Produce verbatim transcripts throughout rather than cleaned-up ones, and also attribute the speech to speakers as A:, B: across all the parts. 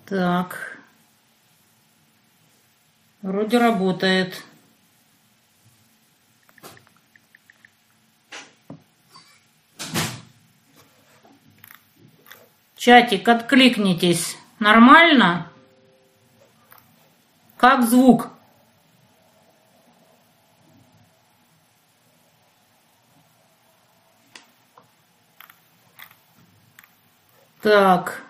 A: Так. Вроде работает. Чатик, откликнитесь. Нормально? Как звук? Так.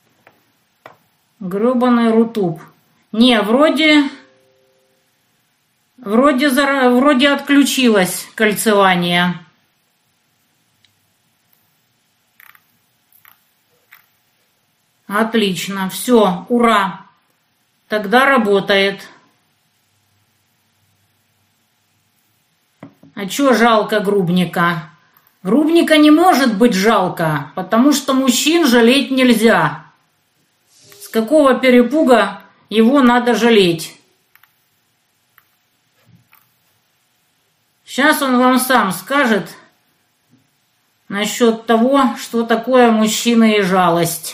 A: Гребаный рутуб. Не, вроде... Вроде, зара... вроде отключилось кольцевание. Отлично. Все, ура. Тогда работает. А чё жалко Грубника? Грубника не может быть жалко, потому что мужчин жалеть нельзя. С какого перепуга его надо жалеть? Сейчас он вам сам скажет насчет того, что такое мужчина и жалость.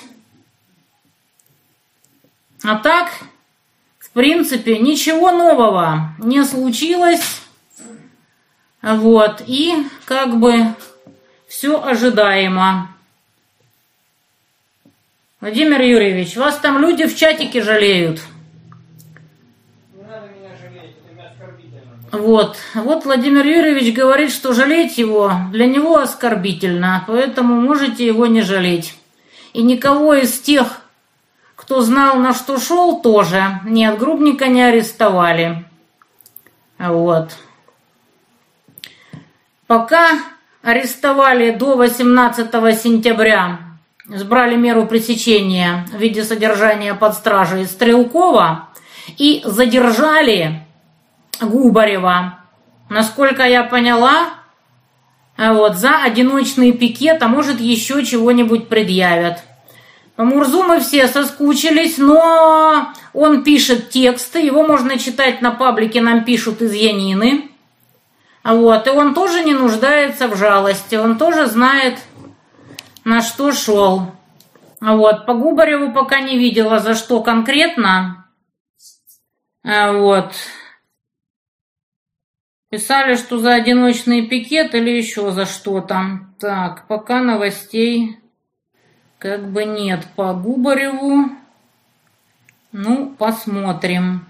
A: А так, в принципе, ничего нового не случилось. Вот, и как бы все ожидаемо. Владимир Юрьевич, вас там люди в чатике жалеют.
B: Не надо меня жалеть, это мне оскорбительно.
A: Вот, вот Владимир Юрьевич говорит, что жалеть его для него оскорбительно, поэтому можете его не жалеть. И никого из тех, кто знал, на что шел, тоже ни от Грубника не арестовали. Вот. Пока арестовали до восемнадцатого сентября, сбрали меру пресечения в виде содержания под стражей Стрелкова и задержали Губарева, насколько я поняла, вот, за одиночный пикет, а может еще чего-нибудь предъявят. По Мурзу мы все соскучились, но он пишет тексты, его можно читать на паблике, нам пишут из Янины. Вот, и он тоже не нуждается в жалости, он тоже знает, на что шел. Вот, по Губареву пока не видела, за что конкретно. Вот. Писали, что за одиночный пикет или еще за что-то. Так, пока новостей как бы нет по Губареву. Ну, посмотрим.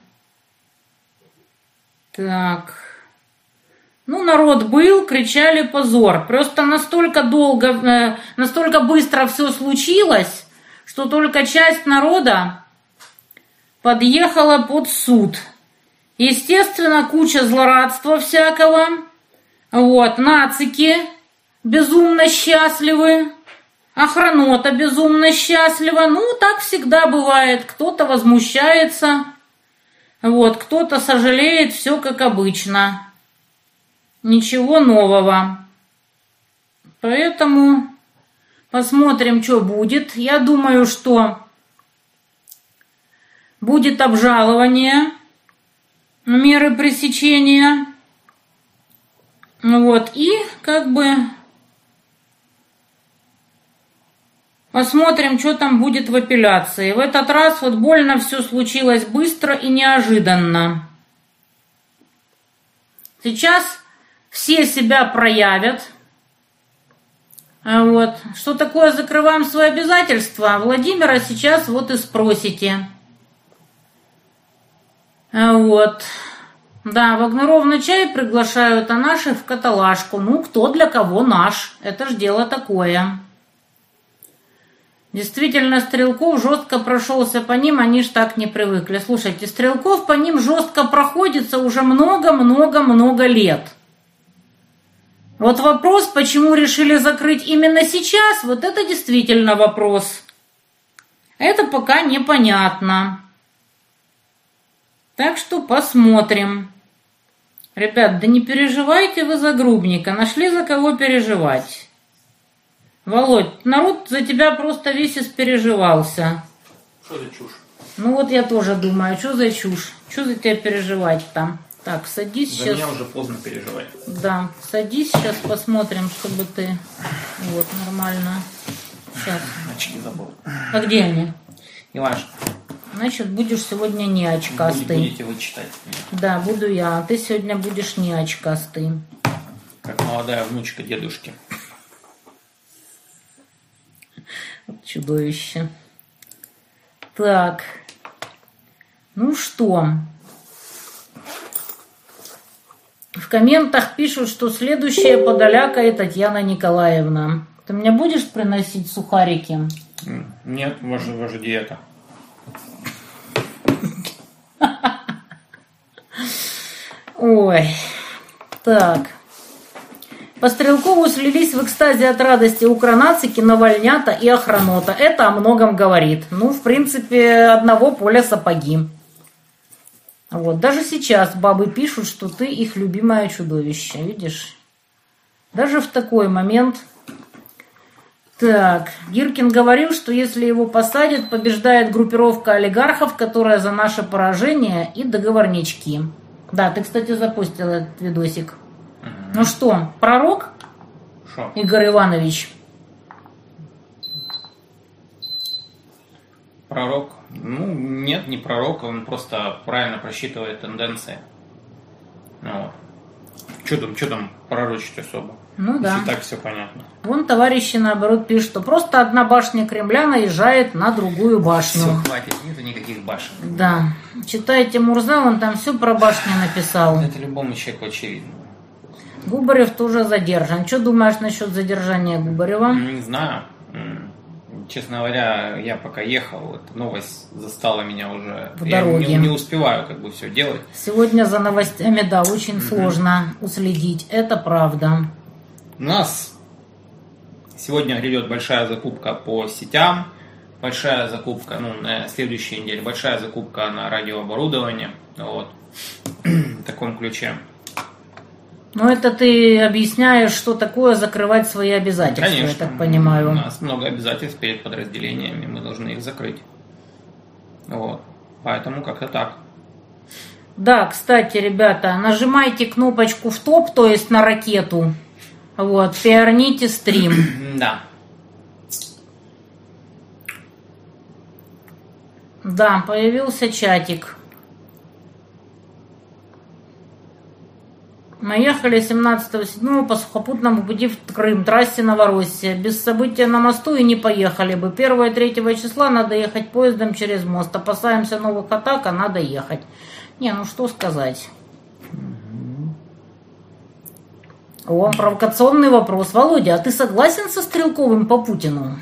A: Так. Ну, народ был, кричали позор. Просто настолько долго, настолько быстро все случилось, что только часть народа подъехала под суд. Естественно, куча злорадства всякого. Вот, нацики безумно счастливы. Охранота безумно счастлива. Ну, так всегда бывает. Кто-то возмущается. Вот, кто-то сожалеет, все как обычно. Ничего нового. Поэтому посмотрим, что будет. Я думаю, что будет обжалование меры пресечения. Вот, и как бы посмотрим, что там будет в апелляции. В этот раз вот больно все случилось быстро и неожиданно. Сейчас все себя проявят. Вот. Что такое закрываем свои обязательства? Владимира сейчас вот и спросите. Вот. Да, Вагнеров на чай приглашают, а наших в каталажку. Ну, кто для кого наш. Это ж дело такое. Действительно, Стрелков жестко прошелся по ним, они ж так не привыкли. Слушайте, Стрелков по ним жестко проходится уже много-много-много лет. Вот вопрос, почему решили закрыть именно сейчас, вот это действительно вопрос. Это пока непонятно. Так что посмотрим. Ребят, да не переживайте вы за Грубника, нашли за кого переживать. Володь, народ за тебя просто весь испереживался.
B: Что за чушь?
A: Ну вот я тоже думаю, что за чушь? Что за тебя переживать там? Так, садись
B: за
A: сейчас.
B: меня уже поздно переживать.
A: Да, садись, сейчас посмотрим, чтобы ты... Вот, нормально. Сейчас.
B: Очки забыл.
A: А где они?
B: Не важно.
A: Значит, будешь сегодня не очкастый.
C: Будете вы читать.
A: Да, буду я. А ты сегодня будешь не очкастый.
C: Как молодая внучка дедушки.
A: Чудовище. Так. Ну что? В комментах пишут, что следующая подоляка Татьяна Николаевна. Ты мне будешь приносить сухарики?
C: Нет, ваша, ваша диета.
A: Ой. Так. По Стрелкову слились в экстазе от радости укронацики, навальнята и охранота. Это о многом говорит. Ну, в принципе, одного поля сапоги. Вот. Даже сейчас бабы пишут, что ты их любимое чудовище. Видишь? Даже в такой момент. Так. Гиркин говорил, что если его посадят, побеждает группировка олигархов, которая за наше поражение, и договорнички. Да, ты, кстати, запустил этот видосик. Ну что, пророк?
C: Шо?
A: Игорь Иванович?
C: Пророк? Ну, нет, не пророк, он просто правильно просчитывает тенденции. Ну, что там, что там пророчить особо?
A: Ну да.
C: Если так все понятно.
A: Вон товарищи, наоборот, пишут, что просто одна башня Кремля наезжает на другую башню.
C: Все, хватит, нету никаких башен.
A: Да. Читайте Мурза, он там все про башни написал.
C: Это любому человеку очевидно.
A: Губарев тоже задержан. Что думаешь насчет задержания Губарева?
C: Не знаю. Честно говоря, я пока ехал, эта новость застала меня уже.
A: В
C: я
A: дороге.
C: не, не успеваю как бы все делать.
A: Сегодня за новостями, да, очень mm-hmm. сложно уследить. Это правда.
C: У нас сегодня грядет большая закупка по сетям, большая закупка, ну, на следующей неделе, большая закупка на радиооборудование. Вот. В таком ключе.
A: Ну, это ты объясняешь, что такое закрывать свои обязательства,
C: Конечно,
A: я так понимаю.
C: У нас много обязательств перед подразделениями, мы должны их закрыть. Вот. Поэтому как-то так.
A: Да, кстати, ребята, нажимайте кнопочку в топ, то есть на ракету. Вот, пиарните стрим.
C: Да.
A: Да, появился чатик. Мы ехали семнадцатого седьмого по сухопутному пути в Крым, трассе Новороссия. Без события на мосту и не поехали бы. первого-третьего числа надо ехать поездом через мост. Опасаемся новых атак, а надо ехать. Не, ну что сказать. О, провокационный вопрос. Володя, а ты согласен со Стрелковым по Путину?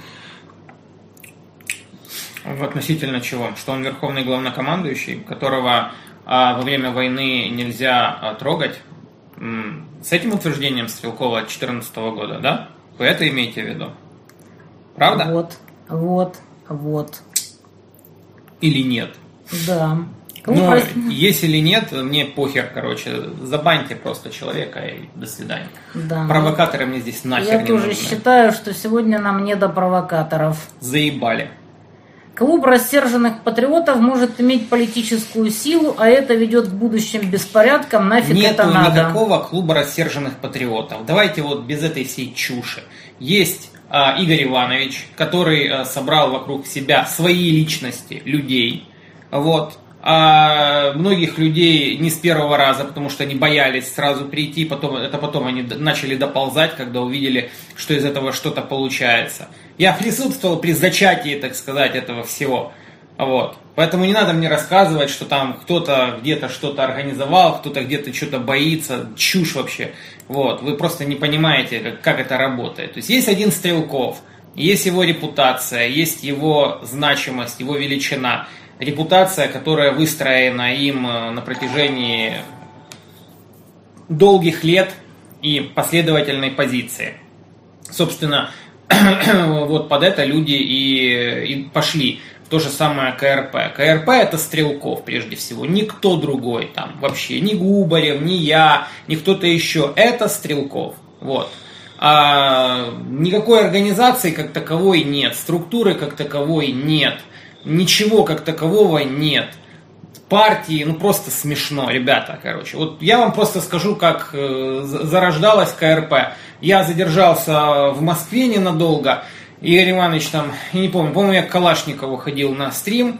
C: Относительно чего? Что он верховный главнокомандующий, которого а, во время войны нельзя а, трогать? С этим утверждением Стрелкова две тысячи четырнадцатого года, да? Вы это имеете в виду? Правда?
A: Вот, вот, вот.
C: Или нет?
A: Да.
C: Ну,
A: Просто...
C: если нет, мне похер, короче. Забаньте просто человека и до свидания.
A: Да,
C: Провокаторы мне здесь нахер
A: я
C: не
A: тоже
C: нужны.
A: считаю, что сегодня нам не до провокаторов.
C: Заебали.
A: Клуб рассерженных патриотов может иметь политическую силу, а это ведет к будущим беспорядкам. Нафиг
C: Нету
A: это надо?
C: никакого клуба рассерженных патриотов. Давайте вот без этой всей чуши. Есть а, Игорь Иванович, который а, собрал вокруг себя свои личности, людей. Вот. А многих людей не с первого раза, потому что они боялись сразу прийти, потом, это потом они начали доползать, когда увидели, что из этого что-то получается. Я присутствовал при зачатии, так сказать, этого всего. Вот. Поэтому не надо мне рассказывать, что там кто-то где-то что-то организовал, кто-то где-то что-то боится, чушь вообще. Вот. Вы просто не понимаете, как, как это работает. То есть есть один Стрелков, есть его репутация, есть его значимость, его величина. Репутация, которая выстроена им на протяжении долгих лет и последовательной позиции. Собственно, вот под это люди и, и пошли. То же самое КРП. КРП это Стрелков прежде всего, никто другой там вообще, ни Губарев, ни я, ни кто-то еще. Это Стрелков. Вот. А никакой организации как таковой нет, структуры как таковой нет. Ничего как такового нет. Партии, ну просто смешно, ребята, короче. Вот я вам просто скажу, как э, зарождалась КРП. Я задержался в Москве ненадолго. Игорь Иванович там, я не помню, по-моему, я к Калашникову ходил на стрим.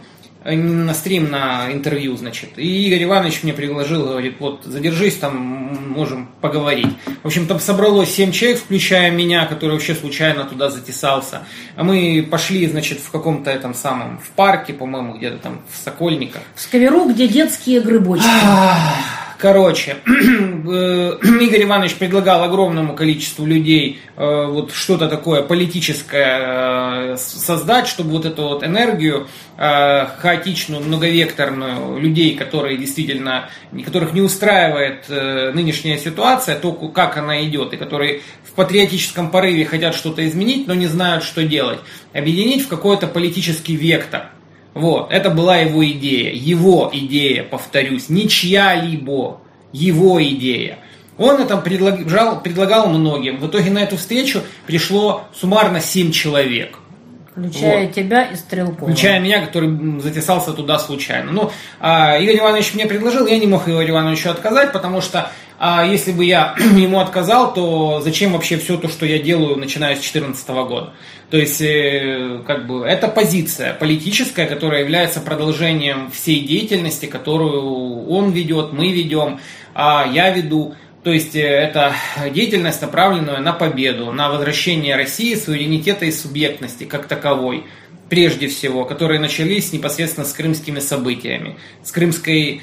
C: на стрим, на интервью, значит. И Игорь Иванович мне предложил, говорит, вот задержись, там можем поговорить. В общем, там собралось семь человек, включая меня, который вообще случайно туда затесался. А мы пошли, значит, в каком-то этом самом, в парке, по-моему, где-то там в Сокольниках.
A: В Скверу, где детские грибочки.
C: Короче, Игорь Иванович предлагал огромному количеству людей вот что-то такое политическое создать, чтобы вот эту вот энергию хаотичную, многовекторную людей, которые действительно, которых не устраивает нынешняя ситуация, то, как она идет, и которые в патриотическом порыве хотят что-то изменить, но не знают, что делать, объединить в какой-то политический вектор. Вот, это была его идея, его идея, повторюсь, не чья-либо, его идея. Он это предлагал, предлагал многим. В итоге на эту встречу пришло суммарно семь человек.
A: Включая
C: вот.
A: тебя и Стрелкова.
C: Включая меня, который затесался туда случайно. Ну, а Игорь Иванович мне предложил, я не мог Игорю Ивановичу отказать, потому что а если бы я ему отказал, то зачем вообще все то, что я делаю, начиная с две тысячи четырнадцатого года? То есть, как бы, это позиция политическая, которая является продолжением всей деятельности, которую он ведет, мы ведем, а я веду. То есть, это деятельность, направленная на победу, на возвращение России суверенитета и субъектности как таковой. Прежде всего, которые начались непосредственно с крымскими событиями, с крымской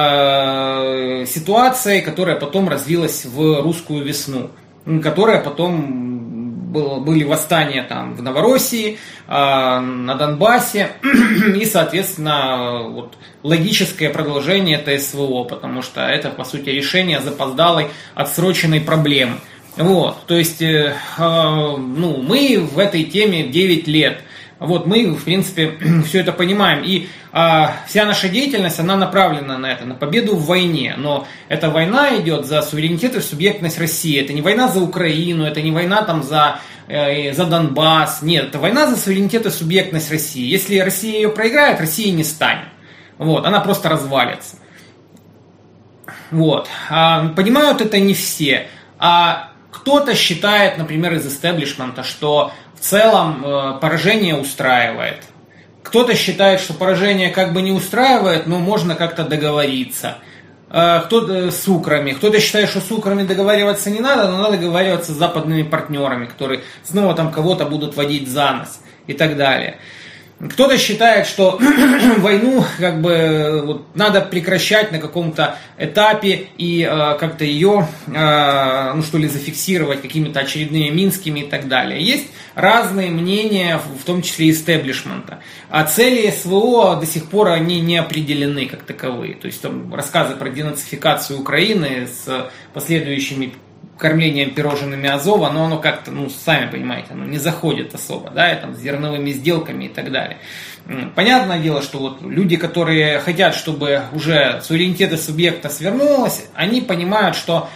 C: э, ситуацией, которая потом развилась в русскую весну, которая потом был, были восстания там в Новороссии, э, на Донбассе и, соответственно, вот, логическое продолжение Т С В О, потому что это, по сути, решение запоздалой, отсроченной проблемы. Вот, то есть, э, э, ну, мы в этой теме девять лет. Вот мы, в принципе, все это понимаем. И а, вся наша деятельность, она направлена на это, на победу в войне. Но эта война идет за суверенитет и субъектность России. Это не война за Украину, это не война там за, э, за Донбасс. Нет, это война за суверенитет и субъектность России. Если Россия ее проиграет, России не станет. Вот, она просто развалится. Вот. А, понимают это не все. А кто-то считает, например, из истеблишмента, что в целом э, поражение устраивает. Кто-то считает, что поражение как бы не устраивает, но можно как-то договориться. Э, кто-то с украми. Кто-то считает, что с украми договариваться не надо, но надо договариваться с западными партнерами, которые снова там кого-то будут водить за нос и так далее. Кто-то считает, что войну как бы вот, надо прекращать на каком-то этапе и э, как-то ее, э, ну что ли, зафиксировать какими-то очередными минскими и так далее. Есть разные мнения, в том числе истеблишмента. А цели С В О до сих пор они не определены как таковые. То есть там рассказы про денацификацию Украины с последующими кормлением пирожными Азова, но оно как-то, ну, сами понимаете, оно не заходит особо, да, и там с зерновыми сделками и так далее. Понятное дело, что вот люди, которые хотят, чтобы уже суверенитет и субъекта свернулось, они понимают, что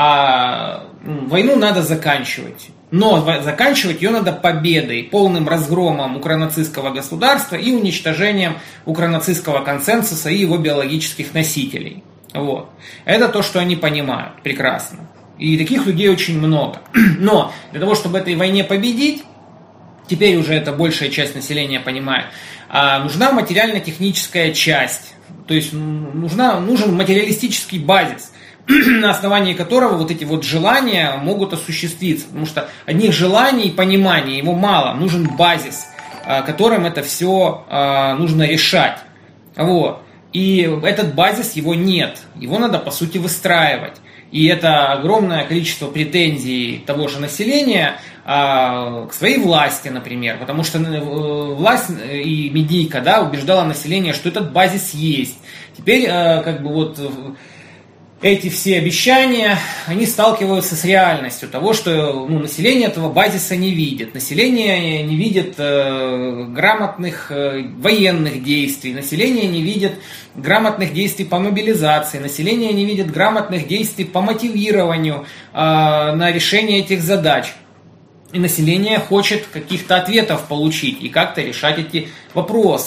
C: а, войну надо заканчивать. Но заканчивать ее надо победой, полным разгромом укронацистского государства и уничтожением укронацистского консенсуса и его биологических носителей. Вот. Это то, что они понимают прекрасно. И таких людей очень много. Но для того, чтобы этой войне победить, теперь уже это большая часть населения понимает, нужна материально-техническая часть. То есть нужна, нужен материалистический базис, на основании которого вот эти вот желания могут осуществиться. Потому что одних желаний и понимания его мало. Нужен базис, которым это все нужно решать. Вот. И этот базис, его нет. Его надо, по сути, выстраивать. И это огромное количество претензий того же населения а, к своей власти, например. Потому что власть и Медийка, да, убеждала население, что этот базис есть. Теперь а, как бы вот эти все обещания, они сталкиваются с реальностью того, что ну, население этого базиса не видит. Население не видит э, грамотных э, военных действий, население не видит грамотных действий по мобилизации, население не видит грамотных действий по мотивированию э, на решение этих задач. И население хочет каких-то ответов получить и как-то решать эти вопросы.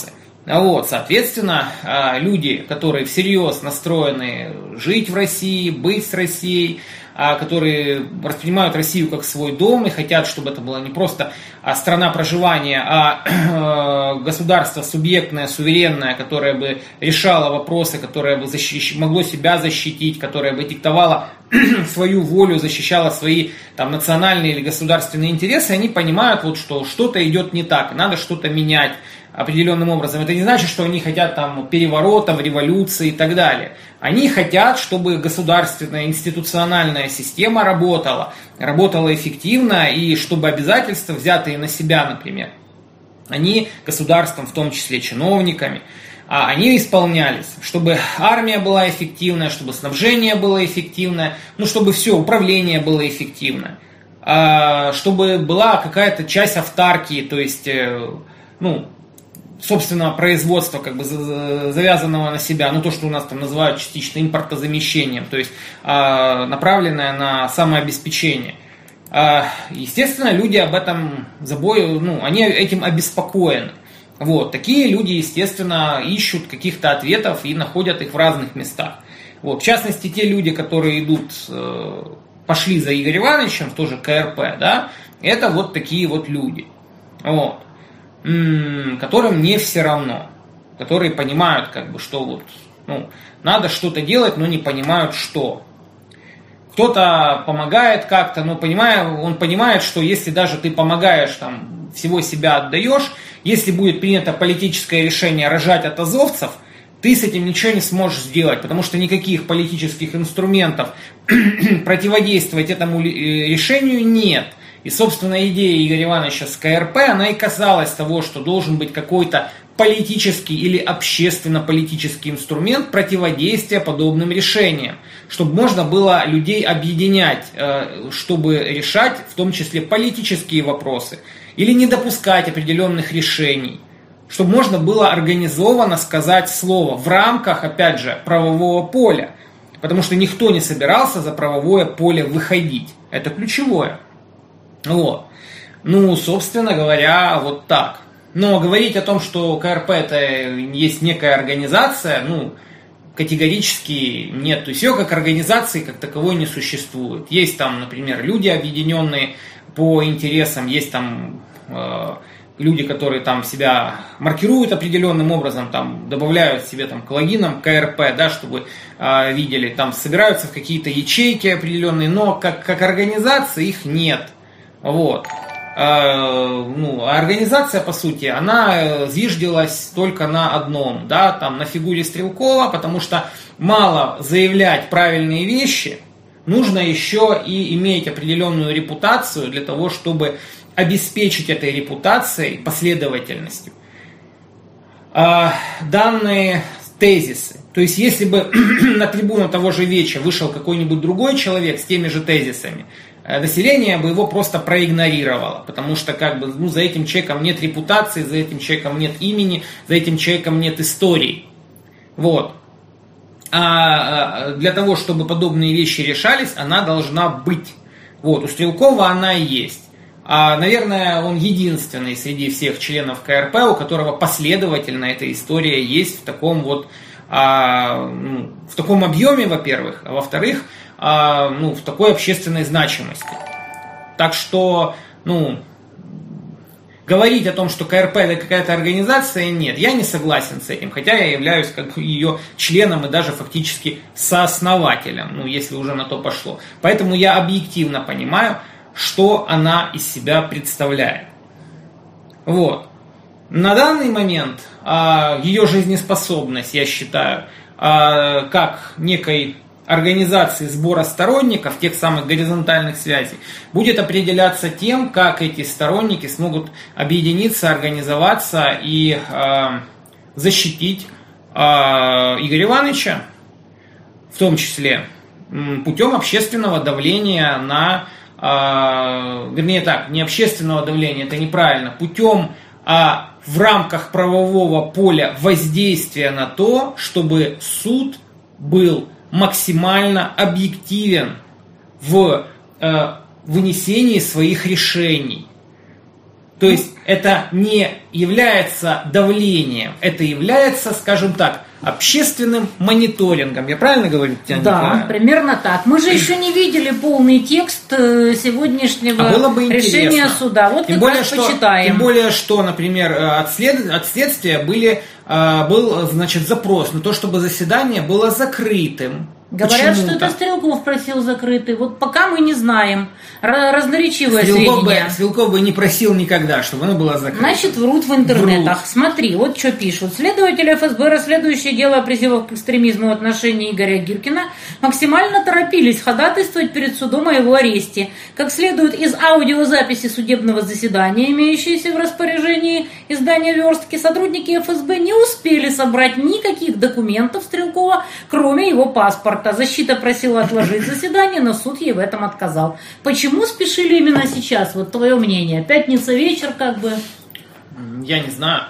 C: Вот, соответственно, люди, которые всерьез настроены жить в России, быть с Россией, которые воспринимают Россию как свой дом и хотят, чтобы это была не просто страна проживания, а государство субъектное, суверенное, которое бы решало вопросы, которое бы защищ... могло себя защитить, которое бы диктовало свою волю, защищало свои там, национальные или государственные интересы, они понимают, вот, что что-то идет не так, надо что-то менять определенным образом. Это не значит, что они хотят там, переворотов, революции и так далее. Они хотят, чтобы государственная институциональная система работала, работала эффективно, и чтобы обязательства, взятые на себя, например, они государством, в том числе чиновниками, они исполнялись, чтобы армия была эффективная, чтобы снабжение было эффективное, ну, чтобы все, управление было эффективное, чтобы была какая-то часть автаркии, то есть, ну, собственного производства, как бы завязанного на себя, ну то, что у нас там называют частично импортозамещением, то есть э, направленное на самообеспечение. Э, естественно, люди об этом забою, ну, они этим обеспокоены. Вот, такие люди, естественно, ищут каких-то ответов и находят их в разных местах. Вот, в частности, те люди, которые идут, э, пошли за Игорем Ивановичем в тоже ка эр пэ, да, это вот такие вот люди. Вот. Которым не все равно, которые понимают, как бы, что вот, ну, надо что-то делать, но не понимают, что. Кто-то помогает как-то, но понимая, он понимает, что если даже ты помогаешь, там, всего себя отдаешь, если будет принято политическое решение рожать от азовцев, ты с этим ничего не сможешь сделать, потому что никаких политических инструментов противодействовать этому решению нет. И, собственно, идея Игоря Ивановича с ка эр пэ, она и касалась того, что должен быть какой-то политический или общественно-политический инструмент противодействия подобным решениям, чтобы можно было людей объединять, чтобы решать в том числе политические вопросы или не допускать определенных решений, чтобы можно было организованно сказать слово в рамках, опять же, правового поля, потому что никто не собирался за правовое поле выходить. Это ключевое. Вот. Ну, собственно говоря, вот так. Но говорить о том, что ка эр пэ это есть некая организация, ну, категорически нет. То есть ее как организации как таковой не существует. Есть там, например, люди, объединенные по интересам, есть там э, люди, которые там себя маркируют определенным образом, там добавляют себе там к логинам ка эр пэ, да, чтобы э, видели, там собираются в какие-то ячейки определенные, но как, как организации их нет. Вот. Ну, организация, по сути, она зиждилась только на одном, да, там, на фигуре Стрелкова, потому что мало заявлять правильные вещи, нужно еще и иметь определенную репутацию для того, чтобы обеспечить этой репутацией последовательностью данные тезисы. То есть, если бы на трибуну того же Веча вышел какой-нибудь другой человек с теми же тезисами, население бы его просто проигнорировало, потому что как бы, ну, за этим человеком нет репутации, за этим человеком нет имени, за этим человеком нет истории. Вот. А для того, чтобы подобные вещи решались, она должна быть. Вот. У Стрелкова она и есть. А, наверное, он единственный среди всех членов ка эр пэ, у которого последовательно эта история есть в таком вот, а, ну, в таком объеме, во-первых, а во-вторых, а, ну, в такой общественной значимости. Так что, ну, говорить о том, что ка эр пэ это какая-то организация, нет, я не согласен с этим, хотя я являюсь как ее членом и даже фактически сооснователем, ну, если уже на то пошло. Поэтому я объективно понимаю, что она из себя представляет. Вот. На данный момент а, ее жизнеспособность, я считаю, а, как некой организации сбора сторонников, тех самых горизонтальных связей, будет определяться тем, как эти сторонники смогут объединиться, организоваться и э, защитить э, Игоря Ивановича, в том числе путем общественного давления на, э, вернее так, не общественного давления, это неправильно, путем а в рамках правового поля воздействия на то, чтобы суд был максимально объективен в э, вынесении своих решений. То есть это не является давлением, это является, скажем так, общественным мониторингом. Я правильно говорю, Татьяна
A: Да,
C: Николаевна?
A: примерно так. Мы же еще не видели полный текст э, сегодняшнего
C: А было бы
A: решения
C: интересно.
A: суда. Вот
C: Тем
A: как
C: более,
A: раз
C: что,
A: почитаем.
C: тем более, что, например, от, след... от следствия были, э, был, значит, запрос на то, чтобы заседание было закрытым.
A: Говорят,
C: Почему-то.
A: что это Стрелков просил закрытый. Вот пока мы не знаем. Р- разноречивое
C: Стрелков бы,
A: сведения.
C: Стрелков бы не просил никогда, чтобы оно было закрыто.
A: Значит, врут в интернетах.
C: Врут.
A: Смотри, вот что пишут. Следователи эф эс бэ, расследующие дело о призывах к экстремизму в отношении Игоря Гиркина, максимально торопились ходатайствовать перед судом о его аресте. Как следует из аудиозаписи судебного заседания, имеющейся в распоряжении издания «Верстки», сотрудники эф эс бэ не успели собрать никаких документов Стрелкова, кроме его паспорта. Защита просила отложить заседание, но суд ей в этом отказал. Почему спешили именно сейчас? Вот твое мнение. Пятница вечер, как бы.
C: Я не знаю.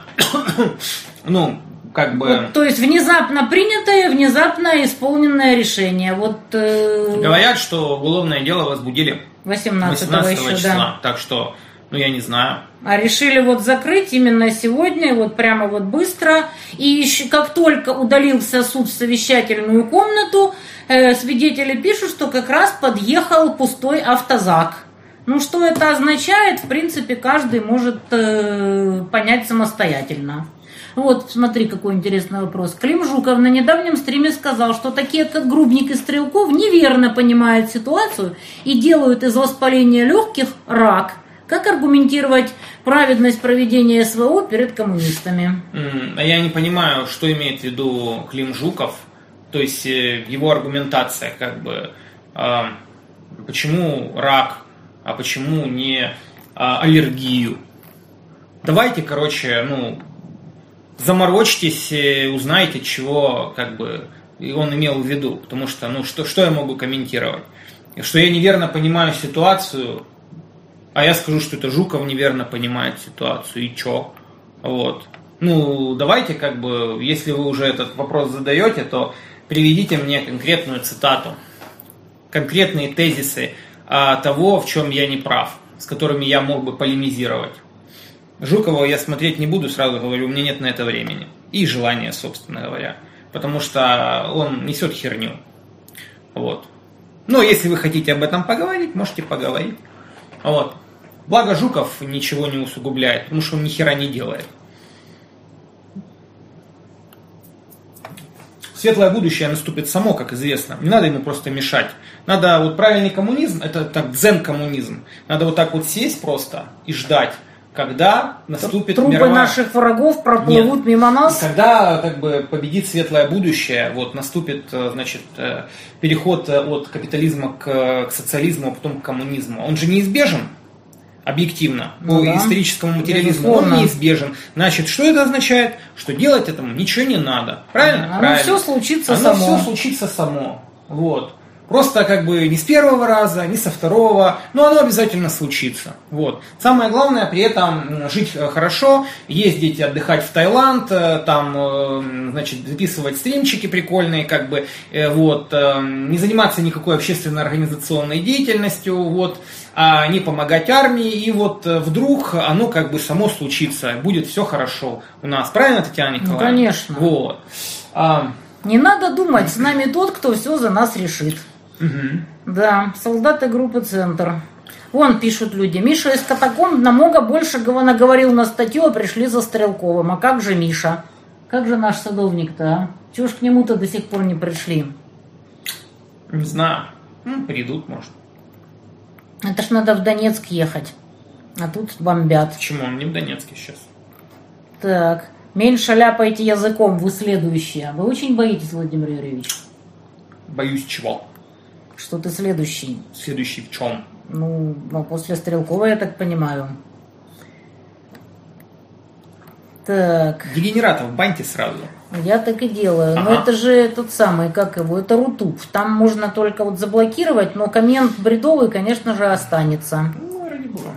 C: Ну, как бы...
A: Вот, то есть внезапно принятое, внезапно исполненное решение. Вот, э,
C: Говорят, что уголовное дело возбудили
A: восемнадцатого
C: восемнадцатого
A: еще,
C: числа.
A: да.
C: Так что, ну я не знаю.
A: А решили вот закрыть именно сегодня, вот прямо вот быстро. И еще как только удалился суд в совещательную комнату, э, свидетели пишут, что как раз подъехал пустой автозак. Ну, что это означает, в принципе, каждый может э, понять самостоятельно. Вот, смотри, какой интересный вопрос. Клим Жуков на недавнем стриме сказал, что такие, как Грубник и Стрелков, неверно понимают ситуацию и делают из воспаления легких рак. Как аргументировать праведность проведения эс вэ о перед коммунистами?
C: А я не понимаю, что имеет в виду Клим Жуков. То есть его аргументация, как бы, э, почему рак, а почему не э, аллергию. Давайте, короче, ну, заморочьтесь, узнаете, чего, как бы, он имел в виду. Потому что, ну, что, что я могу комментировать? Что я неверно понимаю ситуацию. А я скажу, что это Жуков неверно понимает ситуацию, и чё? Вот. Ну, давайте, как бы, если вы уже этот вопрос задаете, то приведите мне конкретную цитату, конкретные тезисы а, того, в чем я не прав, с которыми я мог бы полемизировать. Жукова я смотреть не буду, сразу говорю, у меня нет на это времени. И желания, собственно говоря. Потому что он несет херню. Вот. Но если вы хотите об этом поговорить, можете поговорить. Вот. Благо Жуков ничего не усугубляет, потому что он ни хера не делает. Светлое будущее наступит само, как известно. Не надо ему просто мешать. Надо вот правильный коммунизм, это так дзен-коммунизм. Надо вот так вот сесть просто и ждать, когда наступит
A: Трупы
C: мировая...
A: наших врагов проплывут
C: Нет.
A: мимо нас.
C: Когда как бы победит светлое будущее, вот наступит, значит, переход от капитализма к, к социализму, а потом к коммунизму. Он же неизбежен, объективно,
A: Ну
C: по
A: да.
C: историческому материализму.
A: Безусловно.
C: Он неизбежен. Значит, что это означает? Что делать этому ничего не надо. Правильно?
A: Оно
C: Правильно.
A: все случится
C: Оно
A: само.
C: все случится само. Вот. Просто как бы не с первого раза, не со второго, но оно обязательно случится. Вот. Самое главное при этом жить хорошо, ездить отдыхать в Таиланд, там, значит, записывать стримчики прикольные, как бы, вот, не заниматься никакой общественно-организационной деятельностью, вот, а не помогать армии, и вот вдруг оно как бы само случится, будет все хорошо у нас. Правильно, Татьяна Николаевна?
A: Ну, конечно.
C: Вот. А,
A: Не надо думать, с нами тот, кто все за нас решит.
C: угу.
A: Да, солдаты группы «Центр». Вон пишут люди. Миша из катакомб намного больше наговорил на статью, а пришли за Стрелковым. А как же Миша? Как же наш садовник-то, а? Чего ж к нему-то до сих пор не пришли?
C: Не знаю. Ну, придут, может.
A: Это ж надо в Донецк ехать. А тут бомбят.
C: Почему он не в Донецке сейчас?
A: Так. Меньше ляпайте языком, вы следующие. Вы очень боитесь, Владимир Юрьевич?
C: Боюсь чего?
A: Что ты следующий?
C: Следующий в чем?
A: Ну, ну, после Стрелкова, я так понимаю. Так.
C: Дегенератов баньте сразу.
A: Я так и делаю. Но
C: Ага.
A: это же тот самый, как его, это Рутуб. Там можно только вот заблокировать, но коммент бредовый, конечно же, останется.
C: Ну, ради бога.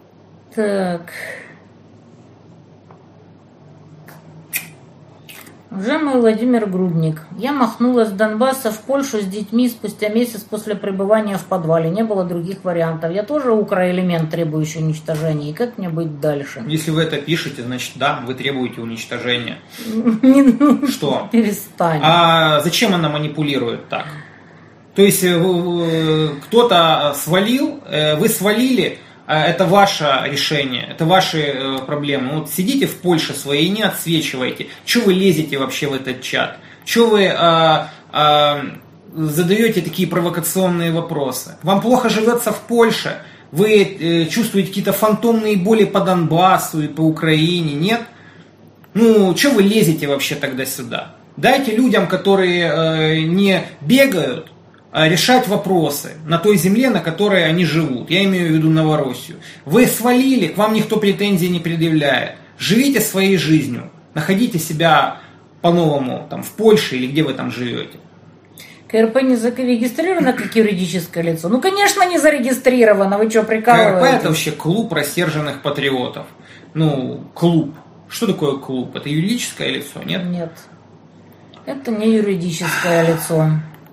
A: Так. Уважаемый Владимир Грудник, я махнула с Донбасса в Польшу с детьми спустя месяц после пребывания в подвале. Не было других вариантов. Я тоже укроэлемент, требующий уничтожения. И как мне быть дальше?
C: Если вы это пишете, значит, да, вы требуете уничтожения. Что?
A: Перестань.
C: А зачем она манипулирует так? То есть кто-то свалил, вы свалили, это ваше решение, это ваши проблемы. Вот сидите в Польше своей и не отсвечивайте. Чего вы лезете вообще в этот чат? Чего вы а, а, задаете такие провокационные вопросы? Вам плохо живется в Польше? Вы э, чувствуете какие-то фантомные боли по Донбассу и по Украине? Нет? Ну, что вы лезете вообще тогда сюда? Дайте людям, которые э, не бегают, решать вопросы на той земле, на которой они живут. Я имею в виду Новороссию. Вы свалили, к вам никто претензий не предъявляет. Живите своей жизнью. Находите себя по-новому там, в Польше или где вы там живете.
A: КРП не зарегистрировано как юридическое лицо? Ну, конечно, не зарегистрировано. Вы что, прикалываетесь?
C: КРП это вообще клуб рассерженных патриотов. Ну, клуб. Что такое клуб? Это юридическое лицо, нет?
A: Нет. Это не юридическое лицо.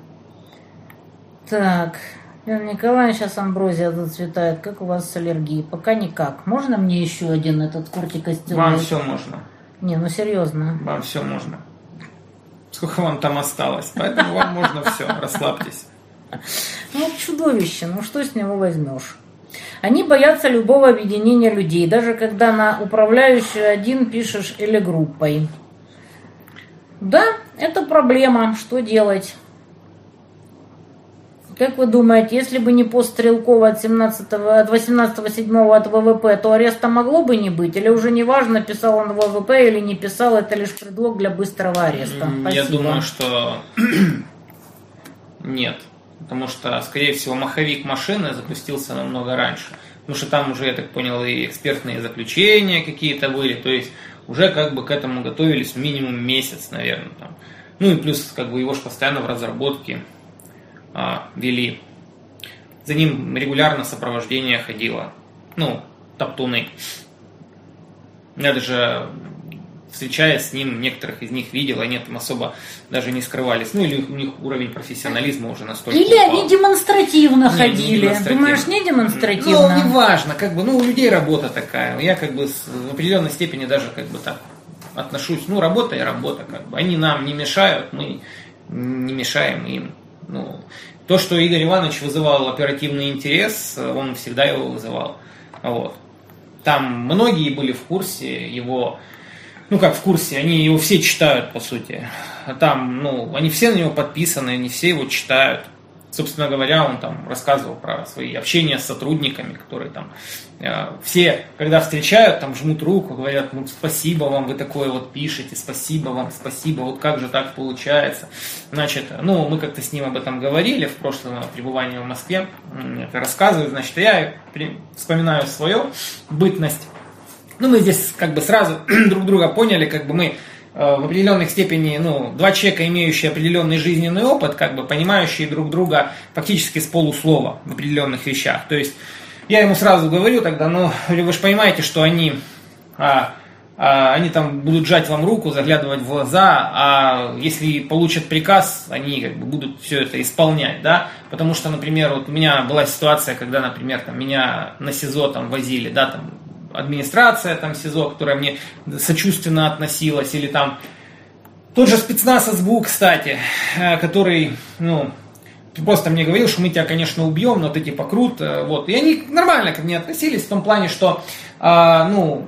A: Так, Николай, сейчас амброзия зацветает. Как у вас с аллергией? Пока никак. Можно мне еще один этот кортикостилоид?
C: Вам все можно.
A: Не, ну серьезно.
C: Вам все можно. Сколько вам там осталось? Поэтому вам можно все. Расслабьтесь.
A: Ну, чудовище. Ну, что с него возьмешь? Они боятся любого объединения людей. Даже когда на управляющую один пишешь или группой. Да, это проблема. Что делать? Как вы думаете, если бы не пост Стрелкова от, семнадцатого, от восемнадцатого седьмого от ВВП, то ареста могло бы не быть? Или уже не важно, писал он ВВП или не писал, это лишь предлог для быстрого ареста?
C: Я
A: Спасибо.
C: думаю, что нет. Потому что, скорее всего, маховик машины запустился намного раньше. Потому что там уже, я так понял, и экспертные заключения какие-то были. То есть уже как бы к этому готовились минимум месяц, наверное. Там. Ну и плюс как бы его же постоянно в разработке а, вели. За ним регулярно сопровождение ходило. Ну, топтуны. Я даже, встречаясь с ним, некоторых из них видел, они там особо даже не скрывались. Ну, или у них уровень профессионализма уже настолько
A: Или
C: упал.
A: они демонстративно
C: Не,
A: ходили.
C: не демонстративно.
A: Думаешь, не демонстративно?
C: Ну, неважно, как бы, ну, у людей работа такая. Я как бы с, в определенной степени даже как бы так отношусь. Ну, работа и работа, как бы. Они нам не мешают, мы не мешаем им. Ну, то, что Игорь Иванович вызывал оперативный интерес, он всегда его вызывал. Вот. Там многие были в курсе его, ну как в курсе, они его все читают, по сути. Там, ну, они все на него подписаны, они все его читают. Собственно говоря, он там рассказывал про свои общения с сотрудниками, которые там э, все, когда встречают, там жмут руку, говорят, ну спасибо вам, вы такое вот пишете, спасибо вам, спасибо, вот как же так получается. Значит, ну мы как-то с ним об этом говорили в прошлом пребывании в Москве, это рассказываю, значит, я вспоминаю свою бытность. Ну мы здесь как бы сразу друг друга поняли, как бы мы в определенной степени, ну, два человека, имеющие определенный жизненный опыт, как бы понимающие друг друга фактически с полуслова в определенных вещах. То есть я ему сразу говорю тогда, ну, вы же понимаете, что они, а, а, они там будут жать вам руку, заглядывать в глаза, а если получат приказ, они как бы будут все это исполнять, да, потому что, например, вот у меня была ситуация, когда, например, там, меня на СИЗО там возили, да, там, администрация там СИЗО, которая мне сочувственно относилась, или там тот же спецназ СБУ, кстати, который, ну, просто мне говорил, что мы тебя, конечно, убьем, но ты типа крут, вот, и они нормально ко мне относились в том плане, что, а, ну,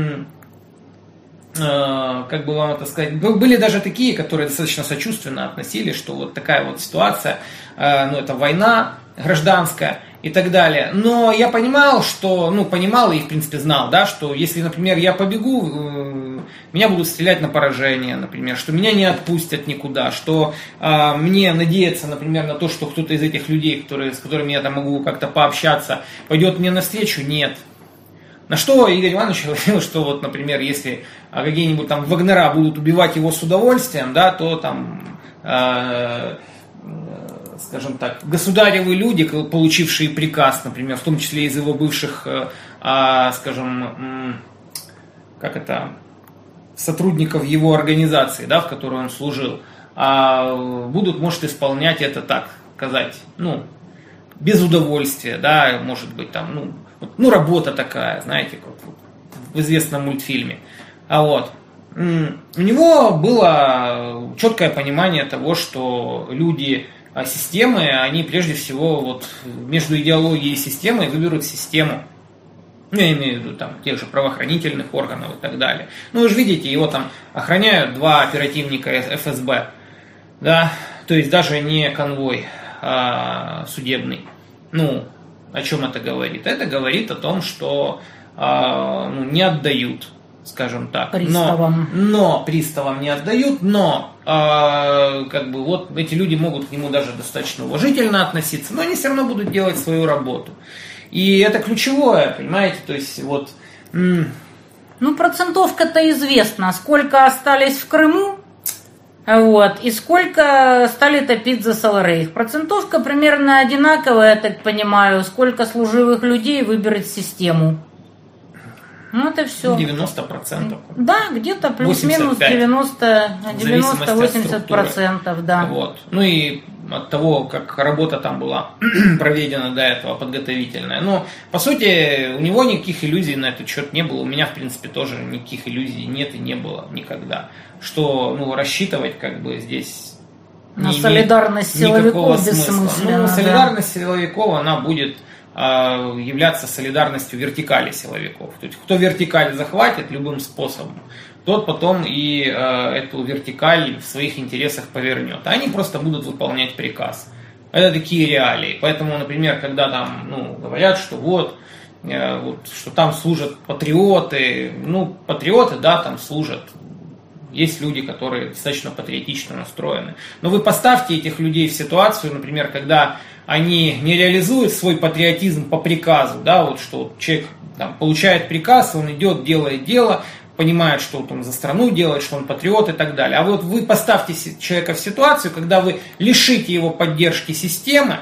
C: а, как бы вам это сказать, были даже такие, которые достаточно сочувственно относились, что вот такая вот ситуация, а, ну, это война гражданская, и так далее. Но я понимал, что, ну, понимал и, в принципе, знал, да, что если, например, я побегу, э, меня будут стрелять на поражение, например, что меня не отпустят никуда, что э, мне надеяться, например, на то, что кто-то из этих людей, которые, с которыми я там могу как-то пообщаться, пойдет мне навстречу, нет. На что Игорь Иванович говорил, что вот, например, если какие-нибудь там вагнера будут убивать его с удовольствием, да, то там... Э, скажем так, государевые люди, получившие приказ, например, в том числе из его бывших, а, скажем, как это, сотрудников его организации, да, в которой он служил, а будут, может, исполнять это, так сказать, ну, без удовольствия, да, может быть, там, ну, ну работа такая, знаете, как в известном мультфильме. А вот, у него было четкое понимание того, что люди системы, они прежде всего вот между идеологией и системой выберут систему. Я имею в виду там тех же правоохранительных органов и так далее. Ну, вы же видите, его там охраняют два оперативника эф эс бэ, да, то есть даже не конвой а, судебный. Ну, о чем это говорит? Это говорит о том, что а, ну, не отдают, скажем так.
A: Приставам.
C: Но, но приставам не отдают, но э, как бы вот эти люди могут к нему даже достаточно уважительно относиться, но они все равно будут делать свою работу. И это ключевое, понимаете, то есть вот... М-
A: Ну, процентовка-то известна, сколько остались в Крыму, вот, и сколько стали топить за Саларейх. Процентовка примерно одинаковая, я так понимаю, сколько служивых людей выберет систему. Ну, это все.
C: девяносто процентов.
A: Да, где-то плюс-минус девяносто-восемьдесят процентов, да.
C: Вот. Ну и от того, как работа там была проведена до этого, подготовительная. Но, по сути, у него никаких иллюзий на этот счет не было. У меня, в принципе, тоже никаких иллюзий нет и не было никогда. Что, ну, рассчитывать, как бы, здесь...
A: На солидарность силовиков
C: смысла.
A: бессмысленно.
C: Ну, солидарность да. силовиков, она будет... являться солидарностью вертикали силовиков. То есть, кто вертикаль захватит любым способом, тот потом и э, эту вертикаль в своих интересах повернет. А они просто будут выполнять приказ. Это такие реалии. Поэтому, например, когда там ну, говорят, что вот, э, вот, что там служат патриоты, ну, патриоты, да, там служат. Есть люди, которые достаточно патриотично настроены. Но вы поставьте этих людей в ситуацию, например, когда они не реализуют свой патриотизм по приказу, да, вот что человек там, получает приказ, он идет, делает дело, понимает, что он за страну делает, что он патриот и так далее. А вот вы поставьте человека в ситуацию, когда вы лишите его поддержки системы,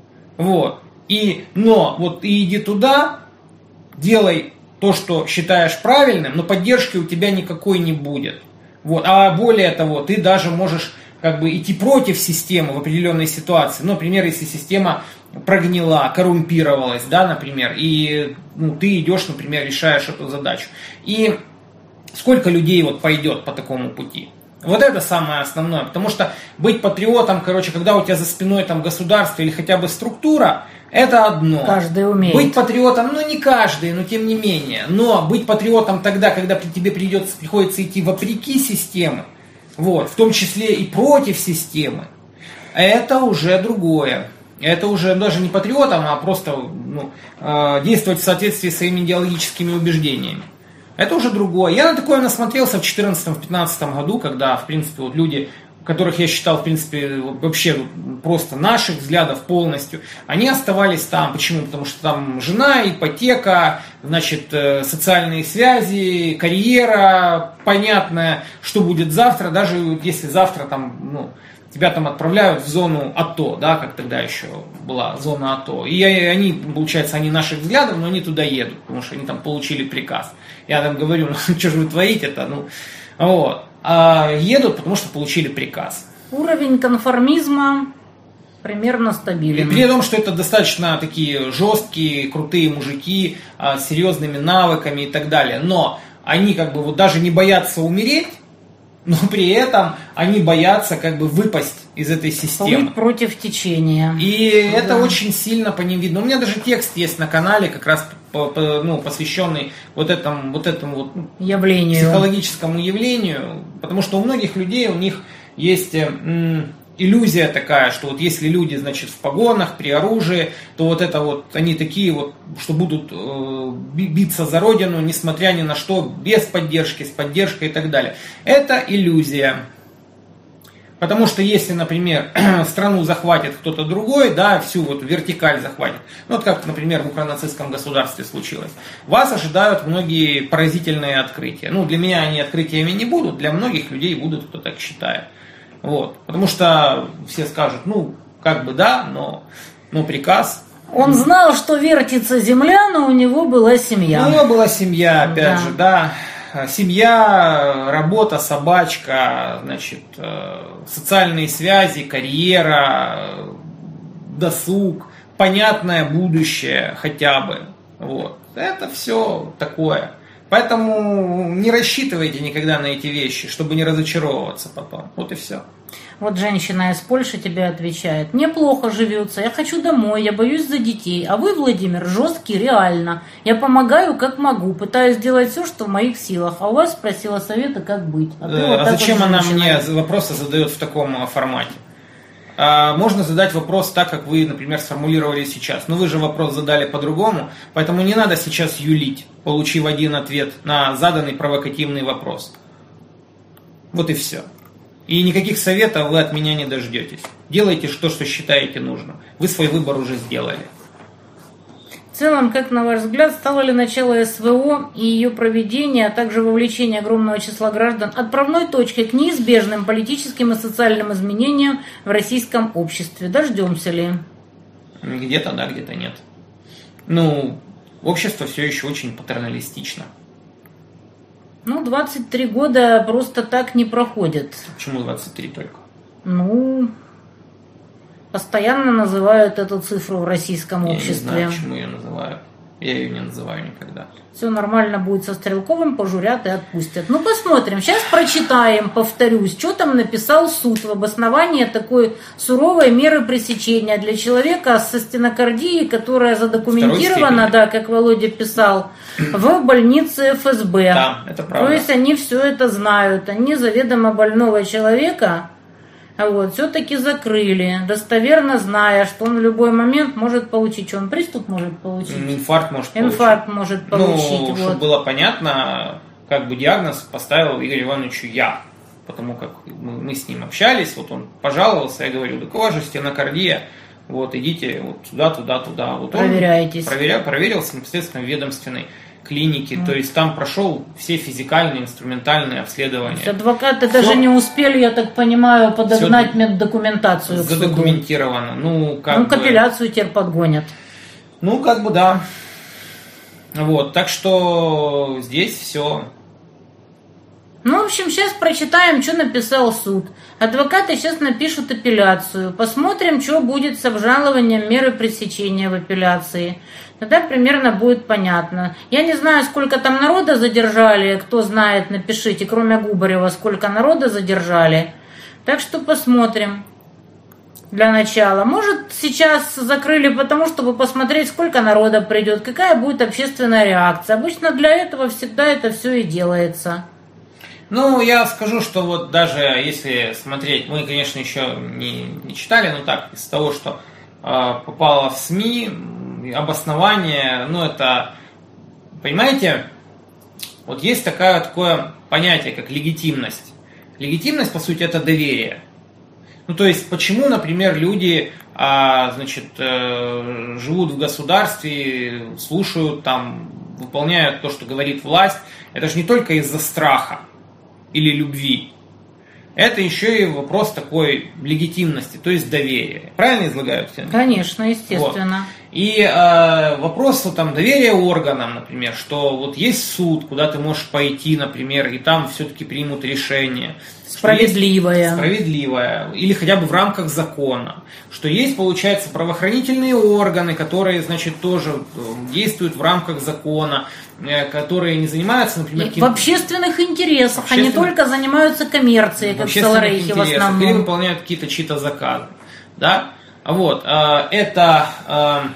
C: вот, и, но вот и иди туда, делай то, что считаешь правильным, но поддержки у тебя никакой не будет. Вот. А более того, ты даже можешь как бы идти против системы в определенной ситуации. Ну, например, если система прогнила, коррумпировалась, да, например, и ну, ты идешь, например, решаешь эту задачу. И сколько людей вот пойдет по такому пути? Вот это самое основное, потому что быть патриотом, короче, когда у тебя за спиной там государство или хотя бы структура, это одно.
A: Каждый умеет.
C: Быть патриотом, ну не каждый, но тем не менее. Но быть патриотом тогда, когда тебе придется, приходится идти вопреки системе, вот, в том числе и против системы, это уже другое. Это уже даже не патриотом, а просто ну, действовать в соответствии с своими идеологическими убеждениями. Это уже другое. Я на такое насмотрелся в четырнадцатом-пятнадцатом году, когда, в принципе, вот люди, которых я считал, в принципе, вообще просто наших взглядов полностью, они оставались там. Почему? Потому что там жена, ипотека, значит, социальные связи, карьера, понятно, что будет завтра, даже если завтра там, ну, тебя там отправляют в зону АТО, да, как тогда еще была зона АТО. И они, получается, они наших взглядов, но они туда едут, потому что они там получили приказ. Я там говорю, ну что же вы творите-то, ну, вот. А едут, потому что получили приказ.
A: Уровень конформизма примерно стабилен.
C: И при том, что это достаточно такие жесткие, крутые мужики с серьезными навыками и так далее. Но они как бы вот даже не боятся умереть, но при этом они боятся как бы выпасть из этой системы.
A: Плыть против течения.
C: И
A: да.
C: это очень сильно по ним видно. У меня даже текст есть на канале, как раз по, по, ну, посвященный вот этому, вот этому вот
A: явлению.
C: Психологическому явлению. Потому что у многих людей, у них есть м, иллюзия такая, что вот если люди, значит, в погонах, при оружии, то вот это вот, они такие вот, что будут э, биться за родину, несмотря ни на что, без поддержки, с поддержкой и так далее. Это иллюзия. Потому что если, например, страну захватит кто-то другой, да, всю вот вертикаль захватит, ну вот как, например, в укронацистском государстве случилось, вас ожидают многие поразительные открытия. Ну, для меня они открытиями не будут, для многих людей будут, кто так считает. Вот. Потому что все скажут, ну, как бы да, но, но приказ...
A: Он знал, что вертится земля, но у него была семья.
C: У него была семья, опять
A: да.
C: же, да. семья, работа, собачка, значит, социальные связи, карьера, досуг, понятное будущее хотя бы. Вот. Это все такое. Поэтому не рассчитывайте никогда на эти вещи, чтобы не разочаровываться потом. Вот и все.
A: Вот женщина из Польши тебе отвечает: мне плохо живется, я хочу домой, я боюсь за детей. А вы, Владимир, жесткий, реально. Я помогаю как могу, пытаюсь сделать все, что в моих силах. А у вас спросила совета, как быть. А,
C: а вот зачем вот она мне вопросы задает в таком формате? А, можно задать вопрос так, как вы, например, сформулировали сейчас. Но вы же вопрос задали по-другому, поэтому не надо сейчас юлить, получив один ответ на заданный провокативный вопрос. Вот и все. И никаких советов вы от меня не дождетесь. Делайте то, что считаете нужным. Вы свой выбор уже сделали.
A: В целом, как на ваш взгляд, стало ли начало СВО и ее проведение, а также вовлечение огромного числа граждан отправной точкой к неизбежным политическим и социальным изменениям в российском обществе? Дождемся ли?
C: Где-то да, где-то нет. Ну, общество все еще очень патерналистично.
A: Ну, двадцать три года просто так не проходят.
C: Почему двадцать три только?
A: Ну, постоянно называют эту цифру в российском
C: Я
A: обществе.
C: Не знаю, почему ее называют. Я ее не называю никогда.
A: Все нормально будет со Стрелковым, пожурят и отпустят. Ну, посмотрим. Сейчас прочитаем, повторюсь, что там написал суд в обосновании такой суровой меры пресечения для человека со стенокардией, которая задокументирована, да, как Володя писал, в больнице эф эс бэ.
C: Да, это правда.
A: То есть они все это знают. Они заведомо больного человека вот, все-таки закрыли, достоверно зная, что он в любой момент может получить. Что он приступ может получить?
C: Инфаркт может получить.
A: Инфаркт может получить.
C: Ну,
A: вот.
C: чтобы было понятно, как бы диагноз поставил Игорю Ивановичу я. Потому как мы, мы с ним общались, вот он пожаловался, я говорю: так у вас же стенокардия, вот идите вот туда, туда, туда. Вот
A: проверяйтесь.
C: Он проверя, проверился непосредственно в ведомственной клинике, mm. то есть там прошел все физикальные, инструментальные обследования.
A: Адвокаты все, даже не успели, я так понимаю, подогнать меддокументацию.
C: Задокументировано. Ну, как
A: ну
C: бы,
A: компиляцию теперь подгонят.
C: Ну, как бы да. Вот, так что здесь все.
A: Ну, в общем, сейчас прочитаем, что написал суд. Адвокаты сейчас напишут апелляцию. Посмотрим, что будет с обжалованием меры пресечения в апелляции. Тогда примерно будет понятно. Я не знаю, сколько там народа задержали. Кто знает, напишите, кроме Губарева, сколько народа задержали. Так что посмотрим. Для начала. Может, сейчас закрыли потому, чтобы посмотреть, сколько народа придет, какая будет общественная реакция. Обычно для этого всегда это все и делается.
C: Ну, я скажу, что вот даже если смотреть, мы, конечно, еще не, не читали, но так, из того, что э, попало в СМИ, обоснование, ну, это, понимаете, вот есть такое, такое понятие, как легитимность. Легитимность, по сути, это доверие. Ну, то есть, почему, например, люди, а, значит, э, живут в государстве, слушают, там, выполняют то, что говорит власть, это же не только из-за страха или любви. Это еще и вопрос такой легитимности, то есть доверия. Правильно излагаю?
A: Конечно, естественно.
C: Вот. И э, вопрос там, доверия органам, например, что вот есть суд, куда ты можешь пойти, например, и там все-таки примут решение.
A: Справедливое.
C: Справедливое. Или хотя бы в рамках закона. Что есть, получается, правоохранительные органы, которые, значит, тоже действуют в рамках закона, которые не занимаются, например...
A: В общественных интересах, общественных... а не только занимаются коммерцией, как в Саларейхе в основном.
C: Или выполняют какие-то чьи-то заказы. Да? Вот. Это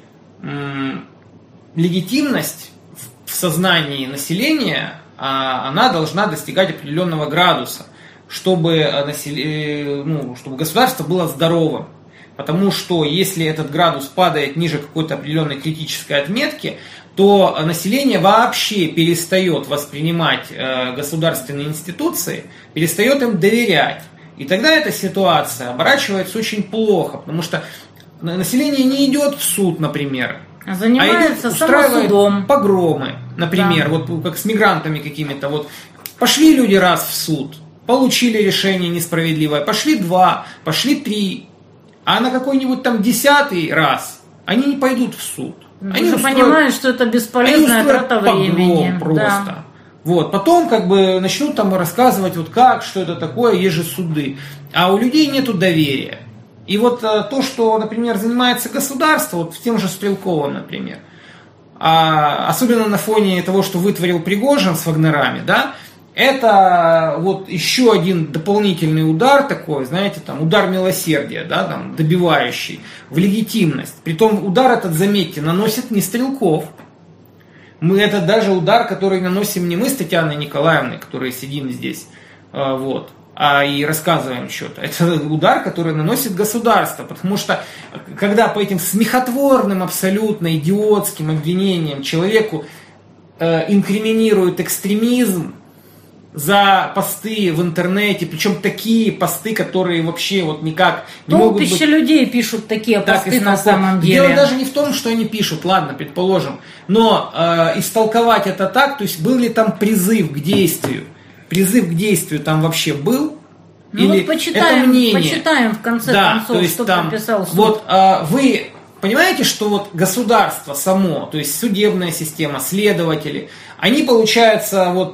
C: легитимность в сознании населения, она должна достигать определенного градуса, чтобы, ну, чтобы государство было здоровым. Потому что если этот градус падает ниже какой-то определенной критической отметки, то население вообще перестает воспринимать государственные институции, перестает им доверять. И тогда эта ситуация оборачивается очень плохо, потому что население не идет в суд, например,
A: занимается
C: а идет, устраивает
A: самосудом.
C: Погромы, например, да. Вот как с мигрантами какими-то. Вот пошли люди раз в суд, получили решение несправедливое, пошли два, пошли три, а на какой-нибудь там десятый раз они не пойдут в суд.
A: Они уже понимают, что это бесполезная трата времени.
C: Просто. Да. Вот, потом как бы начнут там рассказывать, вот как, что это такое, есть же суды. А у людей нету доверия. И вот а, то, что, например, занимается государство, вот в тем же Стрелковым, например, а, особенно на фоне того, что вытворил Пригожин с вагнерами, да, это вот еще один дополнительный удар такой, знаете, там удар милосердия, да, там, добивающий в легитимность. Притом удар этот, заметьте, наносит не Стрелков. Мы, это даже удар, который наносим не мы с Татьяной Николаевной, которые сидим здесь, вот, а и рассказываем что-то. Это удар, который наносит государство, потому что когда по этим смехотворным, абсолютно идиотским обвинениям человеку э, инкриминируют экстремизм за посты в интернете, причем такие посты, которые вообще вот никак не могут быть...
A: Тысячи людей пишут такие посты на самом деле.
C: Дело даже не в том, что они пишут, ладно, предположим, но э, истолковать это так, то есть был ли там призыв к действию, призыв к действию там вообще был?
A: Ну
C: или
A: вот почитаем,
C: это мнение?
A: почитаем в конце
C: да,
A: концов,
C: то есть
A: что
C: там,
A: написал суд.
C: Вот э, вы понимаете, что вот государство само, то есть судебная система, следователи, они, получается, вот,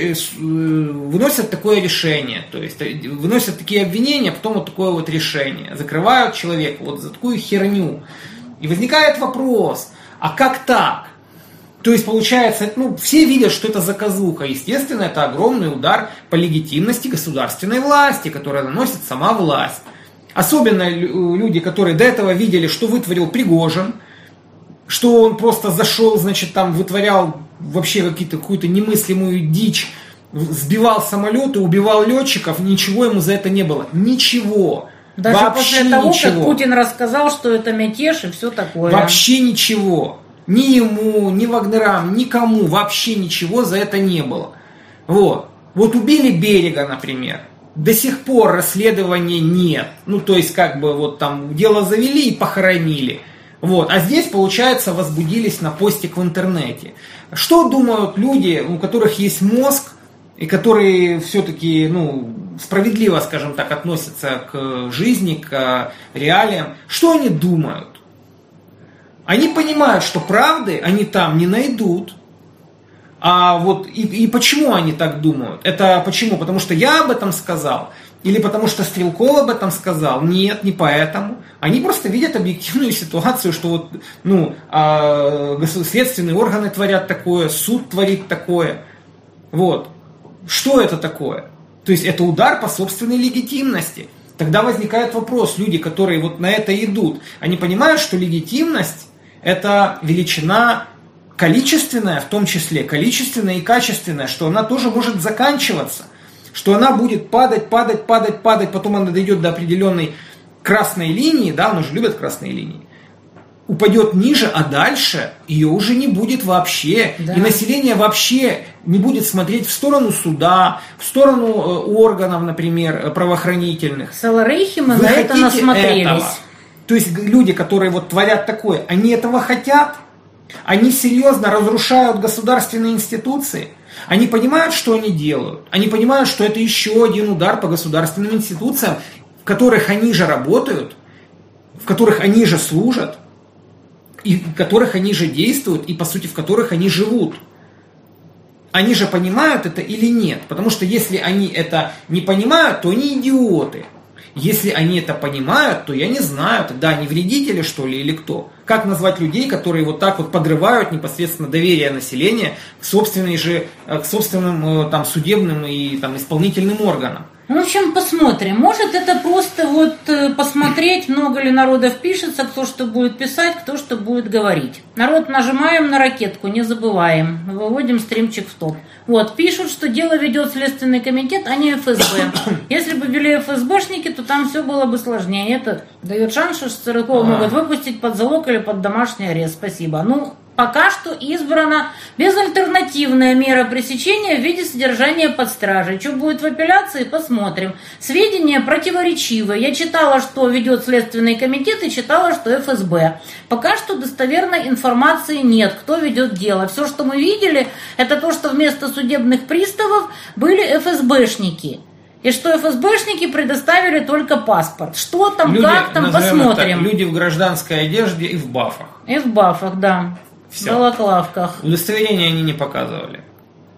C: выносят такое решение, то есть выносят такие обвинения, потом вот такое вот решение, закрывают человека вот за такую херню. И возникает вопрос, а как так? То есть, получается, ну, все видят, что это заказуха. Естественно, это огромный удар по легитимности государственной власти, которую наносит сама власть. Особенно люди, которые до этого видели, что вытворил Пригожин, что он просто зашел, значит, там вытворял вообще какие-то, какую-то немыслимую дичь, сбивал самолеты, убивал летчиков, ничего ему за это не было. Ничего.
A: Даже
C: вообще
A: после того,
C: ничего.
A: как Путин рассказал, что это мятеж и все такое.
C: Вообще ничего. Ни ему, ни вагнерам, никому вообще ничего за это не было. Вот. Вот убили Берега, например. До сих пор расследования нет. Ну, то есть, как бы, вот там дело завели и похоронили. Вот. А здесь, получается, возбудились на постик в интернете. Что думают люди, у которых есть мозг, и которые все-таки, ну, справедливо, скажем так, относятся к жизни, к реалиям? Что они думают? Они понимают, что правды они там не найдут. А вот и, и почему они так думают? Это почему? Потому что я об этом сказал? Или потому что Стрелков об этом сказал? Нет, не поэтому. Они просто видят объективную ситуацию, что вот, ну, а, следственные органы творят такое, суд творит такое. Вот. Что это такое? То есть это удар по собственной легитимности. Тогда возникает вопрос, люди, которые вот на это идут, они понимают, что легитимность это величина количественная, в том числе количественная и качественная, что она тоже может заканчиваться, что она будет падать, падать, падать, падать, потом она дойдет до определенной красной линии, да, они же любят красные линии, упадет ниже, а дальше ее уже не будет вообще. Да. И население вообще не будет смотреть в сторону суда, в сторону органов, например, правоохранительных.
A: С Аларейхи мы на это насмотрелись.
C: Этого? То есть люди, которые вот творят такое, они этого хотят? Они серьезно разрушают государственные институции? Они понимают, что они делают? Они понимают, что это еще один удар по государственным институциям, в которых они же работают, в которых они же служат, и в которых они же действуют, и по сути в которых они живут. Они же понимают это или нет? Потому что если они это не понимают, то они идиоты. Если они это понимают, то я не знаю, тогда они вредители, что ли, или кто? Как назвать людей, которые вот так вот подрывают непосредственно доверие населения к собственной же, к собственным там, судебным и там, исполнительным органам?
A: В общем, посмотрим. Может, это просто вот посмотреть, много ли народов пишется, кто что будет писать, кто что будет говорить. Народ, нажимаем на ракетку, не забываем. Выводим стримчик в топ. Вот, пишут, что дело ведет Следственный комитет, а не эф эс бэ. Если бы вели эф эс бэшники, то там все было бы сложнее. Это дает шанс, что Стрелкова могут выпустить под залог или под домашний арест. Спасибо. Ну, пока что избрана безальтернативная мера пресечения в виде содержания под стражей. Что будет в апелляции, посмотрим. Сведения противоречивые. Я читала, что ведет Следственный комитет, и читала, что эф эс бэ. Пока что достоверной информации нет, кто ведет дело. Все, что мы видели, это то, что вместо судебных приставов были эф эс бэшники. И что эф эс бэшники предоставили только паспорт. Что там, люди, как там, посмотрим.
C: Так, люди в гражданской одежде и в бафах.
A: И в бафах, да.
C: Все.
A: В балаклавках.
C: Удостоверения они не показывали.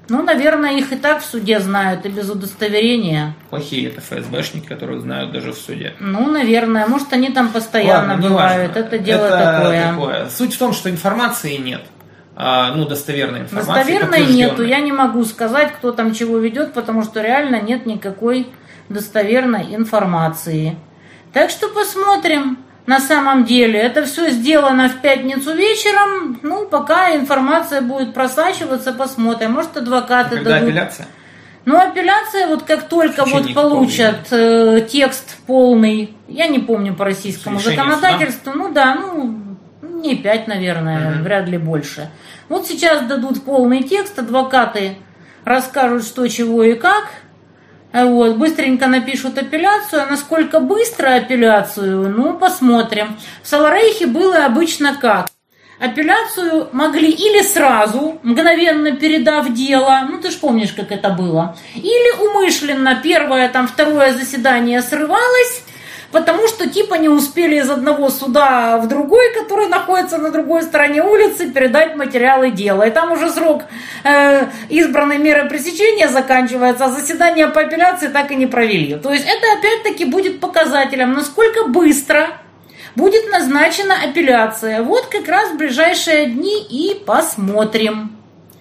A: Ну, наверное, их и так в суде знают, и без удостоверения.
C: Плохие это ФСБшники, которых знают даже в суде.
A: Ну, наверное, может, они там постоянно
C: Ладно,
A: бывают. Это дело
C: это
A: такое.
C: такое. Суть в том, что информации нет. А, ну, достоверной информации.
A: Достоверной нету. Я не могу сказать, кто там чего ведет, потому что реально нет никакой достоверной информации. Так что посмотрим. На самом деле, это все сделано в пятницу вечером. Ну, пока информация будет просачиваться, посмотрим. Может, адвокаты
C: Когда
A: дадут.
C: апелляция?
A: Ну, апелляция, вот как только вот получат э, текст полный, я не помню по российскому
C: Решение
A: законодательству, ну да, ну, не пять, наверное,
C: Угу.
A: вряд ли больше. Вот сейчас дадут полный текст, адвокаты расскажут, что, чего и как. Вот, быстренько напишут апелляцию. А насколько быстро апелляцию, ну, посмотрим. В Саларейхе было обычно как? Апелляцию могли или сразу, мгновенно передав дело, ну, ты ж помнишь, как это было, или умышленно первое, там, второе заседание срывалось, потому что типа не успели из одного суда в другой, который находится на другой стороне улицы, передать материалы дела. И там уже срок э, избранной меры пресечения заканчивается, а заседание по апелляции так и не провели. То есть это опять-таки будет показателем, насколько быстро будет назначена апелляция. Вот как раз в ближайшие дни и посмотрим.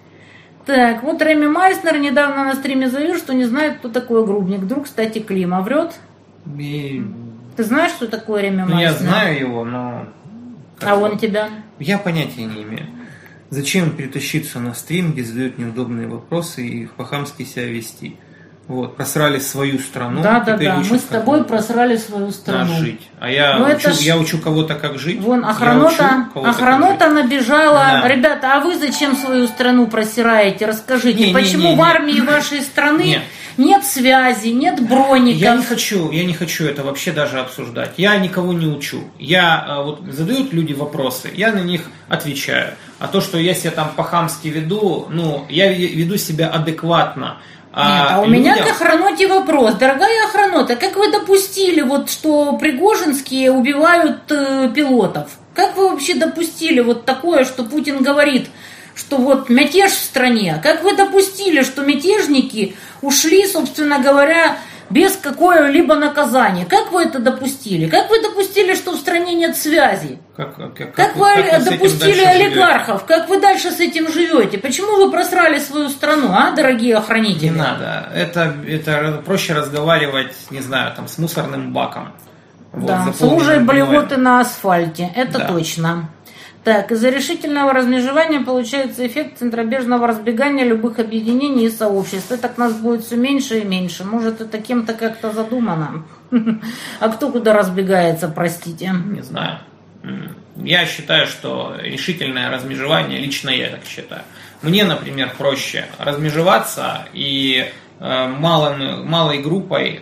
A: Так, вот Реми Майснер недавно на стриме заявил, что не знает, кто такой Грубник. Вдруг, кстати, Клима врет.
C: И...
A: Ты знаешь, что такое Реми Майснер?
C: Ну, я знаю его, но...
A: А он тебя?
C: Я понятия не имею. Зачем перетащиться на стрим, где задают неудобные вопросы и по-хамски себя вести? Вот, просрали свою страну.
A: Да, да, да. Мы с тобой просрали свою страну.
C: Жить. А я
A: Ну,
C: учу,
A: это ж...
C: я учу кого-то как жить.
A: Вон, охранота, охранота набежала. Да. Ребята, а вы зачем свою страну просираете? Расскажите, не, почему не, не, не. в армии вашей страны нет. нет связи, нет броников?
C: Я не хочу, я не хочу это вообще даже обсуждать. Я никого не учу. Я, вот, задают люди вопросы, я на них отвечаю. А то, что я себя там по-хамски веду, ну, я веду себя адекватно.
A: Нет, а, а у людям... меня к охраноте вопрос. Дорогая охранота, как вы допустили, вот, что пригожинские убивают э, пилотов? Как вы вообще допустили вот такое, что Путин говорит, что вот мятеж в стране? Как вы допустили, что мятежники ушли, собственно говоря, без какого-либо наказания? Как вы это допустили? Как вы допустили, что в стране нет связи?
C: Как, как, как,
A: как вы как допустили олигархов? Живете? Как вы дальше с этим живете? Почему вы просрали свою страну, а, дорогие охранители?
C: Не надо. Это, это проще разговаривать, не знаю, там, с мусорным баком. Вот,
A: да, с лужей блевоты на асфальте. Это да. точно. Так, из-за решительного размежевания получается эффект центробежного разбегания любых объединений и сообществ. Это к нас будет все меньше и меньше. Может, это кем-то как-то задумано. А кто куда разбегается, простите?
C: Не знаю. Я считаю, что решительное размежевание, лично я так считаю. Мне, например, проще размежеваться и малой, малой группой,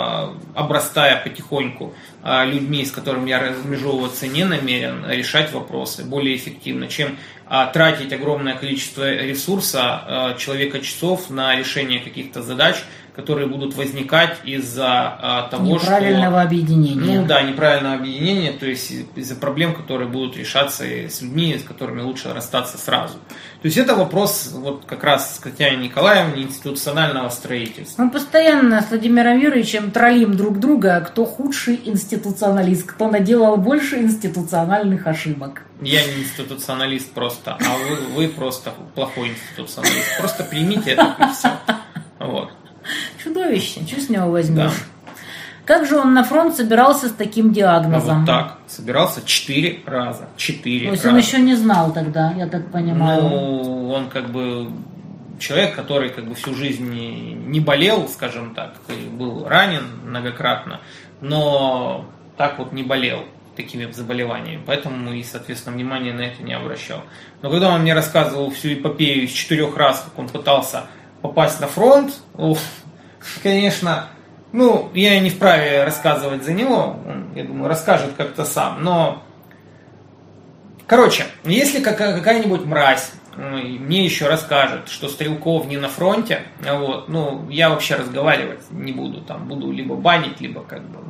C: обрастая потихоньку людьми, с которыми я размежевываться не намерен, решать вопросы более эффективно, чем тратить огромное количество ресурса, человека-часов на решение каких-то задач, которые будут возникать из-за того,
A: неправильного что... Неправильного объединения.
C: Ну да, неправильного объединения, то есть из-за проблем, которые будут решаться с людьми, с которыми лучше расстаться сразу. То есть это вопрос вот как раз с Татьяной Николаевной институционального строительства.
A: Мы постоянно с Владимиром Юрьевичем троллим друг друга, кто худший институционалист, кто наделал больше институциональных ошибок.
C: Я не институционалист просто, а вы, вы просто плохой институционалист. Просто примите это и все. Вот.
A: Чудовище, что с него возьмешь? Да. Как же он на фронт собирался с таким диагнозом?
C: А вот так, собирался четыре раза. Четыре
A: То есть
C: раза.
A: он еще не знал тогда, я так понимаю.
C: Ну, он как бы человек, который как бы всю жизнь не, не болел, скажем так, был ранен многократно, но так вот не болел такими заболеваниями, поэтому и, соответственно, внимания на это не обращал. Но когда он мне рассказывал всю эпопею из четырех раз, как он пытался попасть на фронт, конечно, ну, я не вправе рассказывать за него, он, я думаю, расскажет как-то сам, но, короче, если какая-нибудь мразь мне еще расскажет, что Стрелков не на фронте, вот, ну, я вообще разговаривать не буду, там, буду либо банить, либо как бы,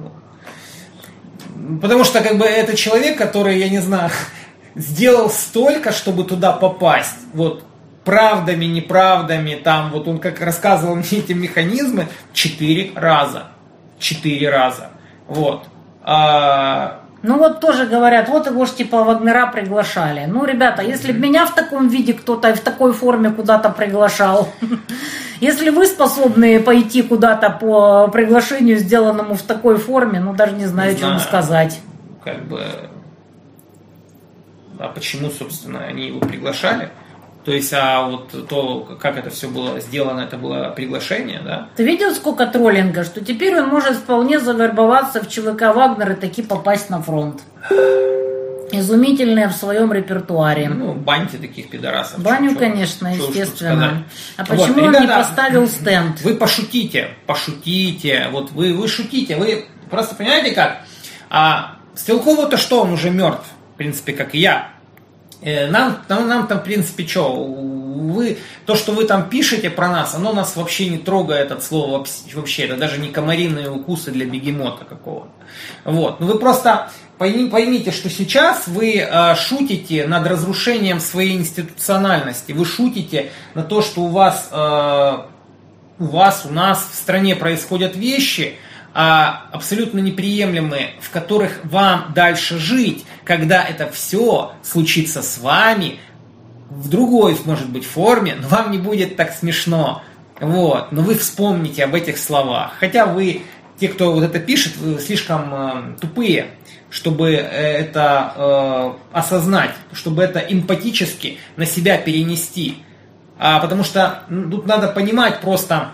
C: ну, потому что, как бы, это человек, который, я не знаю, сделал столько, чтобы туда попасть, вот, правдами, неправдами, там вот он как рассказывал мне эти механизмы, четыре раза. Четыре раза. Вот. А...
A: Ну вот тоже говорят, вот его ж типа Вагнера приглашали. Ну, ребята, если бы меня в таком виде кто-то в такой форме куда-то приглашал, если вы способны пойти куда-то по приглашению, сделанному в такой форме, ну даже не знаю, что вам сказать.
C: Как бы... А почему, собственно, они его приглашали? То есть, а вот то, как это все было сделано, это было приглашение, да?
A: Ты видел, сколько троллинга, что теперь он может вполне завербоваться в ЧВК «Вагнер» и таки попасть на фронт. Изумительное в своем репертуаре.
C: Ну, баньте таких пидорасов.
A: Баню,
C: что,
A: конечно,
C: что,
A: естественно.
C: Что
A: а почему
C: вот,
A: он
C: ребята,
A: не поставил стенд?
C: Вы пошутите, пошутите, вот вы, вы шутите, вы просто понимаете как? А Стрелкову-то что, он уже мертв, в принципе, как и я. Нам, нам, нам там, в принципе, что, вы, то, что вы там пишете про нас, оно нас вообще не трогает от слова вообще, это даже не комариные укусы для бегемота какого-то. Вот, ну вы просто поймите, что сейчас вы э, шутите над разрушением своей институциональности, вы шутите на то, что у вас, э, у вас, у нас в стране происходят вещи, а, абсолютно неприемлемые, в которых вам дальше жить, когда это все случится с вами в другой, может быть, форме, но вам не будет так смешно. Вот. Но вы вспомните об этих словах. Хотя вы, те, кто вот это пишет, вы слишком э, тупые, чтобы это э, осознать, чтобы это эмпатически на себя перенести. А, потому что ну, тут надо понимать просто...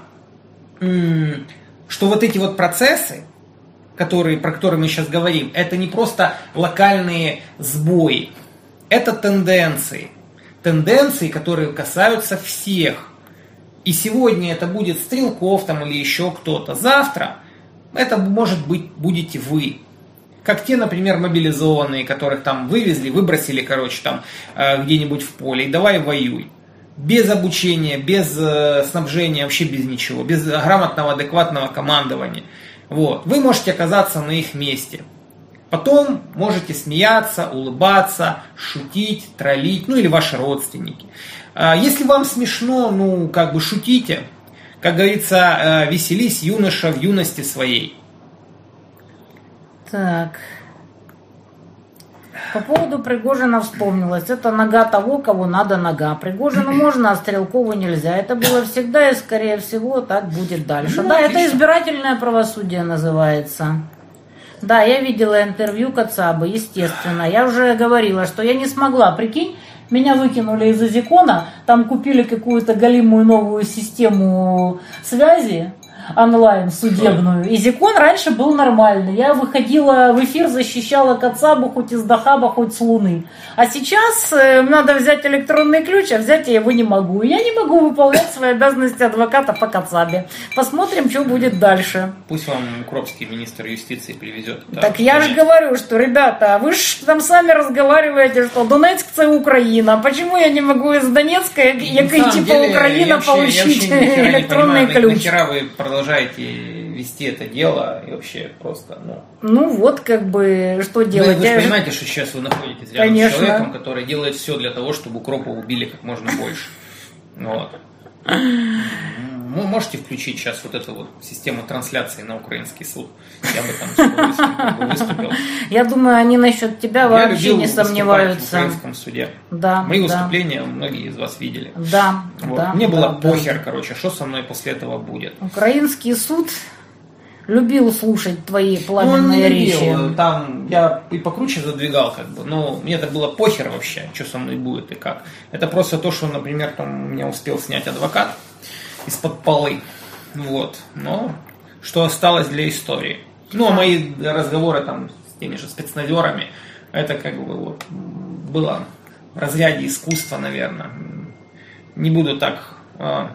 C: М- что вот эти вот процессы, которые, про которые мы сейчас говорим, это не просто локальные сбои, это тенденции. Тенденции, которые касаются всех. И сегодня это будет Стрелков там, или еще кто-то. Завтра это, может быть, будете вы. Как те, например, мобилизованные, которых там вывезли, выбросили, короче, там где-нибудь в поле, и давай воюй. Без обучения, без э, снабжения, вообще без ничего, без грамотного, адекватного командования. Вот. Вы можете оказаться на их месте. Потом можете смеяться, улыбаться, шутить, троллить, ну или ваши родственники. А если вам смешно, ну как бы шутите. Как говорится, э, веселись, юноша, в юности своей.
A: Так... По поводу Пригожина вспомнилось. Это нога того, кого надо нога. Пригожину можно, а Стрелкову нельзя. Это было всегда и, скорее всего, так будет дальше.
C: Ну,
A: да,
C: отлично.
A: Это избирательное правосудие называется. Да, я видела интервью Кацабы, естественно. Я уже говорила, что я не смогла. Прикинь, меня выкинули из Азикона, там купили какую-то галимую новую систему связи онлайн судебную. И Зикон раньше был нормальный. Я выходила в эфир, защищала Кацабу хоть из Дахаба, хоть с Луны. А сейчас э, надо взять электронный ключ, а взять я его не могу. И я не могу выполнять свои обязанности адвоката по Кацабе. Посмотрим, что будет дальше.
C: Пусть вам укропский министр юстиции привезет. Да,
A: так я же говорю, что, ребята, вы же там сами разговариваете, что Донецк – это Украина. Почему я не могу из Донецка, який типа Украина, получить электронный ключ?
C: Нахера вы продолжаете вести это дело и вообще просто, ну...
A: Ну вот, как бы, что делать?
C: Вы, вы же понимаете, что сейчас вы находитесь рядом
A: Конечно.
C: с человеком, который делает все для того, чтобы укропа убили как можно больше. Вот. Вы можете включить сейчас вот эту вот систему трансляции на украинский суд? Я бы там с удовольствием выступил.
A: Я думаю, они насчет тебя вообще не сомневаются.
C: В украинском суде.
A: Да,
C: Мои
A: да.
C: выступления многие из вас видели.
A: Да,
C: вот.
A: да.
C: Мне было
A: да,
C: похер,
A: да.
C: короче, что со мной после этого будет.
A: Украинский суд любил слушать твои
C: Ну, он не
A: пламенные речи.
C: любил. Там я и покруче задвигал, как бы, но мне это было похер вообще, что со мной будет и как. Это просто то, что, например, там меня успел снять адвокат из-под полы. Вот. Но что осталось для истории. Ну, а мои разговоры там с теми же спецназерами, это как бы вот было в разряде искусства, наверное. Не буду так... Э,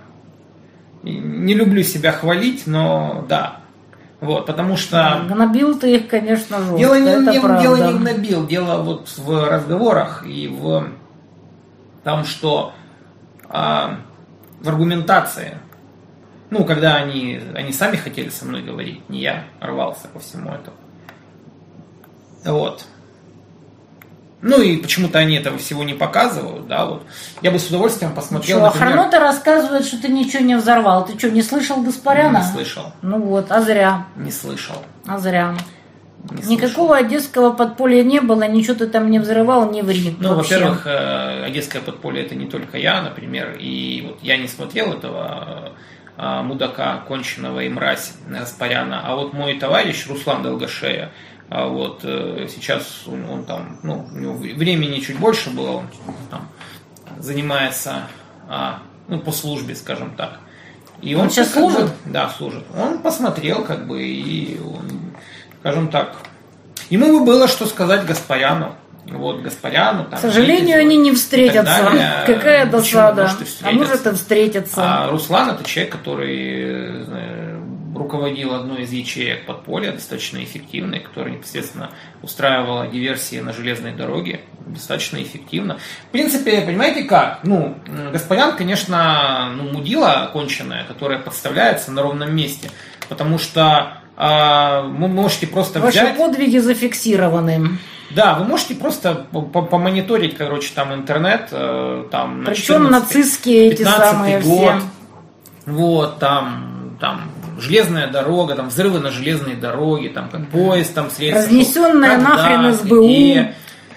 C: не люблю себя хвалить, но да. Вот, потому что...
A: Набил ты их, конечно, жестко,
C: Дело не,
A: это
C: не,
A: правда.
C: дело не в набил, дело вот в разговорах и в том, что а, в аргументации. Ну, когда они, они сами хотели со мной говорить, не я рвался по всему этому. Вот. Ну и почему-то они этого всего не показывают, да, вот. Я бы с удовольствием посмотрел,
A: что,
C: например...
A: Охранота рассказывает, что ты ничего не взорвал. Ты что, не слышал Гаспаряна?
C: Не слышал.
A: Ну вот, а зря.
C: Не слышал.
A: А зря.
C: Не
A: Никакого
C: слышал.
A: одесского подполья не было, ничего ты там не взрывал, не ври.
C: Ну,
A: вообще.
C: во-первых, э, одесское подполье это не только я, например, и вот я не смотрел этого э, мудака, конченого и мразь Гаспаряна, а вот мой товарищ Руслан Долгошея, а вот э, сейчас он, он там, ну, у него времени чуть больше было, он там занимается, а, ну, по службе, скажем так. И
A: он, он сейчас
C: как бы,
A: служит?
C: да, служит. Он посмотрел, как бы, и он, скажем так, ему бы было что сказать Гаспаряну. Вот, Гаспаряну. Там,
A: к сожалению,
C: Витязеву,
A: они не встретятся. Какая досада.
C: Может, и
A: а может и встретятся.
C: А Руслан это человек, который знаю, руководил одной из ячеек подполья, достаточно эффективной, которая непосредственно устраивала диверсии на железной дороге, достаточно эффективно. В принципе, понимаете как? Ну, Гаспарян, конечно, ну, мудила конченая, которая подставляется на ровном месте, потому что а, вы можете просто
A: Ваши
C: взять...
A: подвиги зафиксированы.
C: Да, вы можете просто помониторить, короче, там интернет, там
A: причем нацистские эти самые
C: год,
A: все.
C: Вот, там, там железная дорога, там взрывы на железной дороге, там как поезд, там средства.
A: Разнесенная нахрен СБУ.
C: Где.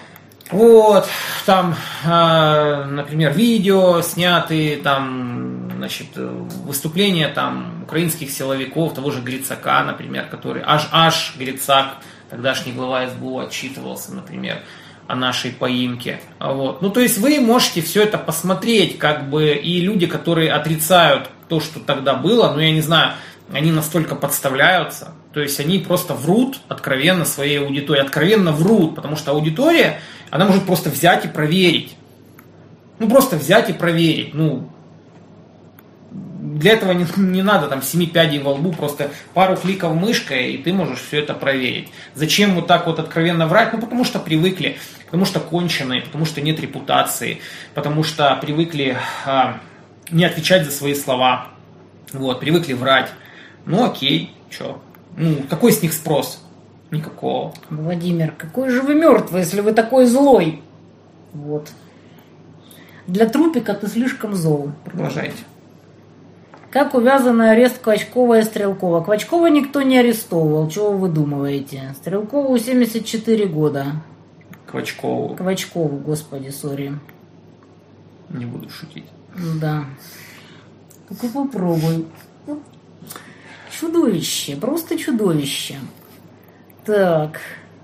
C: Вот, там, э, например, видео снятые, там, значит, выступления там украинских силовиков, того же Грицака, например, который, аж аж Грицак, тогдашний глава СБУ, отчитывался, например, о нашей поимке. Вот. Ну, то есть вы можете все это посмотреть, как бы, и люди, которые отрицают то, что тогда было, ну, я не знаю, они настолько подставляются, то есть они просто врут откровенно своей аудитории, откровенно врут, потому что аудитория, она может просто взять и проверить. Ну, просто взять и проверить, ну, для этого не, не надо там семи пядей во лбу, просто пару кликов мышкой, и ты можешь все это проверить. Зачем вот так вот откровенно врать? Ну, потому что привыкли, потому что конченые, потому что нет репутации, потому что привыкли а, не отвечать за свои слова, вот, привыкли врать. Ну, окей, что? Ну, какой с них спрос? Никакого.
A: Владимир, какой же вы мертвый, если вы такой злой? Вот. Для трупика ты слишком зол.
C: Продолжайте.
A: Как увязан арест Квачкова и Стрелкова? Квачкова никто не арестовывал. Чего вы выдумываете? Стрелкову семьдесят четыре года.
C: Квачкову.
A: Квачкову, господи, сори.
C: Не буду шутить.
A: Да. Только попробуй. Чудовище, просто чудовище. Так.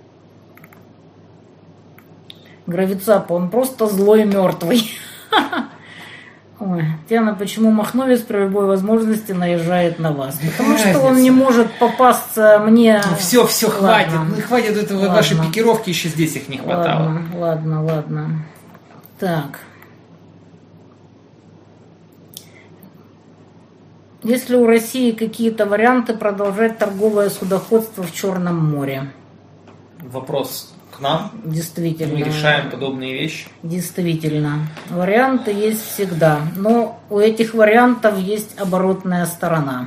A: Гравицапа, он просто злой мертвый. Ой, Диана, почему Махновец при любой возможности наезжает на вас? Потому что он не может попасться мне...
C: Ну, все, все,
A: ладно.
C: хватит. Ну, хватит этого,
A: Ладно.
C: вашей пикировки, еще здесь их не хватало.
A: Ладно, ладно, ладно. Так. Есть ли у России какие-то варианты продолжать торговое судоходство в Черном море?
C: Вопрос к нам.
A: Действительно.
C: Мы решаем подобные вещи.
A: Действительно. Варианты есть всегда. Но у этих вариантов есть оборотная сторона.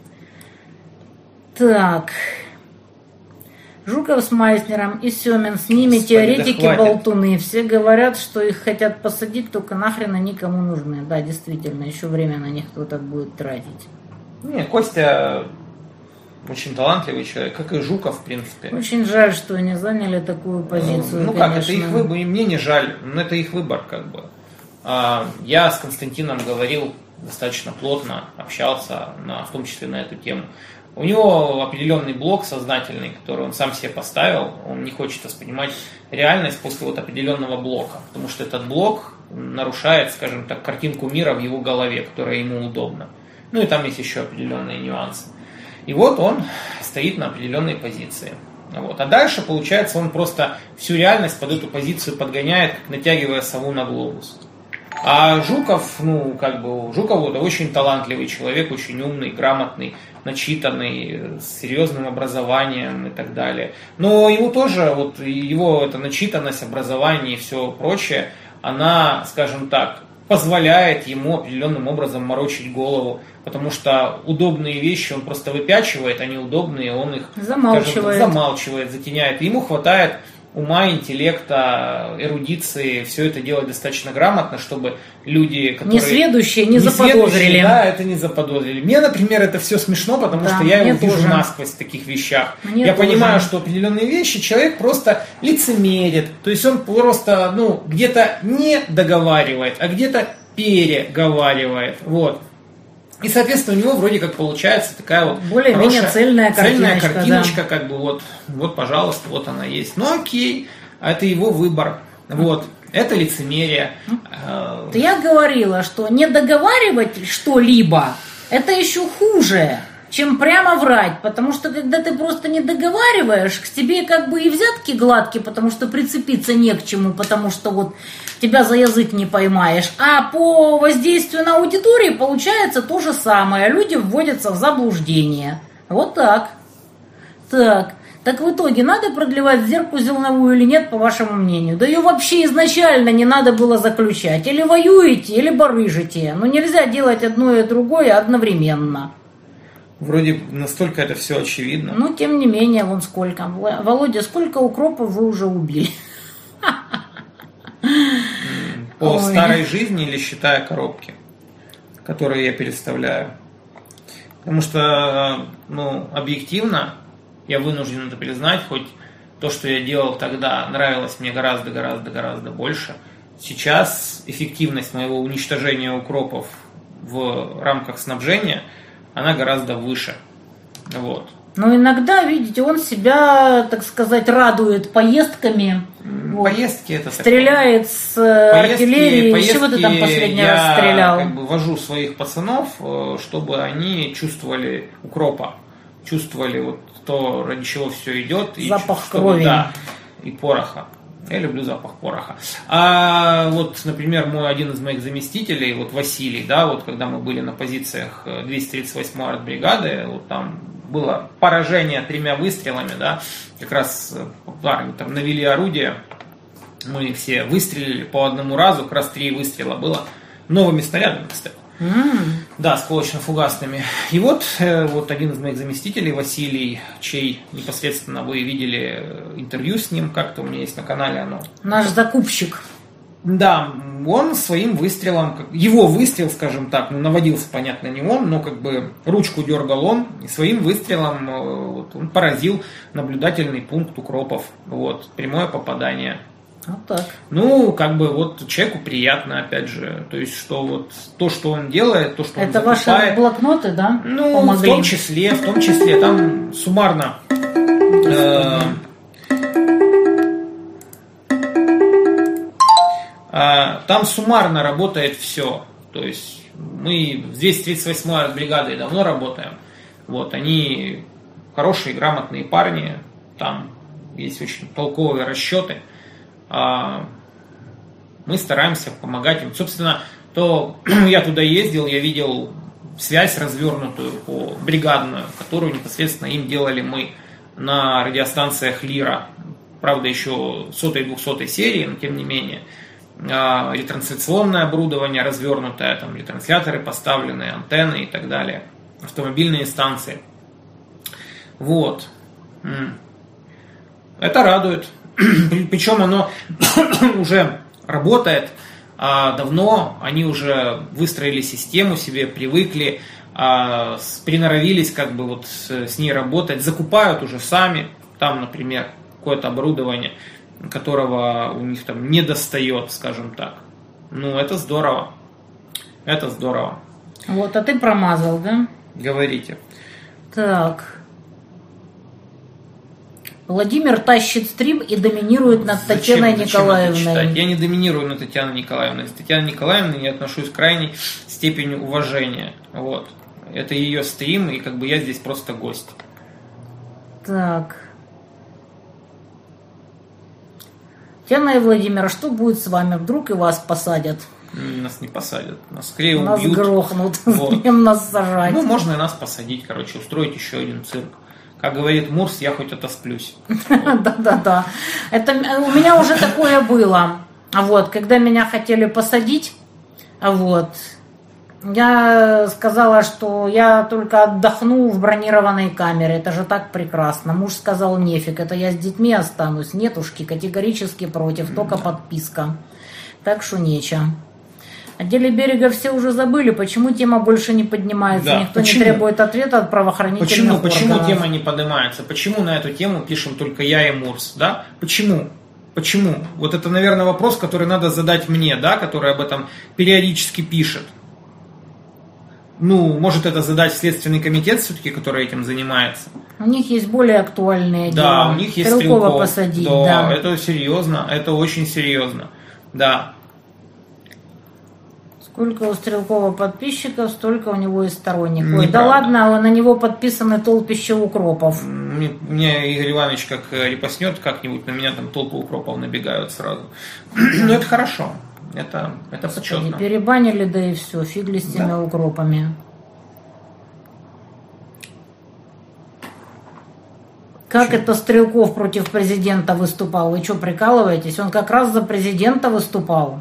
A: Так. Жуков с Майснером и Семин, с ними
C: Господи,
A: теоретики-болтуны. Да все говорят, что их хотят посадить, только нахрен они кому нужны. Да, действительно, еще время на них кто-то будет тратить.
C: Не, Костя очень талантливый человек, как и Жуков, в принципе.
A: Очень жаль, что они заняли такую позицию.
C: Ну
A: конечно.
C: как, это их выбор, и мне не жаль, но это их выбор, как бы. Я с Константином говорил достаточно плотно, общался, на, в том числе на эту тему. У него определенный блок сознательный, который он сам себе поставил, он не хочет воспринимать реальность после вот определенного блока, потому что этот блок нарушает, скажем так, картинку мира в его голове, которая ему удобна. Ну и там есть еще определенные нюансы. И вот он стоит на определенной позиции. Вот. А дальше, получается, он просто всю реальность под эту позицию подгоняет, как натягивая сову на глобус. А Жуков, ну, как бы, Жуков это очень талантливый человек, очень умный, грамотный, начитанный, с серьезным образованием и так далее. Но ему тоже, вот, его эта начитанность, образование и все прочее, она, скажем так, позволяет ему определенным образом морочить голову, потому что удобные вещи он просто выпячивает, а неудобные он их
A: замалчивает,
C: скажем, замалчивает, затеняет. И ему хватает ума, интеллекта, эрудиции, все это делать достаточно грамотно, чтобы люди, которые...
A: Несведущие не,
C: не
A: заподозрили.
C: Сведущие, да, это не заподозрили. Мне, например, это все смешно, потому
A: да,
C: что я его вижу
A: тоже.
C: насквозь в таких вещах.
A: Мне
C: я
A: тоже.
C: понимаю, что определенные вещи человек просто лицемерит, то есть он просто, ну, где-то не договаривает, а где-то переговаривает, вот. И, соответственно, у него вроде как получается такая вот
A: более-менее цельная картиночка,
C: цельная картиночка,
A: да.
C: как бы вот, вот, пожалуйста, вот она есть. Ну, окей, это его выбор, вот. Это лицемерие.
A: Я говорила, что не договаривать что-либо, это еще хуже, чем прямо врать, потому что когда ты просто не договариваешь, к тебе как бы и взятки гладкие, потому что прицепиться не к чему, потому что вот тебя за язык не поймаешь, а по воздействию на аудиторию получается то же самое, люди вводятся в заблуждение. Вот так. Так. Так в итоге надо продлевать сделку зерновую или нет, по вашему мнению? Да ее вообще изначально не надо было заключать. Или воюете, или барыжите. Но нельзя делать одно и другое одновременно.
C: Вроде настолько это все очевидно.
A: Ну, тем не менее, вон сколько. Володя, сколько укропов вы уже убили?
C: По
A: Ой.
C: старой жизни или считая коробки, которые я переставляю? Потому что, ну, объективно, я вынужден это признать, хоть то, что я делал тогда, нравилось мне гораздо-гораздо-гораздо больше. Сейчас эффективность моего уничтожения укропов в рамках снабжения, она гораздо выше. Вот.
A: Но иногда, видите, он себя, так сказать, радует поездками.
C: Поездки вот. Это
A: стреляет с
C: поездки,
A: артиллерии.
C: Поездки
A: Чего ты там последний
C: я,
A: раз стрелял?
C: Как бы вожу своих пацанов, чтобы они чувствовали укропа, чувствовали вот то, ради чего все идет.
A: Запах
C: и, чтобы,
A: крови.
C: Да, и пороха. Я люблю запах пороха. А вот, например, мой один из моих заместителей, вот Василий, да, вот когда мы были на позициях двести тридцать восьмой артбригады, вот там было поражение тремя выстрелами, да, как раз парни там навели орудие, мы все выстрелили по одному разу, как раз три выстрела было, новыми снарядами, кстати.
A: Mm.
C: Да, сколочно-фугасными. И вот, э, вот один из моих заместителей, Василий, чей непосредственно вы видели интервью с ним, как-то у меня есть на канале оно.
A: Наш закупщик.
C: Да, он своим выстрелом, его выстрел, скажем так, ну, наводился, понятно, не он, но как бы ручку дергал он, и своим выстрелом вот, он поразил наблюдательный пункт укропов. Вот, прямое попадание.
A: Вот так.
C: Ну, как бы вот человеку приятно, опять же, то есть, что вот то, что он делает, то, что
A: это
C: он закупает.
A: ваши блокноты, да?
C: Ну,
A: помогли?
C: в том числе, в том числе, там суммарно э, э, там суммарно работает все. То есть мы с двести тридцать восьмой бригадой давно работаем. Вот, они хорошие, грамотные парни, там есть очень толковые расчеты. Мы стараемся помогать им. Собственно, то я туда ездил, я видел связь развернутую по бригадную, которую непосредственно им делали мы на радиостанциях Лира. Правда, еще сотой двухсотой серии, но тем не менее. Ретрансляционное оборудование развернутое, там ретрансляторы поставленные, антенны и так далее. Автомобильные станции. Вот. Это радует. Причем оно уже работает давно, они уже выстроили систему себе, привыкли, приноровились как бы вот с ней работать, закупают уже сами, там, например, какое-то оборудование, которого у них там не достает, скажем так. Ну, это здорово, это здорово.
A: Вот, а ты промазал, да?
C: Говорите.
A: Так. Владимир тащит стрим и доминирует над
C: Зачем,
A: Татьяной
C: зачем
A: Николаевной.
C: Я не доминирую над Татьяной Николаевной. С Татьяной Николаевной я отношусь к крайней степени уважения. Вот. Это ее стрим, и как бы я здесь просто гость.
A: Так. Татьяна и Владимир, а что будет с вами? Вдруг и вас посадят?
C: Нас не посадят. Нас скорее
A: нас
C: убьют.
A: Нас грохнут.
C: Вот.
A: Зачем нас сажать?
C: Ну, можно и нас посадить, короче, устроить еще один цирк. Как говорит Мурс, я хоть отосплюсь.
A: Да-да-да. Это у меня уже такое было. Вот, когда меня хотели посадить, вот, Я сказала, что я только отдохну в бронированной камере. Это же так прекрасно. Муж сказал, нефиг, это я с детьми останусь. Нетушки, категорически против, только подписка. Так что нечего. О деле Берега все уже забыли. Почему тема больше не поднимается?
C: Да.
A: Никто
C: Почему?
A: не требует ответа от правоохранительных
C: Почему?
A: органов.
C: Почему тема не поднимается? Почему на эту тему пишем только я и Мурс? Да? Почему? Почему? Вот это, наверное, вопрос, который надо задать мне, да, который об этом периодически пишет. Ну, может это задать Следственный комитет все-таки, который этим занимается.
A: У них есть более актуальные
C: да,
A: дела.
C: Да, у них есть
A: Стрелкова
C: Стрелков.
A: посадить.
C: Да,
A: да,
C: это серьезно, это очень серьезно. Да.
A: Сколько у Стрелкова подписчиков, столько у него и сторонников. Ой, да
C: Неправда.
A: ладно, на него подписаны толпища укропов.
C: Мне, мне Игорь Иванович как репостнет как-нибудь, на меня там толпы укропов набегают сразу. Но это хорошо. Это, это почетно.
A: Перебанили, да и все. Фигли с теми
C: Да.
A: укропами. Как это Стрелков против президента выступал? Вы что, прикалываетесь? Он как раз за президента выступал.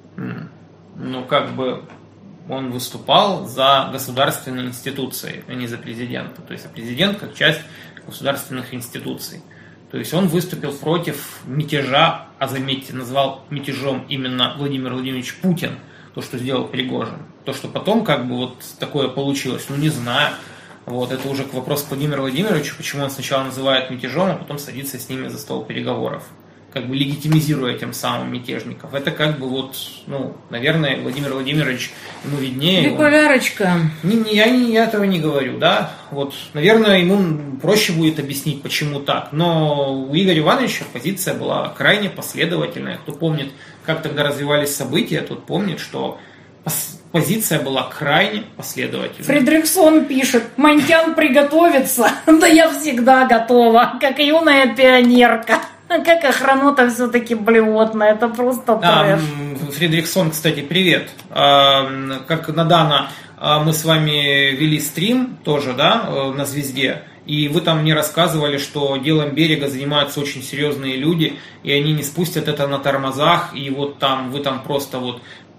C: Ну, как бы он выступал за государственные институции, а не за президента. То есть, а президент как часть государственных институций. То есть, он выступил против мятежа, а заметьте, назвал мятежом именно Владимир Владимирович Путин, то, что сделал Пригожин. То, что потом как бы вот такое получилось, ну, не знаю. Вот, это уже к вопросу к Владимиру Владимировичу, почему он сначала называет мятежом, а потом садится с ними за стол переговоров, как бы легитимизируя тем самым мятежников. Это как бы вот, ну, наверное, Владимир Владимирович, ему виднее.
A: Биполярочка.
C: Не, не, я, не, я этого не говорю, да. Вот, наверное, ему проще будет объяснить, почему так. Но у Игоря Ивановича позиция была крайне последовательная. Кто помнит, как тогда развивались события, тот помнит, что позиция была крайне последовательной.
A: Фридрихсон пишет, Монтян приготовится. Да я всегда готова, как юная пионерка. Как охранота все-таки блевотная, это просто трэш.
C: А, Фридрихсон, кстати, привет. А, как Надана, мы с вами вели стрим тоже, да, на Звезде. И вы там мне рассказывали, что делом Берега занимаются очень серьезные люди, и они не спустят это на тормозах, и вот там, вы там просто вот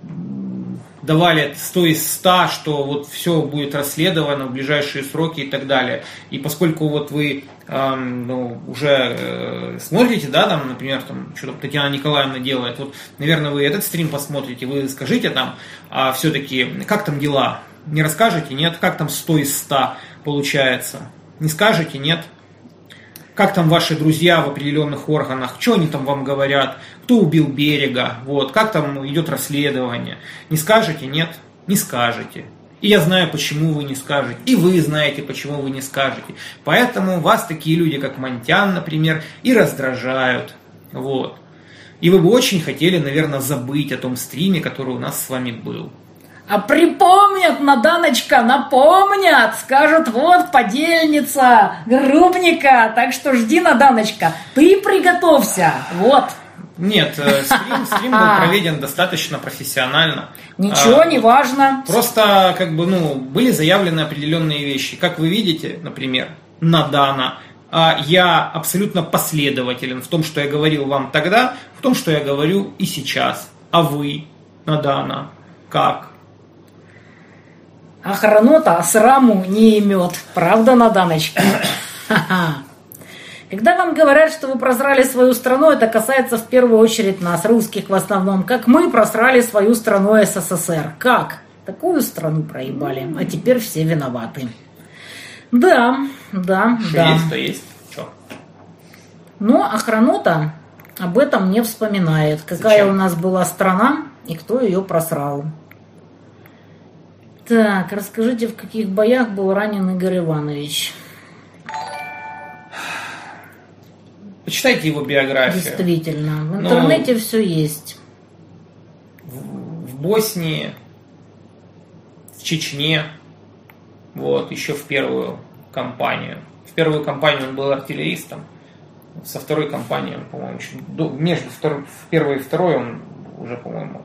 C: давали сто из ста, что вот все будет расследовано в ближайшие сроки и так далее. И поскольку вот вы э, ну, уже э, смотрите, да, там, например, там, что там Татьяна Николаевна делает, вот, наверное, вы этот стрим посмотрите, вы скажите там, а все-таки, как там дела? Не расскажете, нет? Как там сто из ста получается? Не скажете, нет? Как там ваши друзья в определенных органах, что они там вам говорят, кто убил Берега, вот, как там идет расследование. Не скажете, нет? Не скажете. И я знаю, почему вы не скажете. И вы знаете, почему вы не скажете. Поэтому вас такие люди, как Монтян, например, и раздражают. Вот. И вы бы очень хотели, наверное, забыть о том стриме, который у нас с вами был.
A: А припомнят, Наданочка, напомнят, скажут, вот, подельница, грубника, так что жди, Наданочка, ты приготовься, вот.
C: Нет, стрим, стрим был проведен достаточно профессионально.
A: Ничего, а, не важно.
C: Просто, как бы, ну, были заявлены определенные вещи. Как вы видите, например, Надана, я абсолютно последователен в том, что я говорил вам тогда, в том, что я говорю и сейчас. А вы, Надана, как?
A: Охранота сраму не имет. Правда, Наданочка? Когда вам говорят, что вы просрали свою страну, это касается в первую очередь нас, русских в основном. Как мы просрали свою страну СССР. Как? Такую страну проебали. А теперь все виноваты. Да, да,
C: что
A: да.
C: Есть, то есть. Что?
A: Но охранота об этом не вспоминает. Какая
C: Зачем?
A: У нас была страна и кто ее просрал. Так, расскажите, в каких боях был ранен Игорь Иванович?
C: Почитайте его биографию.
A: Действительно, в интернете ну, все есть.
C: В, в Боснии, в Чечне, вот, еще в первую кампанию. В первую кампанию он был артиллеристом, со второй кампанией, он, по-моему, еще, между второй, в первой и второй он уже, по-моему,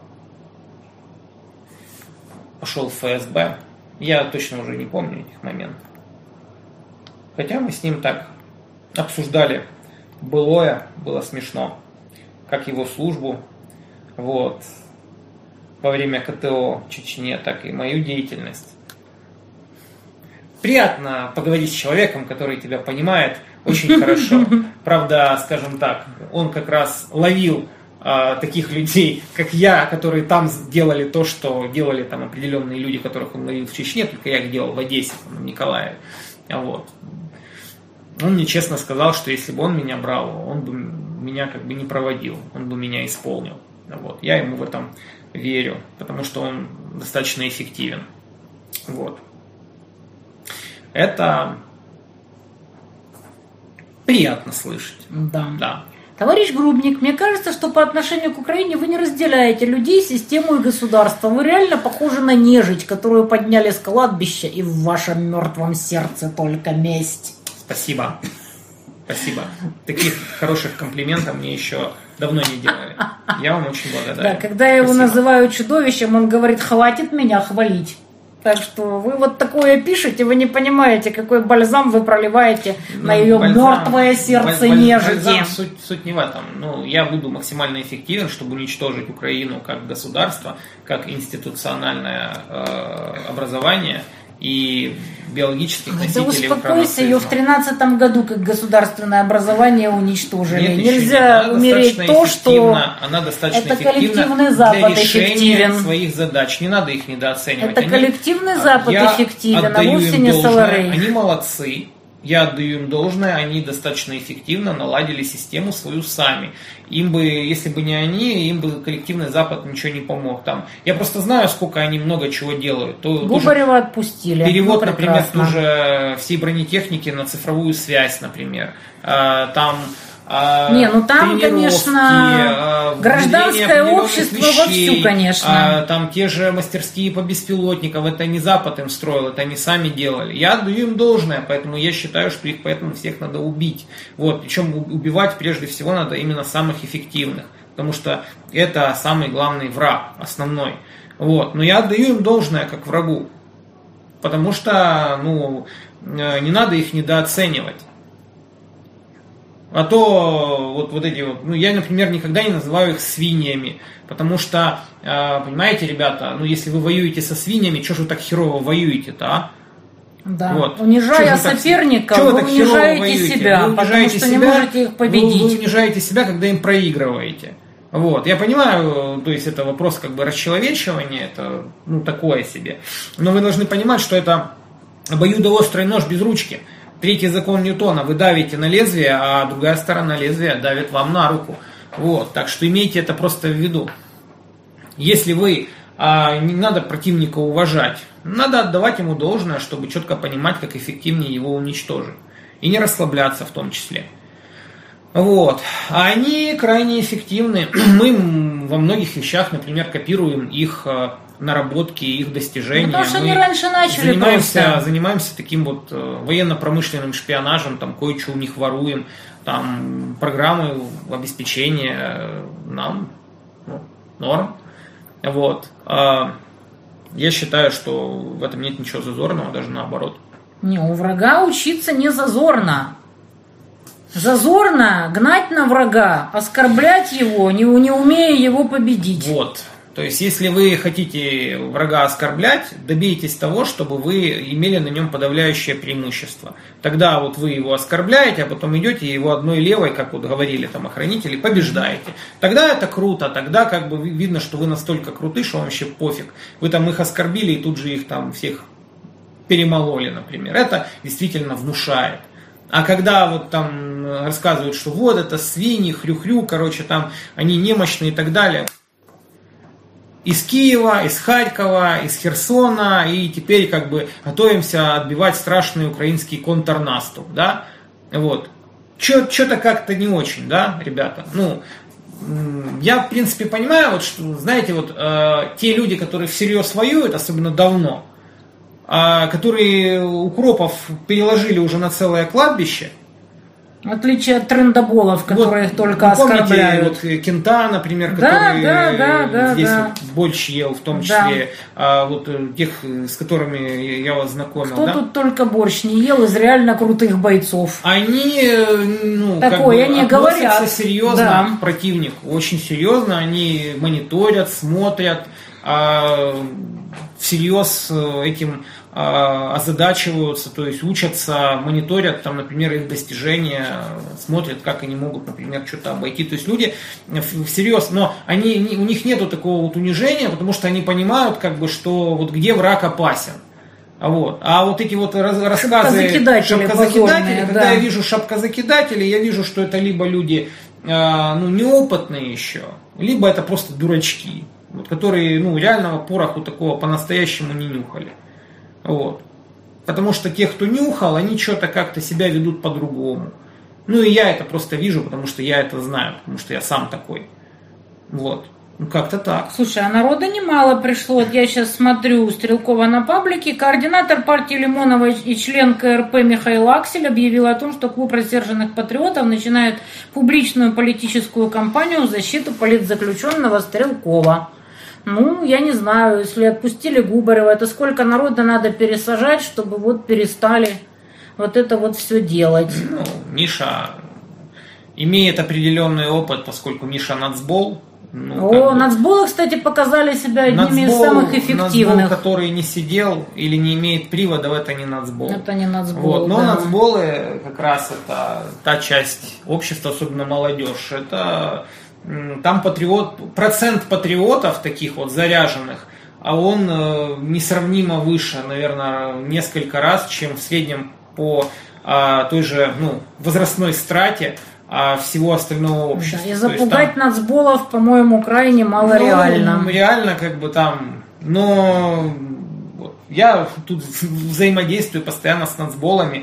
C: пошел в ФСБ. Я точно уже не помню этих моментов. Хотя мы с ним так обсуждали былое, было смешно, как его службу. Вот. во время ка тэ о в Чечне, так и мою деятельность. Приятно поговорить с человеком, который тебя понимает очень хорошо. Правда, скажем так, он как раз ловил а, таких людей, как я, которые там делали то, что делали там определенные люди, которых он ловил в Чечне, только я их делал в Одессе, там, в Николаеве. Вот. Он мне честно сказал, что если бы он меня брал, он бы меня как бы не проводил, он бы меня исполнил. Вот. Я ему в этом верю, потому что он достаточно эффективен. Вот. Это приятно слышать.
A: Да.
C: Да.
A: Товарищ Грубник, мне кажется, что по отношению к Украине вы не разделяете людей, систему и государство. Вы реально похожи на нежить, которую подняли с кладбища, и в вашем мертвом сердце только месть.
C: Спасибо. Спасибо. Таких хороших комплиментов мне еще давно не делали. Я вам очень благодарен.
A: Да, когда я его
C: Спасибо.
A: называю чудовищем, он говорит, хватит меня хвалить. Так что вы вот такое пишете, вы не понимаете, какой бальзам вы проливаете
C: Ну,
A: на ее
C: бальзам-
A: мертвое сердце
C: баль- баль-
A: нежити.
C: бальзам, суть, суть не в этом. Ну, я буду максимально эффективен, чтобы уничтожить Украину как государство, как институциональное э, образование и биологических
A: Да
C: носителей
A: успокойся, ее в
C: укронацизма.
A: тринадцатом году как государственное образование уничтожили.
C: Нет, еще
A: Нельзя
C: нет. Она
A: умереть
C: достаточно
A: то, что
C: эффективна- она достаточно
A: это
C: эффективна
A: коллективный Запад
C: для решения
A: эффективен.
C: своих задач. Не надо их недооценивать.
A: Это
C: Они-
A: коллективный Запад
C: Я
A: эффективен, а
C: отдаю
A: вовсе
C: им
A: не
C: должное.
A: Саларей.
C: Они молодцы. Я отдаю им должное, они достаточно эффективно наладили систему свою сами. Им бы, если бы не они, им бы коллективный Запад ничего не помог. Там, я просто знаю, сколько они много чего делают. То,
A: Губарева отпустили.
C: перевод,
A: Ну,
C: например,
A: прекрасно.
C: тоже всей бронетехники на цифровую связь, например. А, Там а,
A: Не, ну там,
C: тренировки,
A: конечно,
C: а,
A: гражданское
C: внедрение определенных
A: общество
C: вещей,
A: вовсю, конечно.
C: а, там те же мастерские по беспилотникам, это не Запад им строил, это они сами делали. Я отдаю им должное, поэтому я считаю, что их поэтому всех надо убить. Вот, причем убивать прежде всего надо именно самых эффективных, потому что это самый главный враг, основной. Вот. Но я отдаю им должное как врагу, потому что ну, не надо их недооценивать. А то вот, вот эти вот, ну я, например, никогда не называю их свиньями, потому что, э, понимаете, ребята, ну если вы воюете со свиньями, что же вы так херово воюете-то, а?
A: Да.
C: Вот.
A: Унижая
C: Чё же вы так-
A: соперников,
C: чё
A: вы
C: так херово
A: унижаете
C: воюете?
A: себя,
C: Вы
A: потому
C: унижаете
A: что не
C: себя,
A: можете их победить.
C: Вы, вы унижаете себя, когда им проигрываете. Вот. Я понимаю, то есть это вопрос как бы расчеловечивания, это ну, такое себе. Но вы должны понимать, что это обоюдоострый нож без ручки. Третий закон Ньютона. Вы давите на лезвие, а другая сторона лезвия давит вам на руку. Вот. Так что имейте это просто в виду. Если вы а, не надо противника уважать, надо отдавать ему должное, чтобы четко понимать, как эффективнее его уничтожить. И не расслабляться в том числе. Вот. А они крайне эффективны. Мы во многих вещах, например, копируем их наработки, их достижения.
A: Потому что
C: Мы
A: они раньше начали
C: занимаемся,
A: просто.
C: занимаемся таким вот э, военно-промышленным шпионажем, там кое-что у них воруем, там программы обеспечения э, нам ну, норм. Вот. А я считаю, что в этом нет ничего зазорного, даже наоборот.
A: Не, у врага учиться не зазорно. Зазорно гнать на врага, оскорблять его, не, не умея его победить.
C: Вот. То есть, если вы хотите врага оскорблять, добейтесь того, чтобы вы имели на нем подавляющее преимущество. Тогда вот вы его оскорбляете, а потом идете и его одной левой, как вот говорили там охранители, побеждаете. Тогда это круто, тогда как бы видно, что вы настолько круты, что вам вообще пофиг. Вы там их оскорбили и тут же их там всех перемололи, например. Это действительно внушает. А когда вот там рассказывают, что вот это свиньи, хрю-хрю, короче, там они немощные и так далее. Из Киева, из Харькова, из Херсона, и теперь как бы готовимся отбивать страшный украинский контрнаступ, да, вот. Что-то как-то не очень, да, ребята, ну, я, в принципе, понимаю, вот, что, знаете, вот, э, те люди, которые всерьез воюют, особенно давно, э, которые укропов переложили уже на целое кладбище.
A: В отличие от трендоболов, которые
C: Вот,
A: их только
C: вы помните,
A: оскорбляют.
C: вот Кента, например,
A: Да,
C: который
A: да, да, да,
C: здесь
A: да.
C: вот борщ ел, в том
A: Да.
C: числе, а, вот тех, с которыми я вас знакомил,
A: Кто
C: да?
A: тут только борщ не ел из реально крутых бойцов?
C: Они, ну, как
A: Такое
C: бы
A: они
C: относятся
A: говорят.
C: серьезно
A: Да.
C: к противнику, очень серьезно, они мониторят, смотрят, э, всерьез этим э, озадачиваются, то есть учатся, мониторят, там, например, их достижения, смотрят, как они могут, например, что-то обойти. То есть люди всерьез, но они, у них нету такого вот унижения, потому что они понимают, как бы, что вот где враг опасен. Вот. А вот эти вот рассказы
A: шапкозакидатели,
C: шапкозакидатели, когда
A: да.
C: я вижу шапкозакидателей, я вижу, что это либо люди э, ну, неопытные еще, либо это просто дурачки, вот, которые ну, реального пороху такого по-настоящему не нюхали. Вот. Потому что те, кто нюхал, они что-то как-то себя ведут по-другому. Ну и я это просто вижу, потому что я это знаю, потому что я сам такой. Вот. Ну, как-то так.
A: Слушай, а народа немало пришло. Вот я сейчас смотрю у Стрелкова на паблике. Координатор партии Лимонова и член ка эр пэ Михаил Аксель объявил о том, что клуб рассерженных патриотов начинает публичную политическую кампанию в защиту политзаключенного Стрелкова. Ну, я не знаю, если отпустили Губарева, это сколько народа надо пересажать, чтобы вот перестали вот это вот все делать.
C: Ну, Миша имеет определенный опыт, поскольку Миша нацбол. Ну,
A: О, нацболы, кстати, показали себя одними
C: нацбол,
A: из самых эффективных.
C: Нацбол, который не сидел или не имеет приводов, это не нацбол.
A: Это не нацбол,
C: вот. Но
A: да.
C: нацболы как раз это та часть общества, особенно молодежь. Это там патриот, процент патриотов таких вот заряженных, а он несравнимо выше, наверное, несколько раз, чем в среднем по а, той же ну, возрастной страте а всего остального общества.
A: Да, и запугать там, нацболов, по-моему, крайне мало
C: ну,
A: реально.
C: Реально, как бы там, но я тут взаимодействую постоянно с нацболами,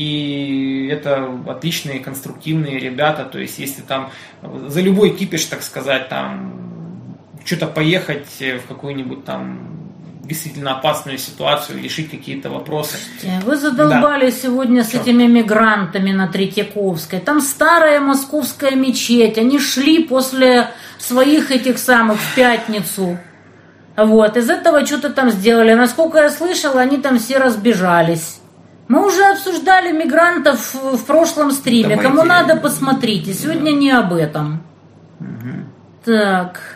C: и это отличные, конструктивные ребята, то есть если там за любой кипиш, так сказать, там что-то поехать в какую-нибудь там действительно опасную ситуацию, решить какие-то вопросы.
A: Вы задолбали да. сегодня с Что? этими мигрантами на Третьяковской. Там старая московская мечеть. Они шли после своих этих самых в пятницу. Вот. Из этого что-то там сделали. Насколько я слышала, они там все разбежались. Мы уже обсуждали мигрантов в прошлом стриме. Давайте. Кому надо, посмотрите. Сегодня да. не об этом. Угу. Так...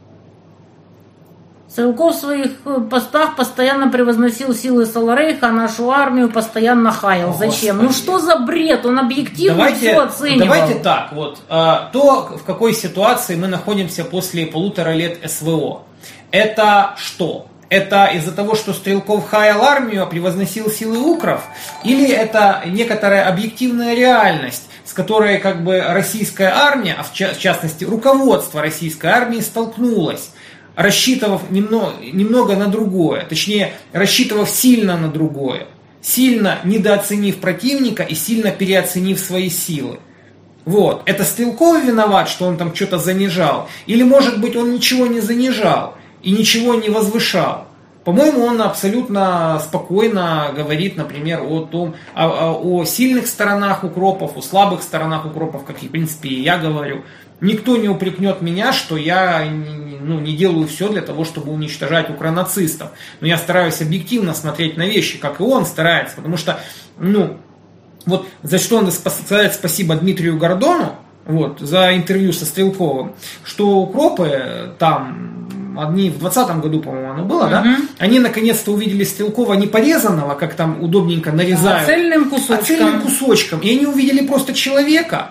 A: Стрелков в своих постах постоянно превозносил силы Саларейха, а нашу армию постоянно хаял. О, Зачем? Господи. Ну что за бред? Он объективно давайте, все оценивал.
C: Давайте так, вот, то, в какой ситуации мы находимся после полутора лет эс вэ о. Это что? Это из-за того, что Стрелков хаял армию, а превозносил силы укров? Или это некоторая объективная реальность, с которой как бы российская армия, а в частности руководство российской армии столкнулось? Рассчитывав немного, немного на другое, точнее, рассчитывав сильно на другое, сильно недооценив противника и сильно переоценив свои силы. Вот. Это Стрелков виноват, что он там что-то занижал? Или, может быть, он ничего не занижал и ничего не возвышал? По-моему, он абсолютно спокойно говорит, например, о том, о, о, о сильных сторонах укропов, о слабых сторонах укропов, как, в принципе, и я говорю. Никто не упрекнет меня, что я ну, не делаю все для того, чтобы уничтожать укронацистов. Но я стараюсь объективно смотреть на вещи, как и он старается. Потому что, ну, вот за что надо сказать спасибо Дмитрию Гордону, вот, за интервью со Стрелковым, что укропы там, одни в двадцатом году, по-моему, оно было, угу. да, они наконец-то увидели Стрелкова не порезанного, как там удобненько нарезают,
A: а цельным кусочком.
C: а цельным кусочком. И они увидели просто человека,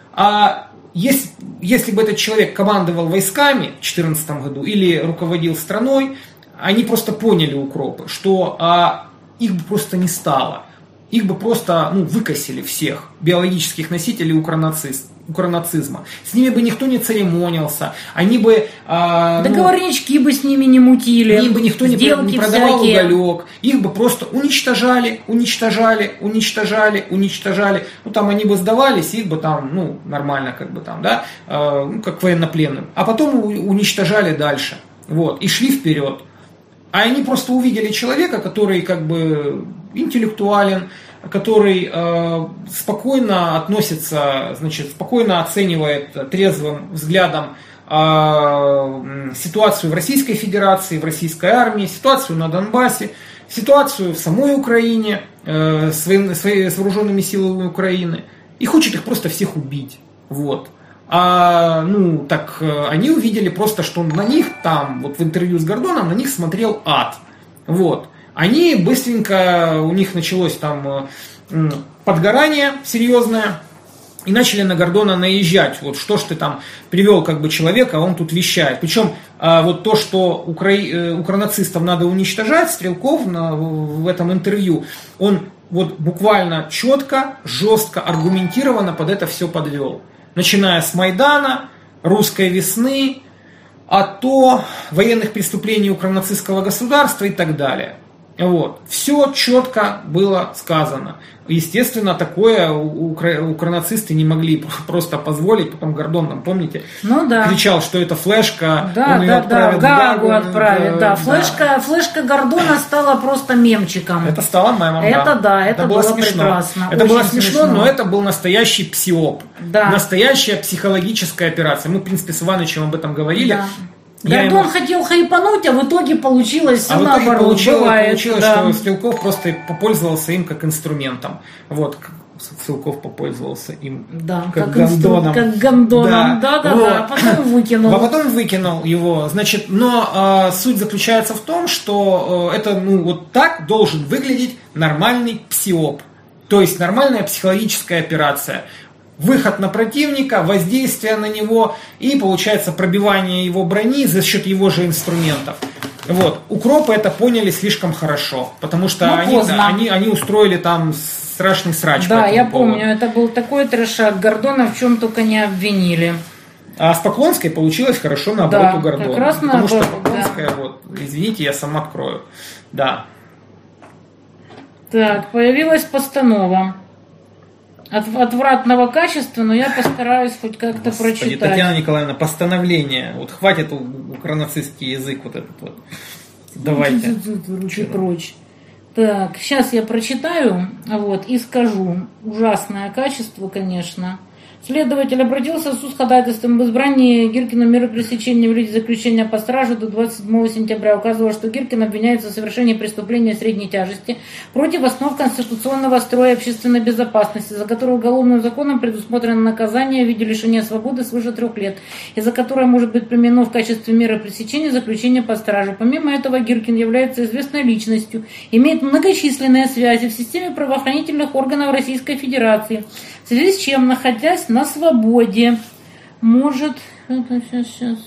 C: а Если, если бы этот человек командовал войсками в две тысячи четырнадцатом году или руководил страной, они просто поняли укропы, что а, их бы просто не стало. Их бы просто ну, выкосили всех биологических носителей укронацист, укронацизма. С ними бы никто не церемонился. Они бы... А,
A: договорнички ну, бы с ними не мутили.
C: Им бы никто не, не продавал
A: всякие.
C: уголек. Их бы просто уничтожали, уничтожали, уничтожали, уничтожали. Ну там они бы сдавались, их бы там, ну, нормально как бы там, да, э, ну, как военнопленным. А потом уничтожали дальше. Вот, и шли вперед. А они просто увидели человека, который как бы интеллектуален, который э, спокойно относится, значит, спокойно оценивает трезвым взглядом э, ситуацию в Российской Федерации, в Российской армии, ситуацию на Донбассе, ситуацию в самой Украине, э, с, воен... с вооруженными силами Украины, и хочет их просто всех убить. Вот. А, ну, так они увидели просто, что на них там, вот в интервью с Гордоном, на них смотрел ад. Вот. Они быстренько, у них началось там подгорание серьезное, и начали на Гордона наезжать. Вот что ж ты там привел как бы человека, а он тут вещает. Причем вот то, что укра... укронацистов надо уничтожать, Стрелков на... в этом интервью, он вот буквально четко, жестко, аргументированно под это все подвел. Начиная с Майдана, русской весны, АТО, военных преступлений укронацистского государства и так далее. Вот. Все четко было сказано. Естественно, такое укра... укронацисты не могли просто позволить. Потом Гордон, там, помните,
A: ну, да.
C: кричал, что это флешка.
A: Да,
C: он
A: да,
C: ее
A: да, в Гаагу
C: Гаагу,
A: отправит. Да.
C: Да.
A: Флешка, флешка Гордона стала просто мемчиком.
C: Это стало мемом,
A: это,
C: да.
A: да, это, это было, было
C: смешно.
A: прекрасно.
C: Это
A: Очень
C: было смешно,
A: смешно,
C: но это был настоящий псиоп.
A: Да.
C: Настоящая психологическая операция. Мы, в принципе, с Ивановичем об этом говорили.
A: Да. Гордон ему... хотел хайпануть, а в итоге получилось
C: а
A: наоборот.
C: В итоге получилось,
A: бывает,
C: получилось
A: да.
C: что Стрелков просто попользовался им как инструментом. Вот. Стрелков попользовался им
A: да,
C: как,
A: как
C: гондоном.
A: Инстру... Как гондоном, да, да, да,
C: вот.
A: да. А потом выкинул.
C: А потом выкинул его. Значит, но э, суть заключается в том, что э, это, ну, вот так должен выглядеть нормальный псиоп. То есть нормальная психологическая операция. Выход на противника, воздействие на него и, получается, пробивание его брони за счет его же инструментов. Вот. Укропы это поняли слишком хорошо, потому что
A: ну,
C: они, они, они устроили там страшный срач.
A: Да, я
C: поводу.
A: помню, это был такой трешак. Гордона в чем только не обвинили.
C: А с Поклонской получилось хорошо наоборот
A: да,
C: у Гордона.
A: Как раз
C: потому
A: наоборот,
C: что Поклонская, да. вот, извините, я сам открою. Да.
A: Так, появилась постанова. От, отвратного качества, но я постараюсь хоть как-то Господи, прочитать.
C: Татьяна Николаевна, постановление. Вот хватит укронацистский язык вот этот вот. Давайте.
A: Руки прочь. Так, сейчас я прочитаю, вот, и скажу. Ужасное качество, конечно. Следователь обратился в суд с ходатайством об избрании Гиркина меры пресечения в виде заключения под стражу до двадцать седьмого сентября. Указывал, что Гиркин обвиняется в совершении преступления средней тяжести против основ конституционного строя общественной безопасности, за которое уголовным законом предусмотрено наказание в виде лишения свободы свыше трех лет, и за которое может быть применено в качестве меры пресечения заключение под стражу. Помимо этого, Гиркин является известной личностью, имеет многочисленные связи в системе правоохранительных органов Российской Федерации, в связи с чем, находясь на свободе, может это сейчас, сейчас,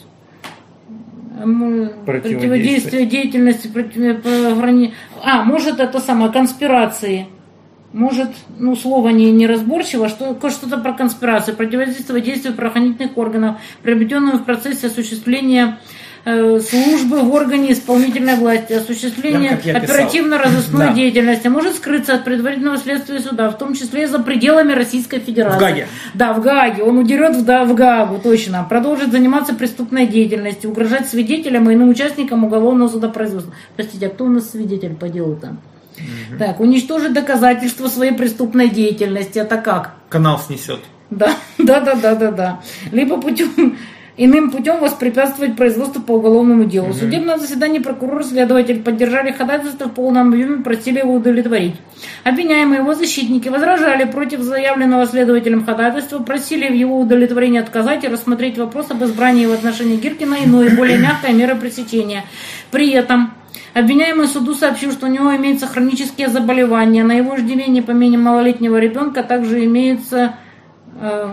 A: противодействие деятельности против, а, может это самое, конспирации. Может, ну, слово не, неразборчиво, что, что-то про конспирацию, противодействие действию правоохранительных органов, приобретенного в процессе осуществления э, службы в органе исполнительной власти, осуществление оперативно-розыскной да. деятельности, может скрыться от предварительного следствия суда, в том числе и за пределами Российской Федерации.
C: В Гааге. Да,
A: в Гааге. Он удерет в, да, в Гаагу, точно. Продолжит заниматься преступной деятельностью, угрожать свидетелям и иным участникам уголовного судопроизводства. Простите, а кто у нас свидетель по делу-то? Угу. Так, уничтожить доказательства своей преступной деятельности. Это как?
C: Канал снесет.
A: Да, да, да, да, да, да. Либо путем, иным путем воспрепятствовать производству по уголовному делу. Угу. В судебном заседании прокурор и следователь поддержали ходатайство в полном объеме, просили его удовлетворить. Обвиняемые его защитники возражали против заявленного следователем ходатайства, просили в его удовлетворении отказать и рассмотреть вопрос об избрании в отношении Гиркина иной, более мягкой меры пресечения. При этом обвиняемый суду сообщил, что у него имеются хронические заболевания. На его иждивении помимо малолетнего ребенка также имеется, э,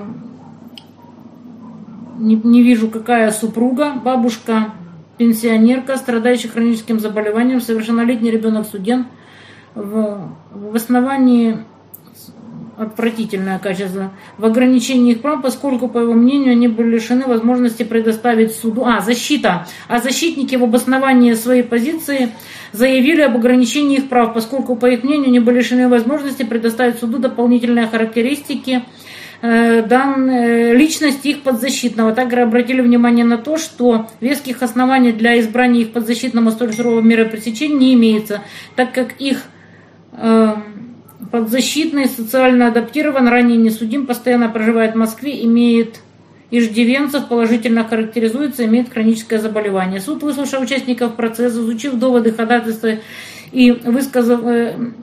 A: не, не вижу какая супруга, бабушка, пенсионерка, страдающая хроническим заболеванием, совершеннолетний ребенок-студент. В, в основании отвратительное качество в ограничении их прав, поскольку, по его мнению, они были лишены возможности предоставить суду... А, защита. А защитники в обосновании своей позиции заявили об ограничении их прав, поскольку, по их мнению, они были лишены возможности предоставить суду дополнительные характеристики э, данной личности их подзащитного. Также обратили внимание на то, что веских оснований для избрания их подзащитного столь суровой меры пресечения не имеется, так как их... Э, подзащитный, социально адаптирован, ранее не судим, постоянно проживает в Москве, имеет иждивенцев, положительно характеризуется, имеет хроническое заболевание. Суд, выслушав участников процесса, изучив доводы ходатайства и высказав,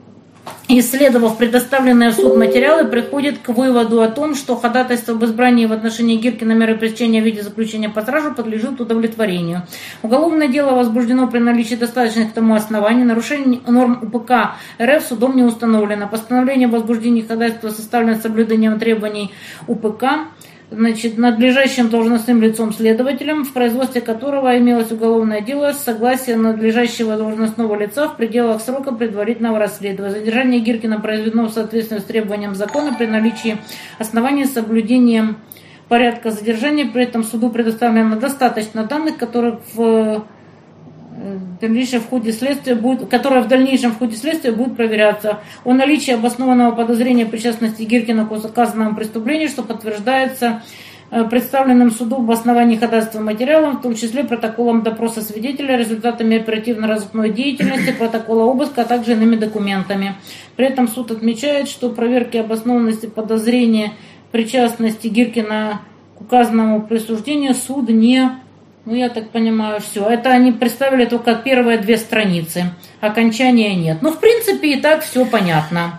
A: исследовав предоставленные в суд материалы, приходит к выводу о том, что ходатайство об избрании в отношении Гиркина меры пресечения в виде заключения под стражу подлежит удовлетворению. Уголовное дело возбуждено при наличии достаточных к тому оснований. Нарушение норм УПК РФ судом не установлено. Постановление о возбуждении ходатайства составлено с соблюдением требований УПК. Значит, надлежащим должностным лицом следователем, в производстве которого имелось уголовное дело с согласия надлежащего должностного лица в пределах срока предварительного расследования. Задержание Гиркина произведено в соответствии с требованием закона при наличии оснований с соблюдением порядка задержания. При этом суду предоставлено достаточно данных, которых в В дальнейшем в ходе следствия будет, которое в дальнейшем в ходе следствия будет проверяться о наличии обоснованного подозрения причастности Гиркина к указанному преступлению, что подтверждается представленным суду в основании ходатайства материалом, в том числе протоколом допроса свидетеля, результатами оперативно-розыскной деятельности, протокола обыска, а также иными документами. При этом суд отмечает, что проверки обоснованности подозрения причастности Гиркина к указанному присуждению суд не... Ну, я так понимаю, все. Это они представили только первые две страницы. Окончания нет. Ну, в принципе, и так все понятно.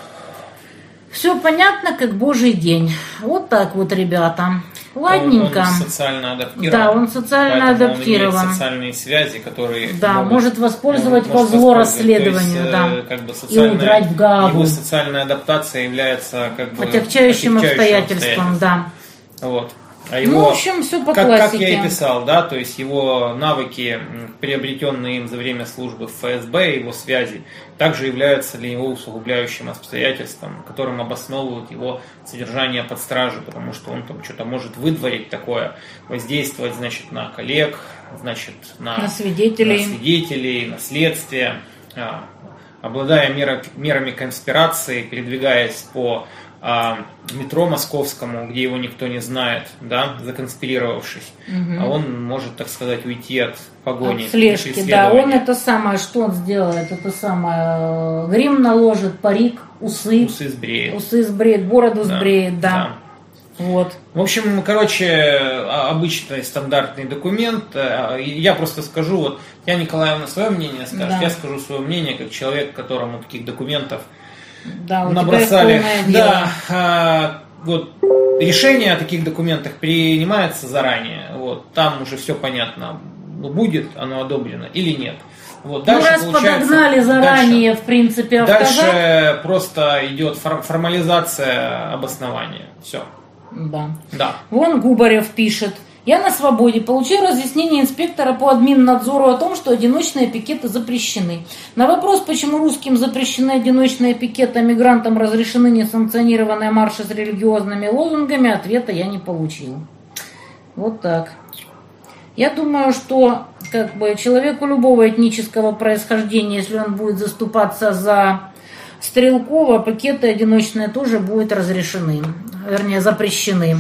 A: Все понятно, как божий день. Вот так вот, ребята. Ладненько.
C: Он, он социально адаптирован.
A: Да, он социально адаптирован.
C: Он имеет социальные связи, которые...
A: Да,
C: могут,
A: может воспользовать
C: может
A: во зло
C: есть,
A: расследованию, да.
C: Как бы
A: и удрать в Гаагу.
C: Его социальная адаптация является как бы...
A: Отягчающим обстоятельством, да.
C: Вот. А его,
A: ну, в общем, все по
C: как,
A: классике.
C: как я и писал, да, то есть его навыки, приобретенные им за время службы в ФСБ, его связи, также являются для него усугубляющим обстоятельством, которым обосновывают его содержание под стражей, потому что он там что-то может выдворить такое, воздействовать, значит, на коллег, значит, на,
A: на свидетелей,
C: на, свидетелей, на следствие, а, обладая мера, мерами конспирации, передвигаясь по метро московскому, где его никто не знает, да, законспирировавшись, угу. А он может, так сказать, уйти от погони.
A: От слежки, да, он это самое, что он сделает, это самое, грим наложит, парик, усы.
C: Усы сбреет.
A: Усы сбреет, бороду
C: да,
A: сбреет, да.
C: да.
A: Вот.
C: В общем, короче, обычный стандартный документ. Я просто скажу, вот, я, Николаевна, свое мнение скажет, да. Я скажу свое мнение, как человек, которому таких документов
A: да, у
C: набросали. Да, а, вот решение о таких документах принимается заранее. Вот, там уже все понятно, будет оно одобрено или нет. Вот,
A: ну, раз подогнали заранее, дальше, в принципе, автозак.
C: Дальше просто идет формализация обоснования. Все.
A: Да.
C: Да.
A: Вон Губарев пишет. Я на свободе. Получил разъяснение инспектора по админнадзору о том, что одиночные пикеты запрещены. На вопрос, почему русским запрещены одиночные пикеты, а мигрантам разрешены несанкционированные марши с религиозными лозунгами, ответа я не получил. Вот так. Я думаю, что как бы человеку любого этнического происхождения, если он будет заступаться за Стрелкова, пикеты одиночные тоже будут разрешены. Вернее, запрещены.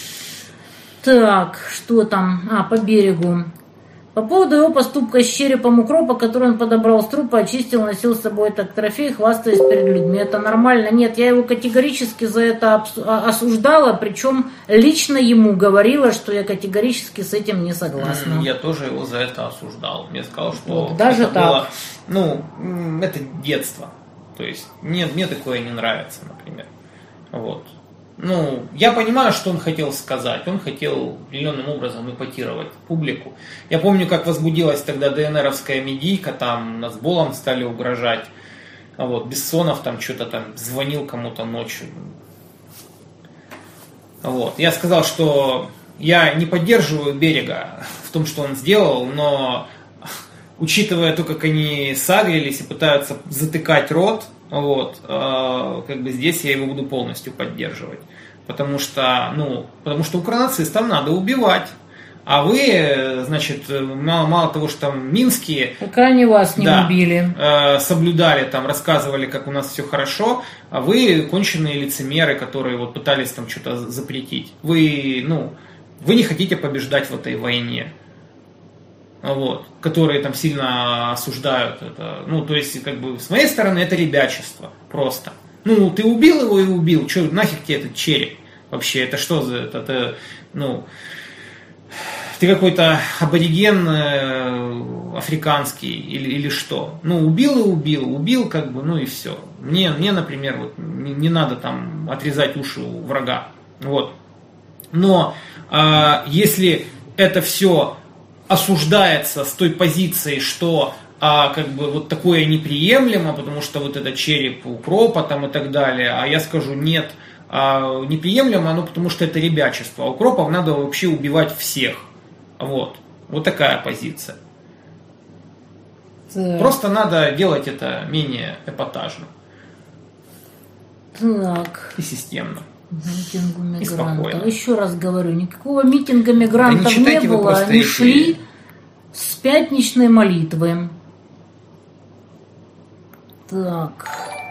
A: Так, что там? А, по берегу. По поводу его поступка с черепом укропа, который он подобрал с трупа, очистил, носил с собой так трофей, хвастаясь перед людьми. Это нормально? Нет, я его категорически за это осуждала, причем лично ему говорила, что я категорически с этим не согласна.
C: Я тоже его за это осуждал. Я сказал, что
A: вот, даже
C: это
A: так.
C: было, ну, это детство. То есть мне, мне такое не нравится, например. Вот. Ну, я понимаю, что он хотел сказать. Он хотел определенным образом эпатировать публику. Я помню, как возбудилась тогда ДНРовская медийка, там нацболом стали угрожать. А вот Бессонов там что-то там звонил кому-то ночью. Вот. Я сказал, что я не поддерживаю Берега в том, что он сделал, но учитывая то, как они сагрились и пытаются затыкать рот, вот, э, как бы здесь я его буду полностью поддерживать. Потому что, ну, потому что укронацистов надо убивать. А вы, значит, мало, мало того, что там минские...
A: Пока они вас не да, убили.
C: Э, соблюдали, там, рассказывали, как у нас все хорошо, а вы конченые лицемеры, которые вот пытались там что-то запретить. Вы, ну, вы не хотите побеждать в этой войне. Вот, которые там сильно осуждают это. Ну, то есть, как бы, с моей стороны, это ребячество. Просто. Ну, ты убил его и убил. Че, нахер тебе этот череп? Вообще, это что за... Это, это, ну... ты какой-то абориген э, африканский или, или что. Ну, убил и убил, убил как бы, ну и все. Мне, мне например, вот, не, не надо там отрезать уши у врага. Вот. Но э, если это все осуждается с той позиции, что а, как бы вот такое неприемлемо, потому что вот этот череп укропа там и так далее, а я скажу нет, а, неприемлемо, ну потому что это ребячество, а укропов надо вообще убивать всех. Вот, вот такая позиция.
A: Так.
C: Просто надо делать это менее эпатажно.
A: Так.
C: И системно.
A: Митингу
C: И
A: мигрантов.
C: спокойно.
A: Еще раз говорю, никакого митинга мигрантов
C: Да не
A: не
C: читайте вы
A: было.
C: просто
A: Они
C: эти-
A: шли с пятничной молитвы. Так.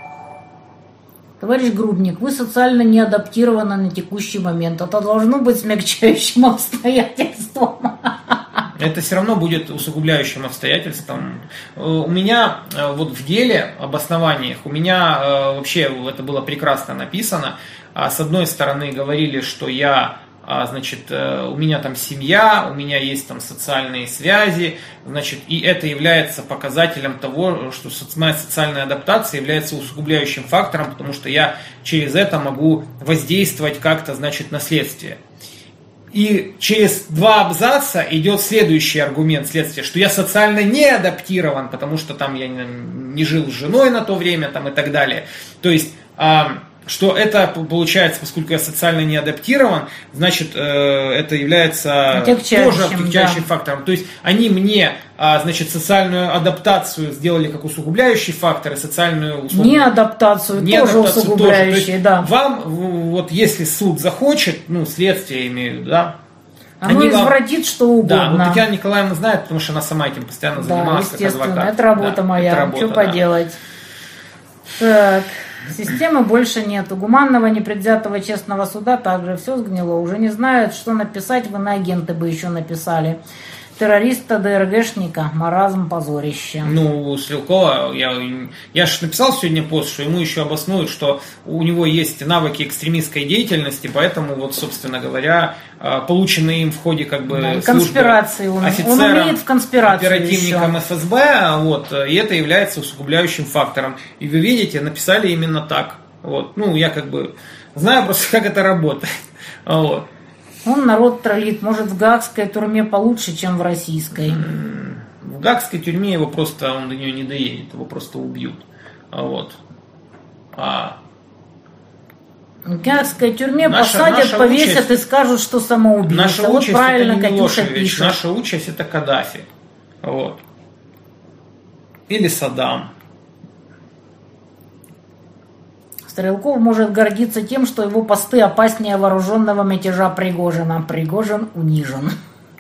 A: Товарищ Грубник, вы социально не адаптированы на текущий момент. Это должно быть смягчающим обстоятельством.
C: Это все равно будет усугубляющим обстоятельством. Э, У меня э, вот в деле, обоснованиях, у меня э, вообще это было прекрасно написано. А С одной стороны говорили, что я, а, значит, э, у меня там семья, у меня есть там социальные связи, значит, и это является показателем того, что соц- моя социальная адаптация является усугубляющим фактором, потому что я через это могу воздействовать как-то, значит, на следствие. И через два абзаца идет следующий аргумент следствия, что я социально не адаптирован, потому что там я не, не жил с женой на то время там, и так далее. То есть, а, что это получается, поскольку я социально не адаптирован, значит, э, это является
A: Отягчающим,
C: тоже отягчающим
A: да.
C: фактором. То есть, они мне, а, значит, социальную адаптацию сделали как усугубляющий фактор, и социальную условно,
A: Не адаптацию,
C: не
A: тоже
C: адаптацию тоже. То
A: усугубляющие,
C: есть,
A: да.
C: вам, в- вот если суд захочет, ну, следствие имею в виду, да,
A: Оно
C: они вам-
A: извратит что
C: да,
A: угодно.
C: вот Татьяна Николаевна знает, потому что она сама этим постоянно
A: Да,
C: занималась как
A: естественно,
C: адвокат.
A: это работа
C: Да,
A: моя,
C: это работа,
A: что
C: да.
A: поделать. Так, системы больше нету. Гуманного, непредвзятого, честного суда также все сгнило. Уже не знают, что написать, вы на агенты бы еще написали. Террориста, ДРГшника, маразм, позорище.
C: Ну, у Стрелкова, я, я же написал сегодня пост, что ему еще обоснуют, что у него есть навыки экстремистской деятельности, поэтому, вот, собственно говоря, полученные им в ходе как бы
A: Да, и
C: службы
A: конспирации. Он, он
C: офицером,
A: умеет в конспирацию
C: оперативником
A: еще.
C: ФСБ, вот, и это является усугубляющим фактором. И вы видите, написали именно так. Вот. Ну, я как бы знаю просто, как это работает. Вот.
A: Он народ троллит. Может, в гаагской тюрьме получше, чем в российской.
C: В гаагской тюрьме его просто, он до нее не доедет, его просто убьют. Вот. А
A: В гаагской тюрьме
C: Наша-
A: посадят,
C: наша
A: повесят
C: участь-
A: и скажут, что самоубийца.
C: наша
A: Вот
C: участь
A: правильно
C: это не
A: Катюша
C: Милошевич,
A: пишет.
C: наша участь это Каддафи. Вот. Или Саддам.
A: Стрелков может гордиться тем, что его посты опаснее вооруженного мятежа Пригожина. Пригожин унижен.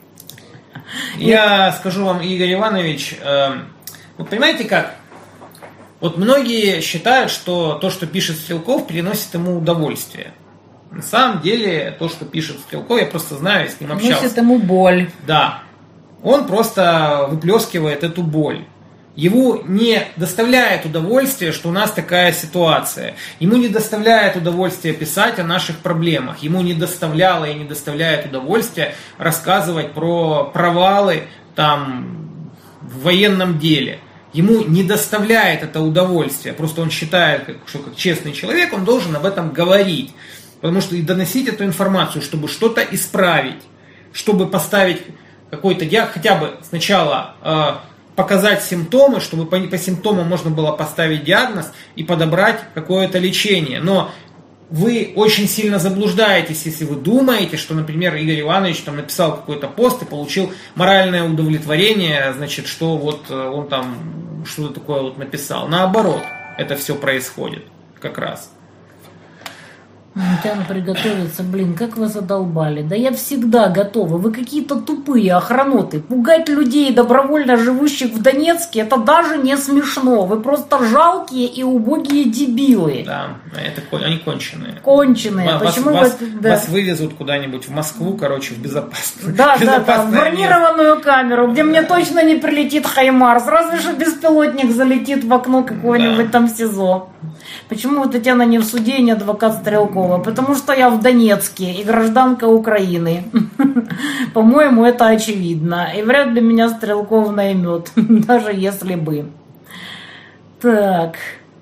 C: Я скажу вам, Игорь Иванович, э, вы понимаете как? Вот многие считают, что то, что пишет Стрелков, приносит ему удовольствие. На самом деле, то, что пишет Стрелков, я просто знаю, я с ним общался.
A: Носит ему боль.
C: Да. Он просто выплескивает эту боль. Ему не доставляет удовольствия, что у нас такая ситуация. Ему не доставляет удовольствия писать о наших проблемах. Ему не доставляло и не доставляет удовольствия рассказывать про провалы там, в военном деле. Ему не доставляет это удовольствие. Просто он считает, что как честный человек, он должен об этом говорить. Потому что и доносить эту информацию, чтобы что-то исправить. Чтобы поставить какой-то, я хотя бы сначала э, показать симптомы, чтобы по, по симптомам можно было поставить диагноз и подобрать какое-то лечение. Но вы очень сильно заблуждаетесь, если вы думаете, что, например, Игорь Иванович там написал какой-то пост и получил моральное удовлетворение, значит, что вот он там что-то такое вот написал. Наоборот, это все происходит как раз.
A: Тян приготовиться, блин, как вы задолбали. Да я всегда готова. Вы какие-то тупые охраноты. Пугать людей, добровольно живущих в Донецке, это даже не смешно. Вы просто жалкие и убогие дебилы.
C: Да, это, они конченые.
A: Конченые.
C: Вас,
A: Почему
C: вас,
A: вы... Да.
C: вас вывезут куда-нибудь в Москву, короче, в безопасную.
A: Да, да, да, в
C: безопасное
A: бронированную камеру, где мне точно не прилетит Хаймарс, разве что беспилотник залетит в окно какого-нибудь
C: Да.
A: там СИЗО. Почему вот Татьяна не в суде и не адвокат Стрелкова? Потому что я в Донецке и гражданка Украины. По-моему, это очевидно. И вряд ли меня Стрелков наймет, даже если бы. Так.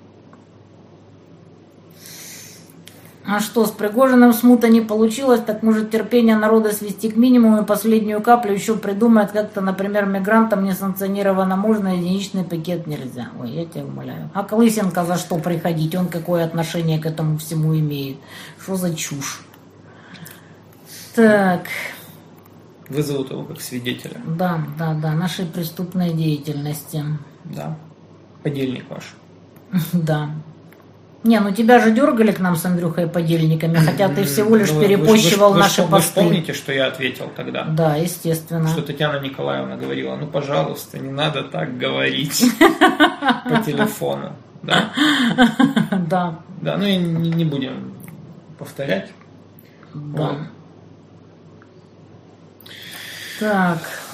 A: А что, с Пригожиным смута не получилось, так может терпение народа свести к минимуму и последнюю каплю еще придумает как-то, например, мигрантам несанкционированно можно, единичный пакет нельзя. Ой, я тебя умоляю. А Колысенко за что приходить? Он какое отношение к этому всему имеет? Что за чушь? Так.
C: Вызовут его как свидетеля.
A: Да, да, да, нашей преступной деятельности.
C: Да. Подельник ваш.
A: Да. Не, ну тебя же дергали к нам с Андрюхой подельниками, хотя ты всего лишь
C: Ну,
A: перепощивал
C: вы, вы,
A: наши
C: вы,
A: посты.
C: Вы помните, что я ответил тогда?
A: Да, естественно.
C: Что Татьяна Николаевна говорила, ну, пожалуйста, не надо так говорить по телефону. Да.
A: Да.
C: Да, ну и не, не будем повторять.
A: Да.
C: Вот.
A: Так.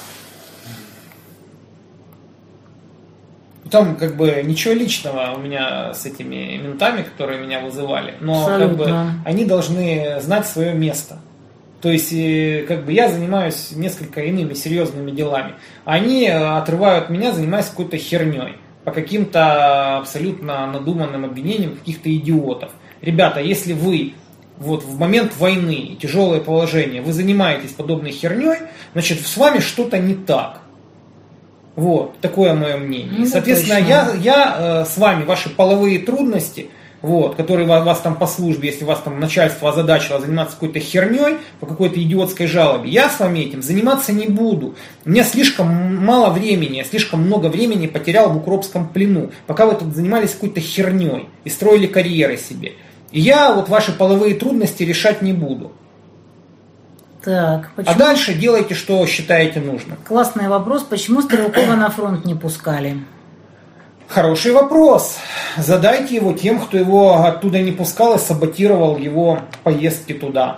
C: Там как бы ничего личного у меня с этими ментами, которые меня вызывали, но как бы они должны знать свое место. То есть как бы я занимаюсь несколько иными серьезными делами. Они отрывают меня, занимаясь какой-то херней, по каким-то абсолютно надуманным обвинениям каких-то идиотов. Ребята, если вы вот в момент войны и тяжелое положение вы занимаетесь подобной херней, значит с вами что-то не так. Вот, такое мое мнение.
A: Ну,
C: и, соответственно, я, я э, с вами, ваши половые трудности, вот, которые вас, вас там по службе, если вас там начальство озадачило заниматься какой-то херней, по какой-то идиотской жалобе, я с вами этим заниматься не буду. У меня слишком мало времени, я слишком много времени потерял в укропском плену, пока вы тут занимались какой-то херней и строили карьеры себе. И я вот ваши половые трудности решать не буду.
A: Так, почему...
C: А дальше делайте, что считаете нужным.
A: Классный вопрос. Почему Стрелкова на фронт не пускали?
C: Хороший вопрос. Задайте его тем, кто его оттуда не пускал и саботировал его поездки туда.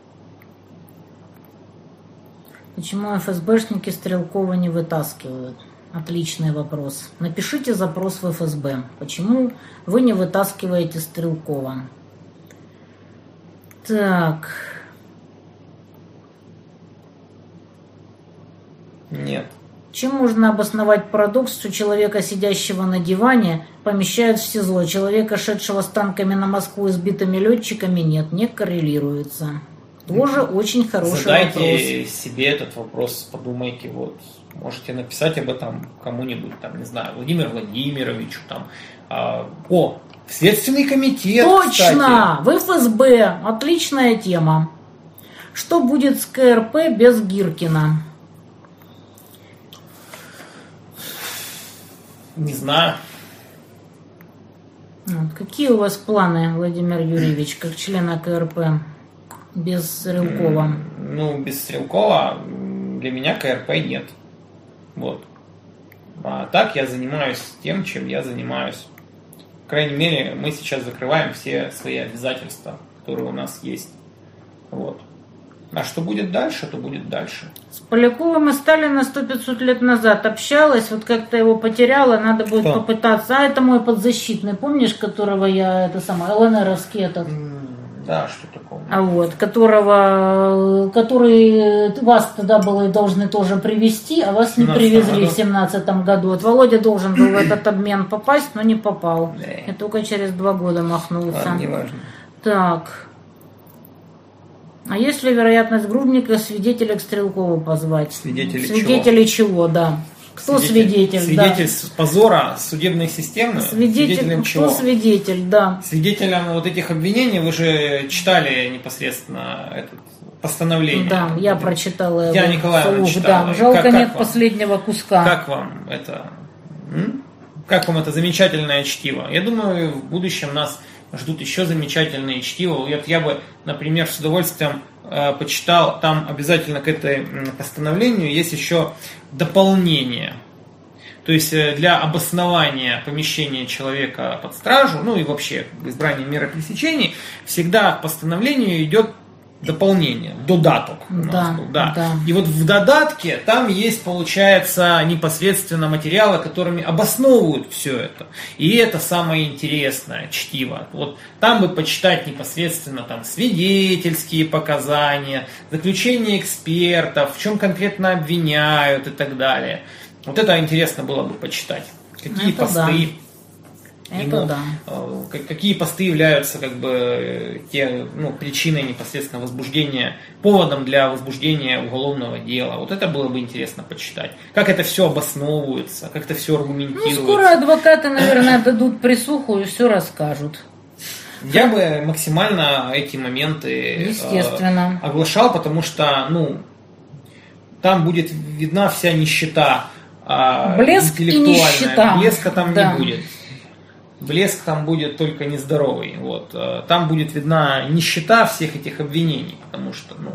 A: Почему эф эс бэшники Стрелкова не вытаскивают? Отличный вопрос. Напишите запрос в эф эс бэ. Почему вы не вытаскиваете Стрелкова? Так...
C: Нет.
A: Чем можно обосновать парадокс, что человека, сидящего на диване, помещают в СИЗО, а человека, шедшего с танками на Москву и сбитыми летчиками, нет, не коррелируется. Тоже очень хороший
C: Задайте
A: вопрос.
C: Задайте себе этот вопрос, подумайте, вот, можете написать об этом кому-нибудь, там, не знаю, Владимиру Владимировичу, там, а, о, Следственный комитет,
A: Точно!
C: кстати.
A: В эф эс бэ. Отличная тема. Что будет с ка эр пэ без Гиркина?
C: Не знаю.
A: Вот. Какие у вас планы, Владимир Юрьевич, как члена ка эр пэ без Стрелкова?
C: Ну, без Стрелкова для меня ка эр пэ нет. Вот. А так я занимаюсь тем, чем я занимаюсь. По крайней мере, мы сейчас закрываем все свои обязательства, которые у нас есть. Вот. А что будет дальше, то будет дальше.
A: С Поляковым и Сталина сто-пятьсот лет назад общалась, вот как-то его потеряла, надо будет
C: Кто?
A: попытаться. А это мой подзащитный, помнишь, которого я, это самое, эл эн эровский этот,
C: Да, что такого?
A: а вот, которого, который вас тогда было должны тоже привезти, а вас не привезли в семнадцатом году. Вот Володя должен был в этот обмен попасть, но не попал.
C: Да.
A: И только через два года махнулся.
C: Ладно, неважно.
A: Так. А есть ли вероятность Грубника свидетеля к Стрелкову позвать?
C: Свидетели
A: Свидетели чего? чего, да. Кто свидетель?
C: Свидетель
A: да.
C: с позора судебной системы?
A: Свидетель,
C: Свидетелем
A: кто
C: чего?
A: свидетель, да.
C: Свидетелем вот этих обвинений вы же читали непосредственно это постановление.
A: Да, я прочитала его.
C: Татьяна Николаевна
A: вслух,
C: читала.
A: да. Жалко,
C: Как- как
A: нет
C: вам?
A: последнего куска.
C: Как вам это? м? Как вам это замечательное чтиво? Я думаю, в будущем нас ждут еще замечательные чтива. Вот я бы, например, с удовольствием э, почитал, там обязательно к этой постановлению есть еще дополнение. То есть э, для обоснования помещения человека под стражу, ну и вообще избрания меры пресечения, всегда к постановлению идет дополнение, додаток.
A: Да,
C: да.
A: да.
C: И вот в додатке там есть, получается, непосредственно материалы, которыми обосновывают все это. И это самое интересное чтиво. Вот там бы почитать непосредственно там свидетельские показания, заключения экспертов, в чем конкретно обвиняют и так далее. Вот это интересно было бы почитать. Какие
A: Это
C: посты...
A: да. Это
C: ему,
A: да.
C: э, какие посты являются как бы те, ну, причиной непосредственно возбуждения, поводом для возбуждения уголовного дела. Вот это было бы интересно почитать. Как это все обосновывается, как это все
A: Ну,
C: аргументируется.
A: скоро адвокаты, наверное, дадут присуху и все расскажут.
C: Я бы максимально эти моменты
A: Естественно.
C: э, оглашал, потому что, ну, там будет видна вся нищета э,
A: Блеск и
C: интеллектуальная.
A: нищета.
C: Блеска там
A: Да.
C: не будет. Блеск там будет только нездоровый. Вот. Там будет видна нищета всех этих обвинений, потому что, ну...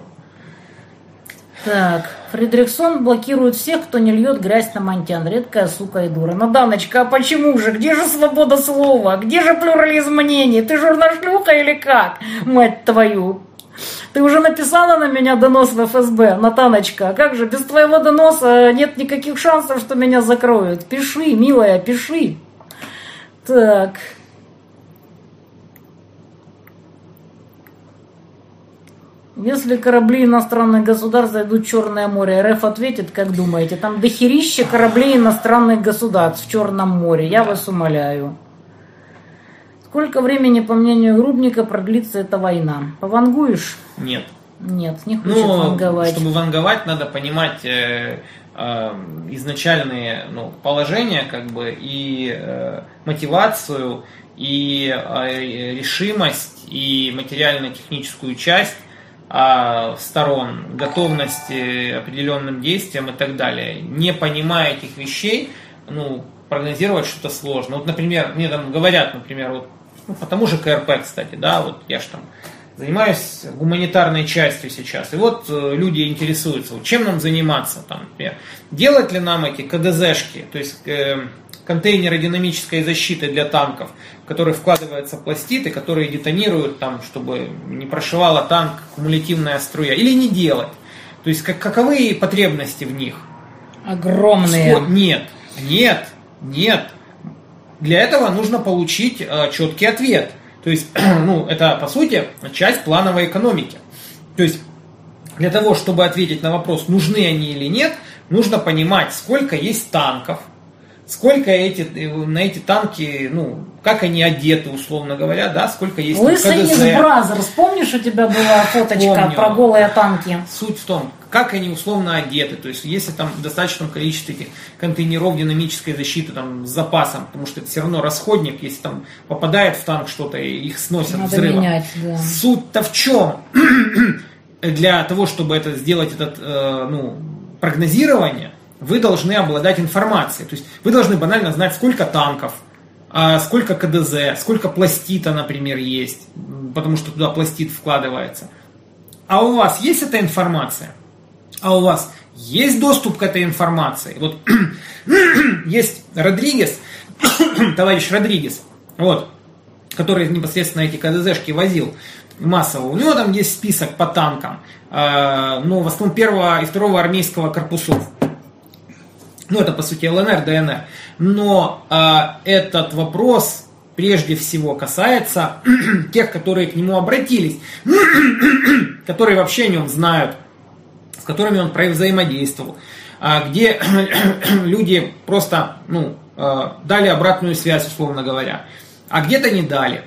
A: Так, Фридрихсон блокирует всех, кто не льет грязь на Монтян. Редкая сука и дура. Ну, Даночка, а почему же? Где же свобода слова? Где же плюрализм мнений? Ты журношлюха или как? Мать твою. Ты уже написала на меня донос в эф эс бэ, Натаночка. А как же, без твоего доноса нет никаких шансов, что меня закроют. Пиши, милая, пиши. Так. Если корабли иностранных государств зайдут в Черное море, эр эф ответит, как думаете, там дохерища кораблей иностранных государств в Черном море, я вас умоляю. Сколько времени, по мнению Грубника, продлится эта война? Повангуешь?
C: Нет.
A: Нет, не хочет
C: Ну,
A: ванговать.
C: чтобы ванговать, надо понимать э, э, изначальные, ну, положения, как бы, и э, мотивацию, и э, решимость, и материально-техническую часть э, сторон, готовность э, определенным действиям и так далее. Не понимая этих вещей, ну, прогнозировать что-то сложно. Вот, например, мне там говорят, например, вот, ну, по тому же ка эр пэ, кстати, да, вот я же там занимаюсь гуманитарной частью сейчас. И вот э, люди интересуются, вот, чем нам заниматься, там, например, делать ли нам эти ка дэ зэшки, то есть э, контейнеры динамической защиты для танков, в которые вкладываются пластиты, которые детонируют, там, чтобы не прошивала танк кумулятивная струя, или не делать. То есть как, каковы потребности в них?
A: Огромные.
C: Сколько? Нет, нет, нет. Для этого нужно получить э, четкий ответ. То есть, ну, это, по сути, часть плановой экономики. То есть, для того, чтобы ответить на вопрос, нужны они или нет, нужно понимать, сколько есть танков, сколько эти, на эти танки, ну, как они одеты, условно говоря, да, сколько есть
A: Лысый
C: ка дэ
A: из
C: зэ.
A: Бразерс, помнишь, у тебя была фоточка
C: Помню.
A: про голые танки?
C: Суть в том, как они условно одеты, то есть если там в достаточном количестве этих контейнеров динамической защиты там с запасом, потому что это все равно расходник, если там попадает в танк что-то, и их сносят
A: Надо
C: взрывом.
A: менять, да.
C: Суть-то в чем? Для того, чтобы это сделать, этот, э, ну, прогнозирование, вы должны обладать информацией. То есть вы должны банально знать, сколько танков, э, сколько ка дэ зэ, сколько пластита, например, есть, потому что туда пластит вкладывается. А у вас есть эта информация? А у вас есть доступ к этой информации? Вот есть Родригес, товарищ Родригес, вот, который непосредственно эти ка дэ зэшки возил массово. У него там есть список по танкам, э, ну, в основном первого и второго армейского корпусов. Ну, это, по сути, эл эн эр, дэ эн эр. Но э, этот вопрос прежде всего касается тех, которые к нему обратились, которые вообще о нем знают, с которыми он взаимодействовал, где люди просто, ну, дали обратную связь, условно говоря, а где-то не дали.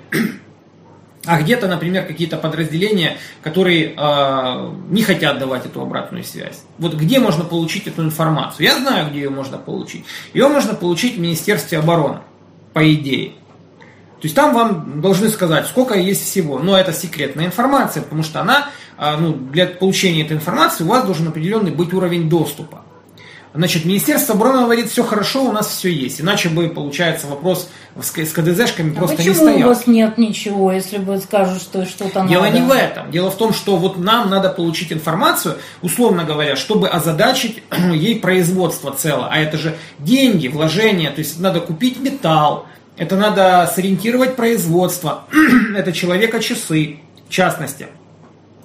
C: А где-то, например, какие-то подразделения, которые э, не хотят давать эту обратную связь. Вот где можно получить эту информацию? Я знаю, где ее можно получить. Ее можно получить в Министерстве обороны, по идее. То есть там вам должны сказать, сколько есть всего. Но это секретная информация, потому что она, э, ну, для получения этой информации у вас должен определенный быть уровень доступа. Значит, Министерство обороны говорит, все хорошо, у нас все есть. Иначе бы, получается, вопрос с ка дэ зэшками
A: А
C: просто не
A: почему
C: стоял.
A: у вас нет ничего, если вы скажут, что что-то надо?
C: Дело не в этом. Дело в том, что вот нам надо получить информацию, условно говоря, чтобы озадачить ей производство целое. А это же деньги, вложения. То есть надо купить металл, это надо сориентировать производство, это человека-часы, в частности.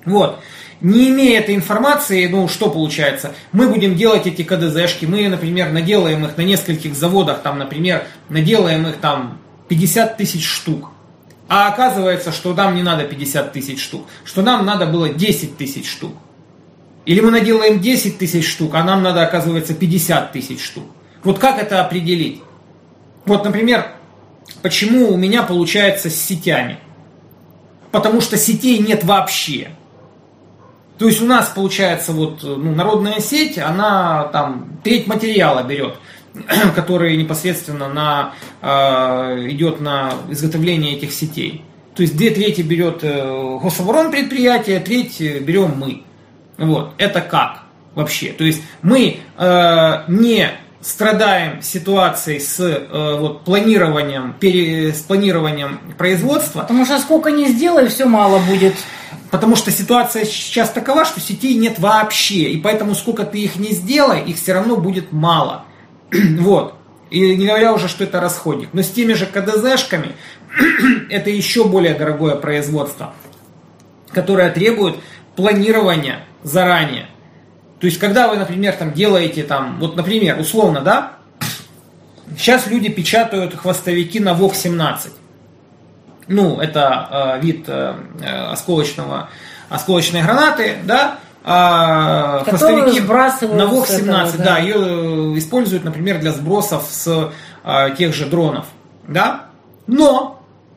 C: Вот. Не имея этой информации, ну что получается? Мы будем делать эти КДЗшки, мы, например, наделаем их на нескольких заводах, там, например, наделаем их там пятьдесят тысяч штук. А оказывается, что нам не надо пятьдесят тысяч штук, что нам надо было десять тысяч штук. Или мы наделаем десять тысяч штук, а нам надо, оказывается, пятьдесят тысяч штук. Вот как это определить? Вот, например, почему у меня получается с сетями? Потому что сетей нет вообще. То есть у нас получается вот, ну, народная сеть, она там треть материала берет, который непосредственно на, э, идет на изготовление этих сетей. То есть две трети берет э, гособоронпредприятие, треть берем мы. Вот. Это как вообще? То есть мы э, не страдаем ситуацией с э, вот, планированием, пере, с планированием производства.
A: Потому что сколько ни сделай, все мало будет.
C: Потому что ситуация сейчас такова, что сетей нет вообще. И поэтому сколько ты их не сделай, их все равно будет мало. Вот. И не говоря уже, что это расходник. Но с теми же КДЗшками это еще более дорогое производство, которое требует планирования заранее. То есть, когда вы, например, там делаете, там, вот, например, условно, да, сейчас люди печатают хвостовики на ВОК семнадцать. Ну, это э, вид э, осколочного, осколочной гранаты, да, э, хвостовики на ВОК семнадцать, этого, да. да, ее используют, например, для сбросов с э, тех же дронов, да, но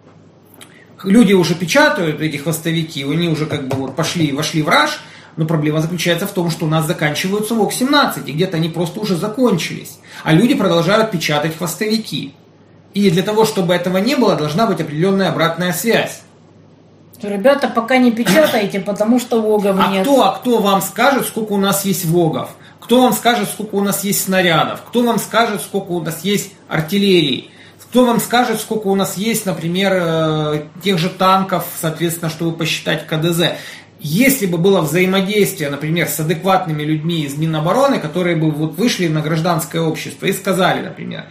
C: люди уже печатают эти хвостовики, они уже как бы вот пошли, вошли в раж, но проблема заключается в том, что у нас заканчиваются ВОК семнадцать, и где-то они просто уже закончились, а люди продолжают печатать хвостовики. И для того, чтобы этого не было, должна быть определенная обратная связь.
A: Ребята, пока не печатайте, потому что ВОГов
C: а
A: нет.
C: Кто, а кто вам скажет, сколько у нас есть ВОГов? Кто вам скажет, сколько у нас есть снарядов? Кто вам скажет, сколько у нас есть артиллерии? Кто вам скажет, сколько у нас есть, например, тех же танков, соответственно, чтобы посчитать КДЗ? Если бы было взаимодействие, например, с адекватными людьми из Минобороны, которые бы вот вышли на гражданское общество и сказали, например,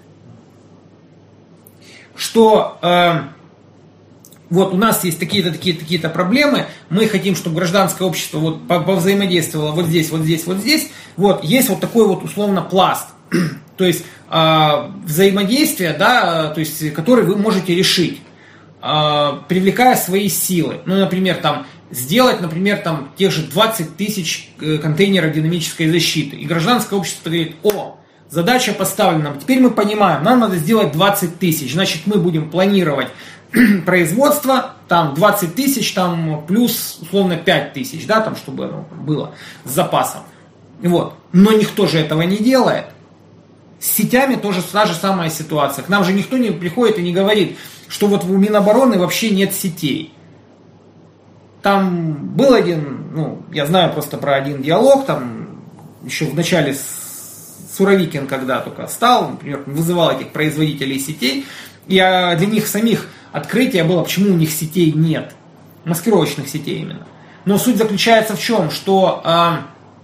C: что э, вот у нас есть такие-то, такие-то, такие-то проблемы, мы хотим, чтобы гражданское общество вот повзаимодействовало вот здесь, вот здесь, вот здесь. Вот есть вот такой вот условно пласт, то есть э, взаимодействие, да, то есть, который вы можете решить, э, привлекая свои силы. Ну, например, там сделать, например, там тех же двадцать тысяч контейнеров динамической защиты. И гражданское общество говорит: о, задача поставлена, теперь мы понимаем, нам надо сделать двадцать тысяч, значит мы будем планировать производство, там двадцать тысяч, там плюс условно пять тысяч, да, там, чтобы оно было с запасом. Вот. Но никто же этого не делает. С сетями тоже та же самая ситуация. К нам же никто не приходит и не говорит, что вот у Минобороны вообще нет сетей. Там был один, ну, я знаю просто про один диалог, там еще в начале с Суровикин, когда только стал, например, вызывал этих производителей сетей, и для них самих открытие было, почему у них сетей нет, маскировочных сетей именно. Но суть заключается в чем, что э,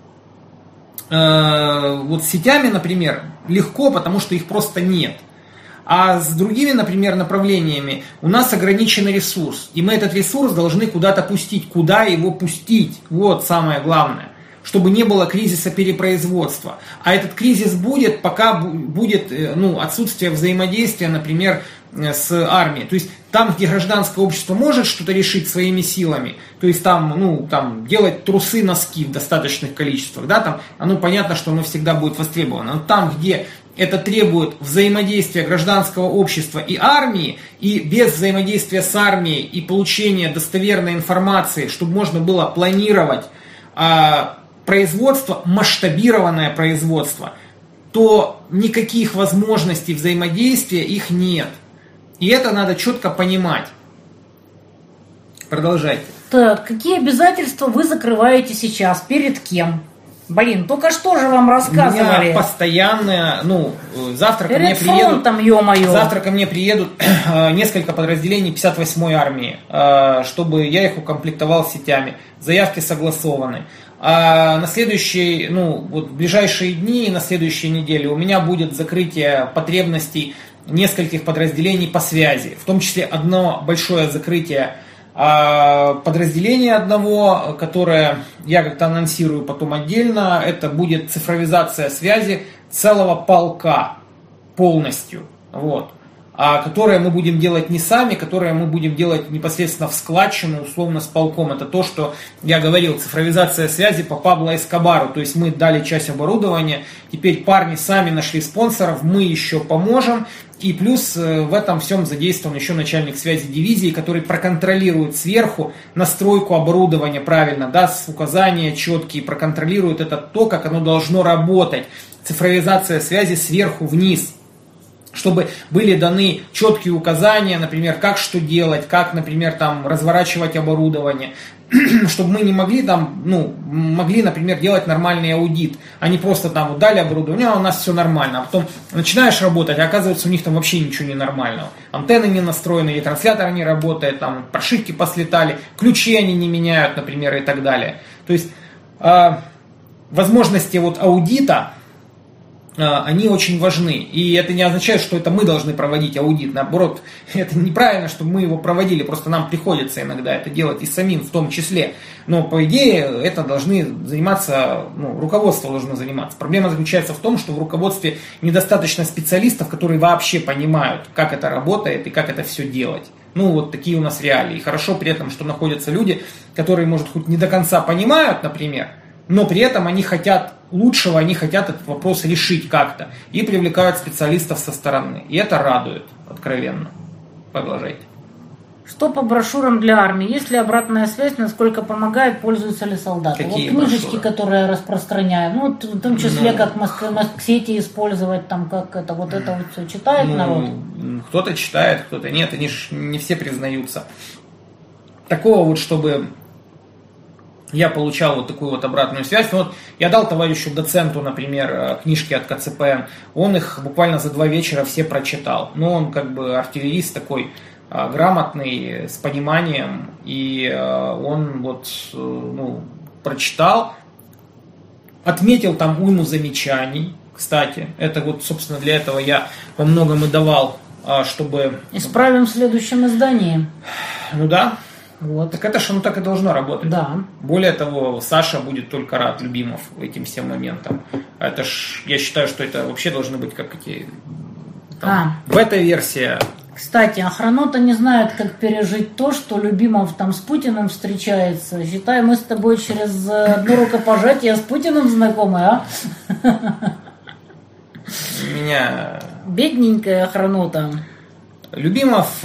C: э, вот с сетями, например, легко, потому что их просто нет. А с другими, например, направлениями у нас ограниченный ресурс, и мы этот ресурс должны куда-то пустить. Куда его пустить? Вот самое главное. Чтобы не было кризиса перепроизводства. А этот кризис будет, пока будет, ну, отсутствие взаимодействия, например, с армией. То есть там, где гражданское общество может что-то решить своими силами, то есть там, ну, там делать трусы, носки в достаточных количествах, да, там, оно понятно, что оно всегда будет востребовано. Но там, где это требует взаимодействия гражданского общества и армии, и без взаимодействия с армией и получения достоверной информации, чтобы можно было планировать а, производство, масштабированное производство, то никаких возможностей взаимодействия их нет. И это надо четко понимать. Продолжайте.
A: Так, какие обязательства вы закрываете сейчас? Перед кем? Блин, только что же вам рассказывали.
C: У меня постоянное, ну, завтра
A: перед
C: ко мне приедут,
A: фронтом, ё-моё.
C: завтра ко мне приедут несколько подразделений пятьдесят восьмой армии, чтобы я их укомплектовал сетями. Заявки согласованы. А на следующие, ну, вот в ближайшие дни и на следующей неделе у меня будет закрытие потребностей нескольких подразделений по связи. В том числе одно большое закрытие А подразделение одного, которое я как-то анонсирую потом отдельно, это будет цифровизация связи целого полка полностью. Вот. А которое мы будем делать не сами, которое мы будем делать непосредственно в складчину, условно с полком. Это то, что я говорил, цифровизация связи по Пабло Эскобару. То есть мы дали часть оборудования, теперь парни сами нашли спонсоров, мы еще поможем. И плюс в этом всем задействован еще начальник связи дивизии, который проконтролирует сверху настройку оборудования правильно, даст указания четкие, проконтролирует это то, как оно должно работать. Цифровизация связи сверху вниз. Чтобы были даны четкие указания, например, как что делать, как, например, там разворачивать оборудование, чтобы мы не могли там, ну, могли, например, делать нормальный аудит, а не просто там вот дали оборудование, а у нас все нормально, а потом начинаешь работать, а оказывается у них там вообще ничего не нормального. Антенны не настроены, ретранслятор не работает, там прошивки послетали, ключи они не меняют, например, и так далее. То есть э, возможности вот аудита, они очень важны. И это не означает, что это мы должны проводить аудит. Наоборот, это неправильно, чтобы мы его проводили. Просто нам приходится иногда это делать и самим в том числе. Но по идее это должны заниматься, ну, руководство должно заниматься. Проблема заключается в том, что в руководстве недостаточно специалистов, которые вообще понимают, как это работает и как это все делать. Ну, вот такие у нас реалии. И хорошо при этом, что находятся люди, которые, может, хоть не до конца понимают, например, но при этом они хотят лучшего, они хотят этот вопрос решить как-то. И привлекают специалистов со стороны. И это радует, откровенно. Продолжайте.
A: Что по брошюрам для армии? Есть ли обратная связь, насколько помогает, пользуются ли солдаты?
C: Какие
A: вот книжечки,
C: брошюры?
A: Которые распространяю, ну, в том числе,
C: ну,
A: как Москсети использовать, там, как это, вот это вот все читает
C: ну,
A: народ?
C: Кто-то читает, кто-то нет, они же не все признаются. Такого вот, чтобы я получал вот такую вот обратную связь. Ну, вот я дал товарищу доценту, например, книжки от ка цэ пэ, он их буквально за два вечера все прочитал. Но он как бы артиллерист такой грамотный, с пониманием, и он вот, ну, прочитал, отметил там уйму замечаний, кстати. Это вот, собственно, для этого я во многом и давал, чтобы...
A: Исправим в следующем издании.
C: Ну да.
A: Вот.
C: Так это же, ну, так и должно работать.
A: Да.
C: Более того, Саша будет только рад, Любимов, этим всем моментам. Это ж, я считаю, что это вообще должны быть как эти... Там,
A: а.
C: Бета-версия.
A: Кстати, охранота не знает, как пережить то, что Любимов там с Путиным встречается. Считай, мы с тобой через одно рукопожатие с Путиным знакомы, а?
C: Меня...
A: Бедненькая охранота.
C: Любимов...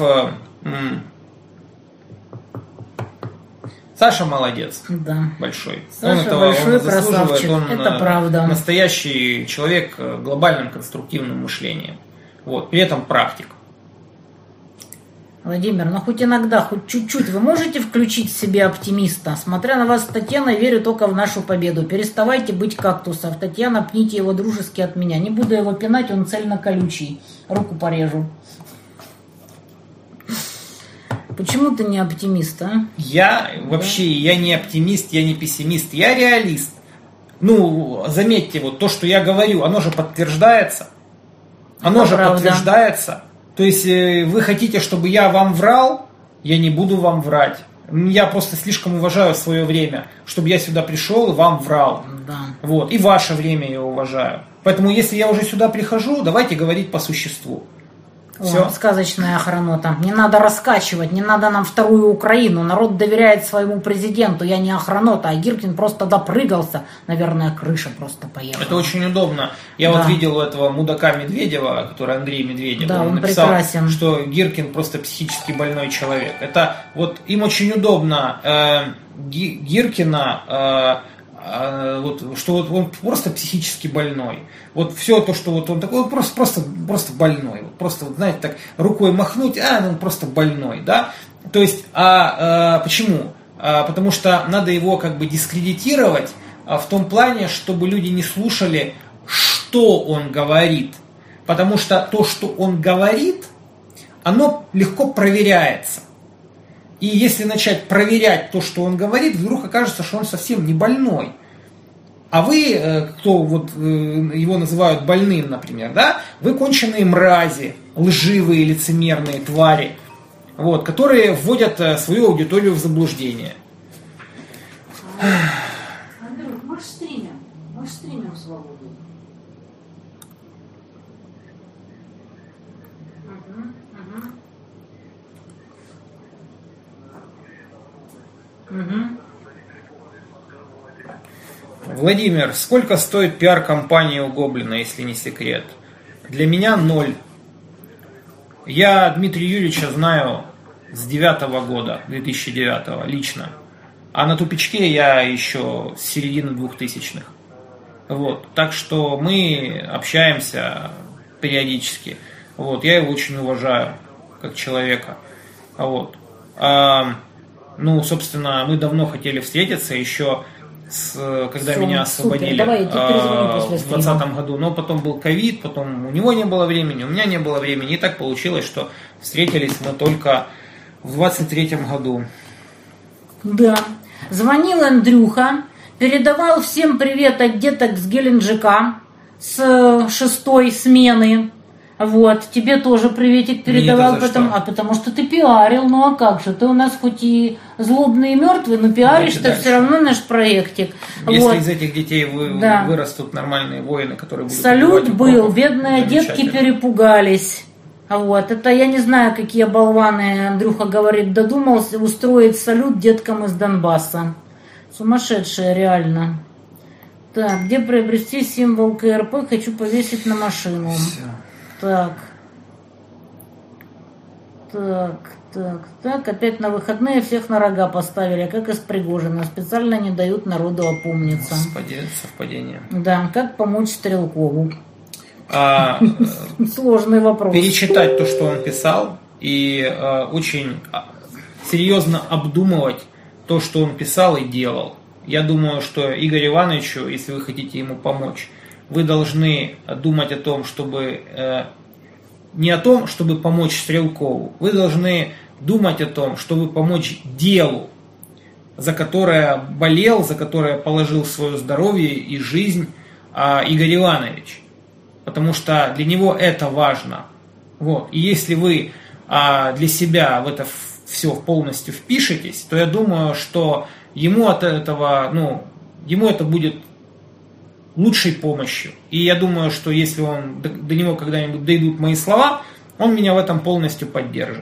C: Саша молодец.
A: Да.
C: Большой.
A: Саша
C: он этого,
A: большой
C: он
A: красавчик.
C: Он
A: это правда.
C: Настоящий человек с глобальным конструктивным мышлением. Вот. При этом практик.
A: Владимир, ну хоть иногда, хоть чуть-чуть вы можете включить в себе оптимиста? Смотря на вас, Татьяна, верю только в нашу победу. Переставайте быть кактусом. Татьяна, пните его дружески от меня. Не буду его пинать, он цельно-колючий. Руку порежу. Почему ты не оптимист, а?
C: Я вообще, я не оптимист, я не пессимист, я реалист. Ну, заметьте, вот то, что я говорю, оно же подтверждается. Оно
A: Это
C: же
A: правда.
C: подтверждается. То есть вы хотите, чтобы я вам врал, я не буду вам врать. Я просто слишком уважаю свое время, чтобы я сюда пришел и вам врал.
A: Да.
C: Вот. И ваше время я уважаю. Поэтому если я уже сюда прихожу, давайте говорить по существу. Все.
A: О, сказочная охранота. Не надо раскачивать, не надо нам вторую Украину. Народ доверяет своему президенту. Я не охранота, а Гиркин просто допрыгался. Наверное, крыша просто поехала.
C: Это очень удобно. Я
A: Да.
C: вот видел у этого мудака Медведева, который Андрей Медведев,
A: Да,
C: он
A: он
C: написал,
A: прекрасен.
C: что Гиркин просто психически больной человек. Это вот им очень удобно э, Ги- Гиркина, э, э, вот, что вот он просто психически больной. Вот все то, что вот он такой, вот просто, просто, просто больной. Вот просто, вот, знаете, так рукой махнуть, а он просто больной, да? То есть, а, а почему? А, потому что надо его как бы дискредитировать а, в том плане, чтобы люди не слушали, что он говорит. Потому что то, что он говорит, оно легко проверяется. И если начать проверять то, что он говорит, вдруг окажется, что он совсем не больной. А вы, кто вот его называют больным, например, да, вы конченые мрази, лживые, лицемерные твари. вот, которые вводят свою аудиторию в заблуждение.
A: Андрюх, мы ж стримим. Мы ж стримим свободу. Угу, угу. Угу.
C: Владимир, сколько стоит пиар-компания у Гоблина, если не секрет? Для меня ноль. Я Дмитрия Юрьевича знаю с девятого года, две тысячи девятого, лично. А на тупичке я еще с середины двухтысячных. Вот. Так что мы общаемся периодически. Вот. Я его очень уважаю как человека. Вот. А, ну, собственно, мы давно хотели встретиться еще, с, когда
A: Все,
C: меня освободили.
A: супер. Давай, я тебе перезвоню после
C: в двадцатом году. Но потом был ковид, потом у него не было времени, у меня не было времени. И так получилось, что встретились мы только в двадцать третьем году.
A: Да. Звонил Андрюха, передавал всем привет от деток с Геленджика, с шестой смены. Вот, тебе тоже приветик передавал, потому, а потому что ты пиарил, ну а как же, ты у нас хоть и злобный и мертвый, но пиаришь ты все равно наш проектик.
C: Если
A: вот.
C: Из этих детей вы,
A: да.
C: вырастут нормальные воины, которые будут...
A: Салют был, бедные детки перепугались. Вот, это я не знаю, какие болваны, Андрюха говорит, додумался устроить салют деткам из Донбасса. Сумасшедшие, реально. Так, где приобрести символ ка эр пэ, хочу повесить на машину.
C: Все.
A: Так. Так, так, так. Опять на выходные всех на рога поставили, как из Пригожина. Специально не дают народу опомниться.
C: Господи, совпадение.
A: Да, как помочь Стрелкову?
C: А,
A: Сложный вопрос.
C: Перечитать то, что он писал, и а, очень серьезно обдумывать то, что он писал и делал. Я думаю, что Игорю Ивановичу, если вы хотите ему помочь, вы должны думать о том, чтобы э, не о том, чтобы помочь Стрелкову. Вы должны думать о том, чтобы помочь делу, за которое болел, за которое положил свое здоровье и жизнь э, Игорь Иванович. Потому что для него это важно. Вот. И если вы э, для себя в это все полностью впишетесь, то я думаю, что ему от этого, ну, ему это будет лучшей помощью. И я думаю, что если он до, до него когда-нибудь дойдут мои слова, он меня в этом полностью поддержит.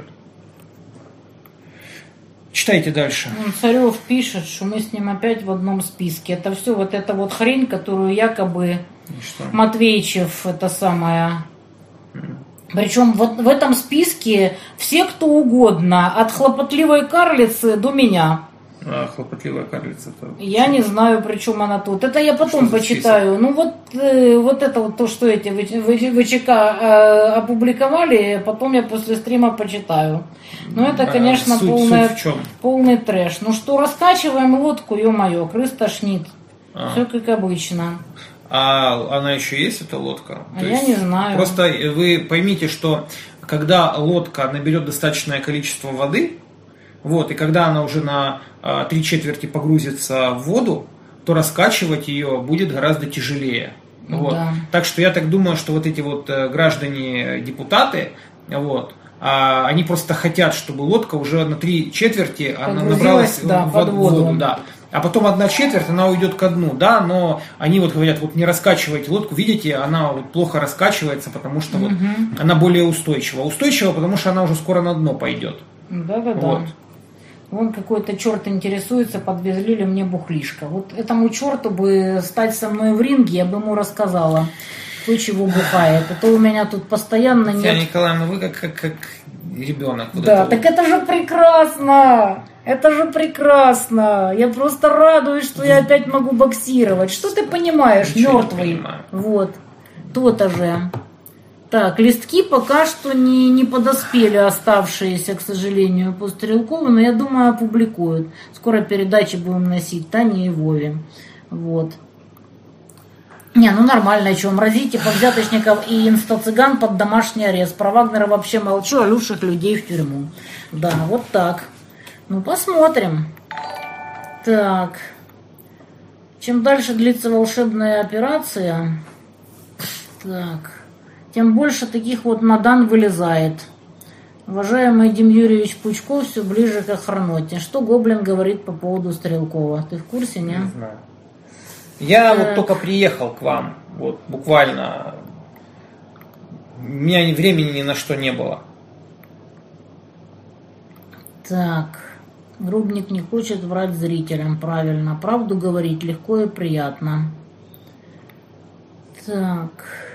C: Читайте дальше.
A: Царев пишет, что мы с ним опять в одном списке. Это все вот эта вот хрень, которую якобы Матвейчев, это самое... Причем вот в этом списке все кто угодно, от хлопотливой карлицы до меня.
C: А, хлопотливая карлица. Это...
A: Я не знаю, при чем она тут. Это я потом почитаю. Ну вот, э, вот это вот то, что эти ВЧК э, опубликовали, потом я после стрима почитаю. Но это, конечно,
C: а, суть,
A: полная,
C: суть в чем?
A: полный трэш. Ну что, раскачиваем лодку, ё-моё, крыс тошнит.
C: А.
A: Все как обычно.
C: А она еще есть, эта лодка?
A: А
C: То
A: я
C: есть
A: не знаю.
C: Просто вы поймите, что когда лодка наберет достаточное количество воды, вот, и когда она уже на а, три четверти погрузится в воду, то раскачивать ее будет гораздо тяжелее. Вот.
A: Да.
C: Так что я так думаю, что вот эти вот граждане-депутаты, вот, а, они просто хотят, чтобы лодка уже на три четверти она набралась
A: да,
C: в,
A: под
C: в
A: воду.
C: воду. Да. А потом одна четверть, она уйдет ко дну, да, но они вот говорят, вот не раскачивайте лодку, видите, она вот плохо раскачивается, потому что
A: угу.
C: вот она более устойчива. Устойчива, потому что она уже скоро на дно пойдет.
A: Да-да-да.
C: Вот.
A: Вон какой-то черт интересуется, подвезли ли мне бухлишко. Вот этому черту бы стать со мной в ринге, я бы ему рассказала, кто чего бухает. Это у меня тут постоянно нет...
C: Татьяна Николаевна, вы как, как, как ребенок. Вот
A: да,
C: это
A: так
C: вот.
A: это же прекрасно! Это же прекрасно! Я просто радуюсь, что я опять могу боксировать. Что ты понимаешь,
C: Ничего
A: мертвый?
C: не понимаю.
A: Вот, то-то же. Так, листки пока что не, не подоспели, оставшиеся, к сожалению, по Стрелкову, но я думаю, опубликуют. Скоро передачи будем носить Тане и Вове. Вот. Не, ну нормально, что, мразите подвзяточников и инста-цыган под домашний арест. Про Вагнера вообще молчу, а лучших людей в тюрьму. Да, вот так. Ну, посмотрим. Так. Чем дальше длится волшебная операция, так, тем больше таких вот надан вылезает. Уважаемый Дим Юрьевич Пучков все ближе к охраноте. Что Гоблин говорит по поводу Стрелкова? Ты в курсе, не?
C: Не знаю. Я
A: Так.
C: вот только приехал к вам, вот буквально, у меня ни- времени ни на что не было.
A: Так. Грубник не хочет врать зрителям, правильно. Правду говорить легко и приятно. Так.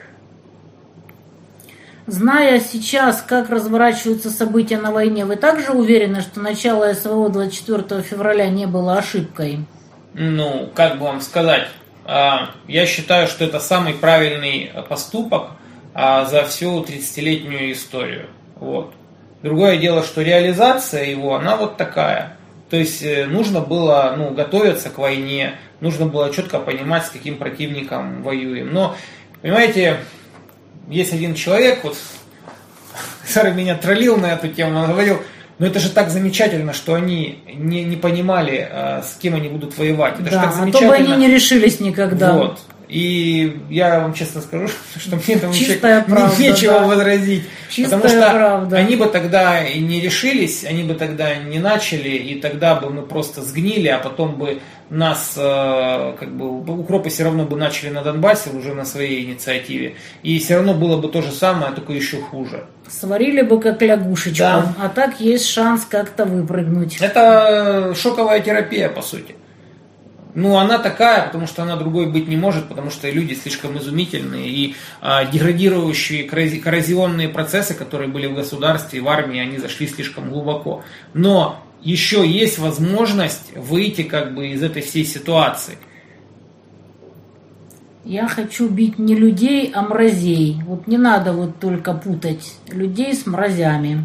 A: Зная сейчас, как разворачиваются события на войне, вы также уверены, что начало СВО двадцать четвёртого февраля не было ошибкой?
C: Ну, как бы вам сказать, а, я считаю, что это самый правильный поступок а, за всю тридцатилетнюю историю. Вот. Другое дело, что реализация его, она вот такая. То есть э, нужно было ну, готовиться к войне, нужно было четко понимать, с каким противником воюем. Но, понимаете, есть один человек, вот, который меня троллил на эту тему, он говорил, ну это же так замечательно, что они не, не понимали, э, с кем они будут воевать. Это же
A: Да,
C: так
A: а то
C: замечательно.
A: бы они не решились никогда.
C: Вот. И я вам честно скажу, что мне там
A: Чистая
C: вообще
A: правда,
C: нечего
A: да.
C: возразить.
A: Чистая
C: потому что
A: правда.
C: они бы тогда и не решились, они бы тогда не начали, и тогда бы мы просто сгнили, а потом бы нас, э, как бы, укропы все равно бы начали на Донбассе уже на своей инициативе. И все равно было бы то же самое, только еще хуже.
A: Сварили бы как лягушечку,
C: Да.
A: а так есть шанс как-то выпрыгнуть.
C: Это шоковая терапия, по сути. Ну, она такая, потому что она другой быть не может, потому что люди слишком изумительные, и а, деградирующие коррози- коррозионные процессы, которые были в государстве и в армии, они зашли слишком глубоко. Но еще есть возможность выйти как бы из этой всей ситуации.
A: Я хочу бить не людей, а мразей. Вот не надо вот только путать людей с мразями.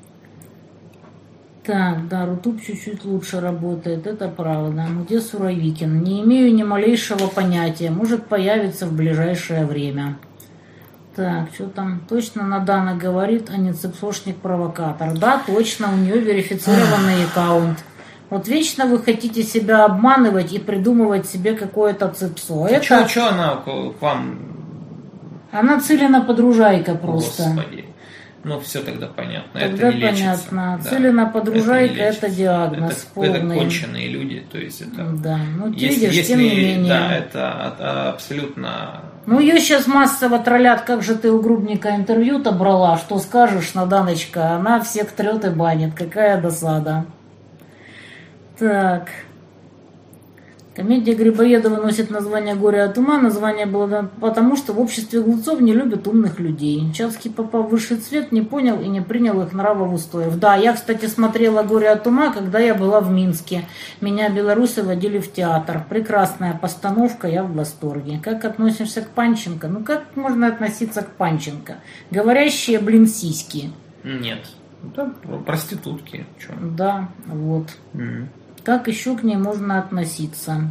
A: Так, да, Рутуб чуть-чуть лучше работает, это правда. Где Суровикин? Не имею ни малейшего понятия. Может появиться в ближайшее время. Так, что там? Точно Надана говорит, а не цепсошник-провокатор. Да, точно, у нее верифицированный аккаунт. Вот вечно вы хотите себя обманывать и придумывать себе какое-то цепсо. Это...
C: Че, че она к к вам?
A: Она целена-подружайка просто.
C: Господи. Ну, все тогда понятно.
A: Тогда
C: это не лечится.
A: понятно.
C: Да.
A: Целена-подружайка
C: не
A: это,
C: лечится.
A: диагноз
C: Это,
A: полный.
C: это конченые люди, то есть это...
A: Да, ну ты
C: Если,
A: видишь,
C: если,
A: тем не менее.
C: Да, это, это абсолютно...
A: Ну ее сейчас массово троллят, как же ты у Грубника интервью-то брала, что скажешь, Наданочка, она всех трет и банит, какая досада. Так. Комедия Грибоедова носит название «Горе от ума». Название было дано потому, что в обществе глупцов не любят умных людей. Чацкий, попав в высший цвет, не понял и не принял их нравов устоев. Да, я, кстати, смотрела «Горе от ума», когда я была в Минске. Меня белорусы водили в театр. Прекрасная постановка, я в восторге. Как относишься к Панченко? Ну, как можно относиться к Панченко? Говорящие, блин, сиськи.
C: Нет. Да, проститутки. Чё?
A: Да, вот.
C: Мгм.
A: Как еще к ней можно относиться?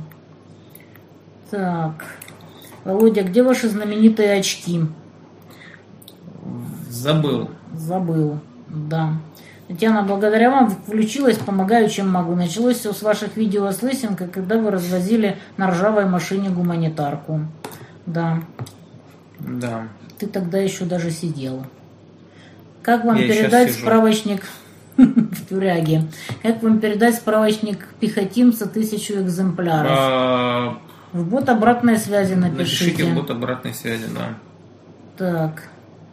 A: Так. Володя, где ваши знаменитые очки?
C: Забыл.
A: Забыл. Да. Татьяна, благодаря вам включилась, помогаю, чем могу. Началось все с ваших видео с Лысенко, когда вы развозили на ржавой машине гуманитарку. Да.
C: Да.
A: Ты тогда еще даже сидел. Как вам
C: Я сейчас
A: передать
C: сижу.
A: справочник в тюряге? Как вам передать справочник пехотинца тысячу экземпляров?
C: А,
A: В бот обратной связи
C: Напишите
A: напишите.
C: в бот обратной связи, да.
A: Так.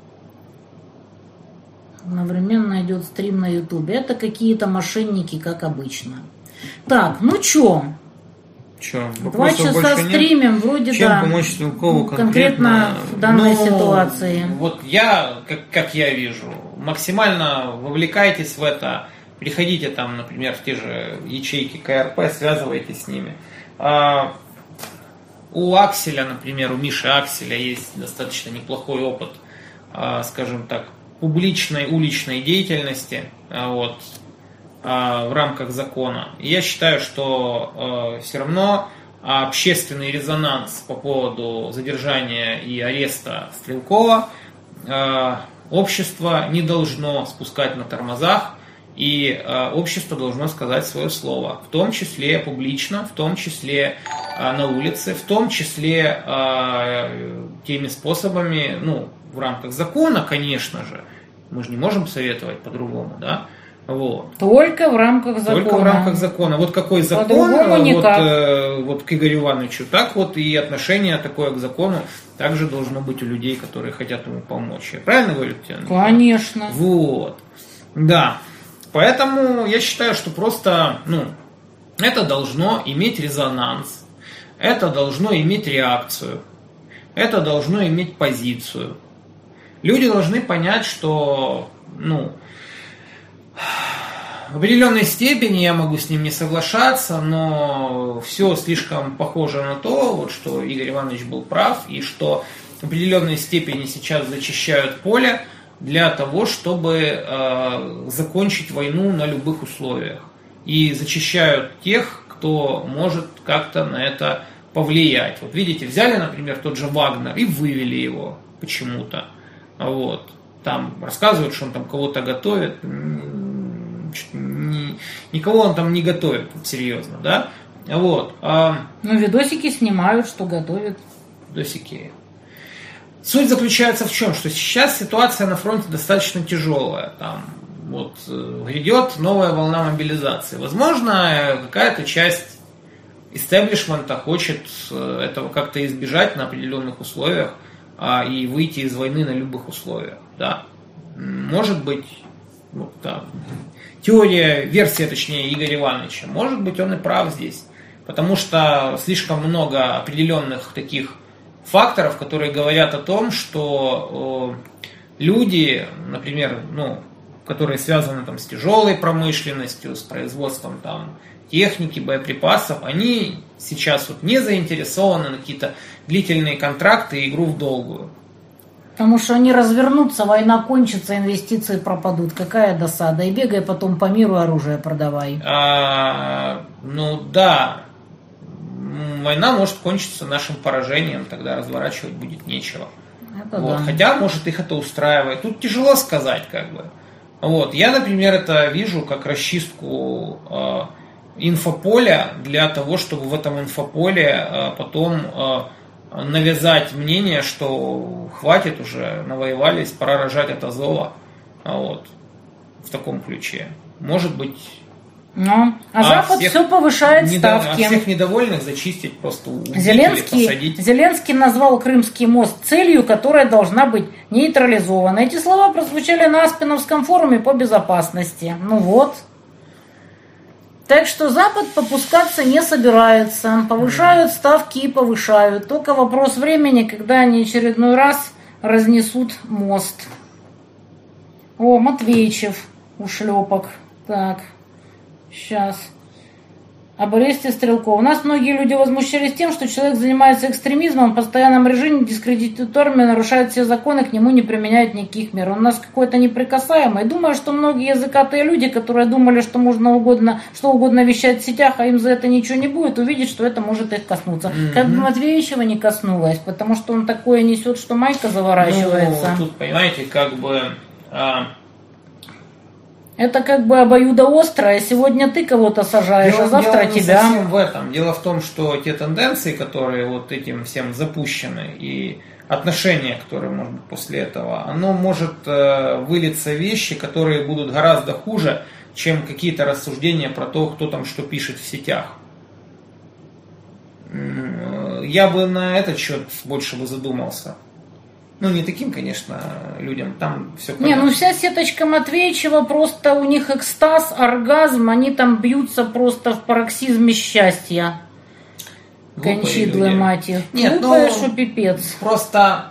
A: Одновременно идет стрим на ютубе. Это какие-то мошенники, как обычно. Так, ну чё?
C: Че,
A: Два часа стримим, вроде
C: Чем
A: да.
C: помочь Стрелкову
A: Ну,
C: конкретно?
A: конкретно в данной
C: Ну,
A: ситуации.
C: Вот я, как, как я вижу, максимально вовлекайтесь в это, приходите там, например, в те же ячейки ка эр пэ, связывайтесь с ними. А, у Акселя, например, у Миши Акселя есть достаточно неплохой опыт, а, скажем так, публичной уличной деятельности, а, вот, а, в рамках закона. И я считаю, что э, все равно общественный резонанс по поводу задержания и ареста Стрелкова э, общество не должно спускать на тормозах, и э, общество должно сказать свое слово, в том числе публично, в том числе э, на улице, в том числе э, теми способами, ну, в рамках закона, конечно же, Мы же не можем советовать по-другому, да? Вот.
A: Только в рамках закона.
C: Только в рамках закона. Вот какой закон,
A: По-другому никак.
C: вот, э, вот к Игорю Ивановичу, так вот и отношение такое к закону также должно быть у людей, которые хотят ему помочь. Я правильно говорю, Татьяна?
A: Конечно.
C: Вот. Да. Поэтому я считаю, что просто, ну, это должно иметь резонанс, это должно иметь реакцию, это должно иметь позицию. Люди должны понять, что, ну, в определенной степени я могу с ним не соглашаться, но все слишком похоже на то, вот, что Игорь Иванович был прав, и что в определенной степени сейчас зачищают поле для того, чтобы э, закончить войну на любых условиях. И зачищают тех, кто может как-то на это повлиять. Вот видите, взяли, например, тот же Вагнер и вывели его почему-то. Вот. Там рассказывают, что он там кого-то готовит. Ни, никого он там не готовит, серьезно, да? Вот. А,
A: ну, видосики снимают, что готовят.
C: Видосики. Суть заключается в чем? Что сейчас ситуация на фронте достаточно тяжелая. Там вот грядет новая волна мобилизации. Возможно, какая-то часть истеблишмента хочет этого как-то избежать на определенных условиях а, и выйти из войны на любых условиях. Да. Может быть, вот, да, теория, версия, точнее, Игоря Ивановича, может быть, он и прав здесь. Потому что слишком много определенных таких факторов, которые говорят о том, что э, люди, например, ну, которые связаны там, с тяжелой промышленностью, с производством там, техники, боеприпасов, они сейчас вот, не заинтересованы на какие-то длительные контракты и игру в долгую.
A: Потому что они развернутся, война кончится, инвестиции пропадут. Какая досада. И бегай потом по миру оружие продавай.
C: А, ну да. Война может кончиться нашим поражением, тогда разворачивать будет нечего.
A: Это
C: вот.
A: Да.
C: Хотя, может, их это устраивает. Тут тяжело сказать, как бы. Вот. Я, например, это вижу как расчистку э, инфополя для того, чтобы в этом инфополе э, потом э, навязать мнение, что хватит уже, навоевались, пора рожать от Азова. Вот. В таком ключе. Может быть...
A: Ну, а, а Запад всех, все повышает
C: недо,
A: ставки.
C: А всех недовольных зачистить, просто убить
A: Зеленский,
C: или посадить.
A: Зеленский назвал Крымский мост целью, которая должна быть нейтрализована. Эти слова прозвучали на Аспеновском форуме по безопасности. Ну вот. Так что Запад попускаться не собирается. Повышают ставки и повышают. Только вопрос времени, когда они очередной раз разнесут мост. О, Матвеичев, ушлепок. Так. Сейчас. Об аресте Стрелкова. У нас многие люди возмущались тем, что человек занимается экстремизмом, в постоянном режиме дискредитирует армию, нарушает все законы, к нему не применяют никаких мер. Он у нас какой-то неприкасаемый. Думаю, что многие языкатые люди, которые думали, что можно угодно, что угодно вещать в сетях, а им за это ничего не будет, увидят, что это может их коснуться. Mm-hmm. Как бы Матвеевичева не коснулось, потому что он такое несет, что майка заворачивается.
C: Ну, тут, понимаете, как бы... А...
A: Это как бы обоюдоострое. Сегодня ты кого-то сажаешь, дело, а завтра
C: дело
A: тебя.
C: Не совсем в этом. Дело в том, что те тенденции, которые вот этим всем запущены, и отношение, которое может быть после этого, оно может э, вылиться в вещи, которые будут гораздо хуже, чем какие-то рассуждения про то, кто там что пишет в сетях. Я бы на этот счет больше бы задумался. Ну, не таким, конечно, людям, там все понятно.
A: Не, ну вся сеточка Матвеичева, просто у них экстаз, оргазм, они там бьются просто в пароксизме счастья. Кончидлы, мать их.
C: Нет,
A: глупая,
C: ну,
A: что пипец.
C: Просто,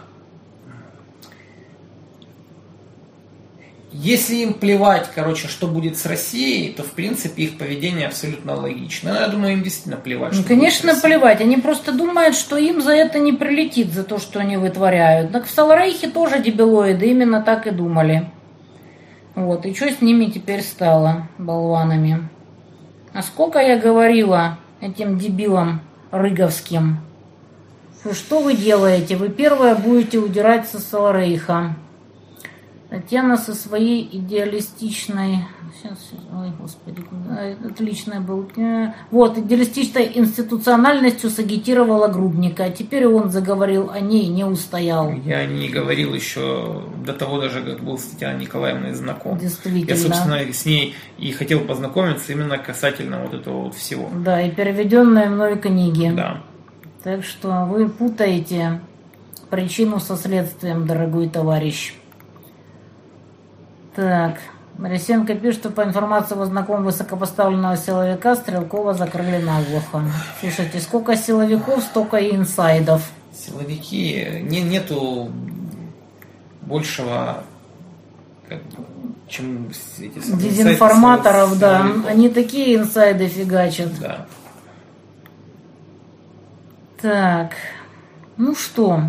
C: если им плевать, короче, что будет с Россией, то, в принципе, их поведение абсолютно логично. Я думаю, им действительно плевать.
A: Ну, конечно, плевать. Они просто думают, что им за это не прилетит, за то, что они вытворяют. Так в Саларейхе тоже дебилоиды именно так и думали. Вот. И что с ними теперь стало, болванами? А сколько я говорила этим дебилам рыговским, что, что вы делаете? Вы первые будете удирать со Саларейха. Татьяна со своей идеалистичной... Сейчас, ой, господи, отличная был. Вот, идеалистичной институциональностью сагитировала Грубника, а теперь он заговорил о ней, не устоял.
C: Я не говорил еще до того даже, как был с Татьяной Николаевной знаком.
A: Действительно.
C: Я, собственно, с ней и хотел познакомиться именно касательно вот этого вот всего.
A: Да, и переведенные мной книги.
C: Да.
A: Так что вы путаете причину со следствием, дорогой товарищ. Так, Марисенко пишет, что по информации его знакомого высокопоставленного силовика Стрелкова закрыли наглухо. Слушайте, сколько силовиков, столько и инсайдов.
C: Силовики, не, нету большего, как, чем эти самые
A: дезинформаторов,
C: инсайды,
A: да.
C: силовиков.
A: Они такие инсайды фигачат.
C: Да.
A: Так, ну что...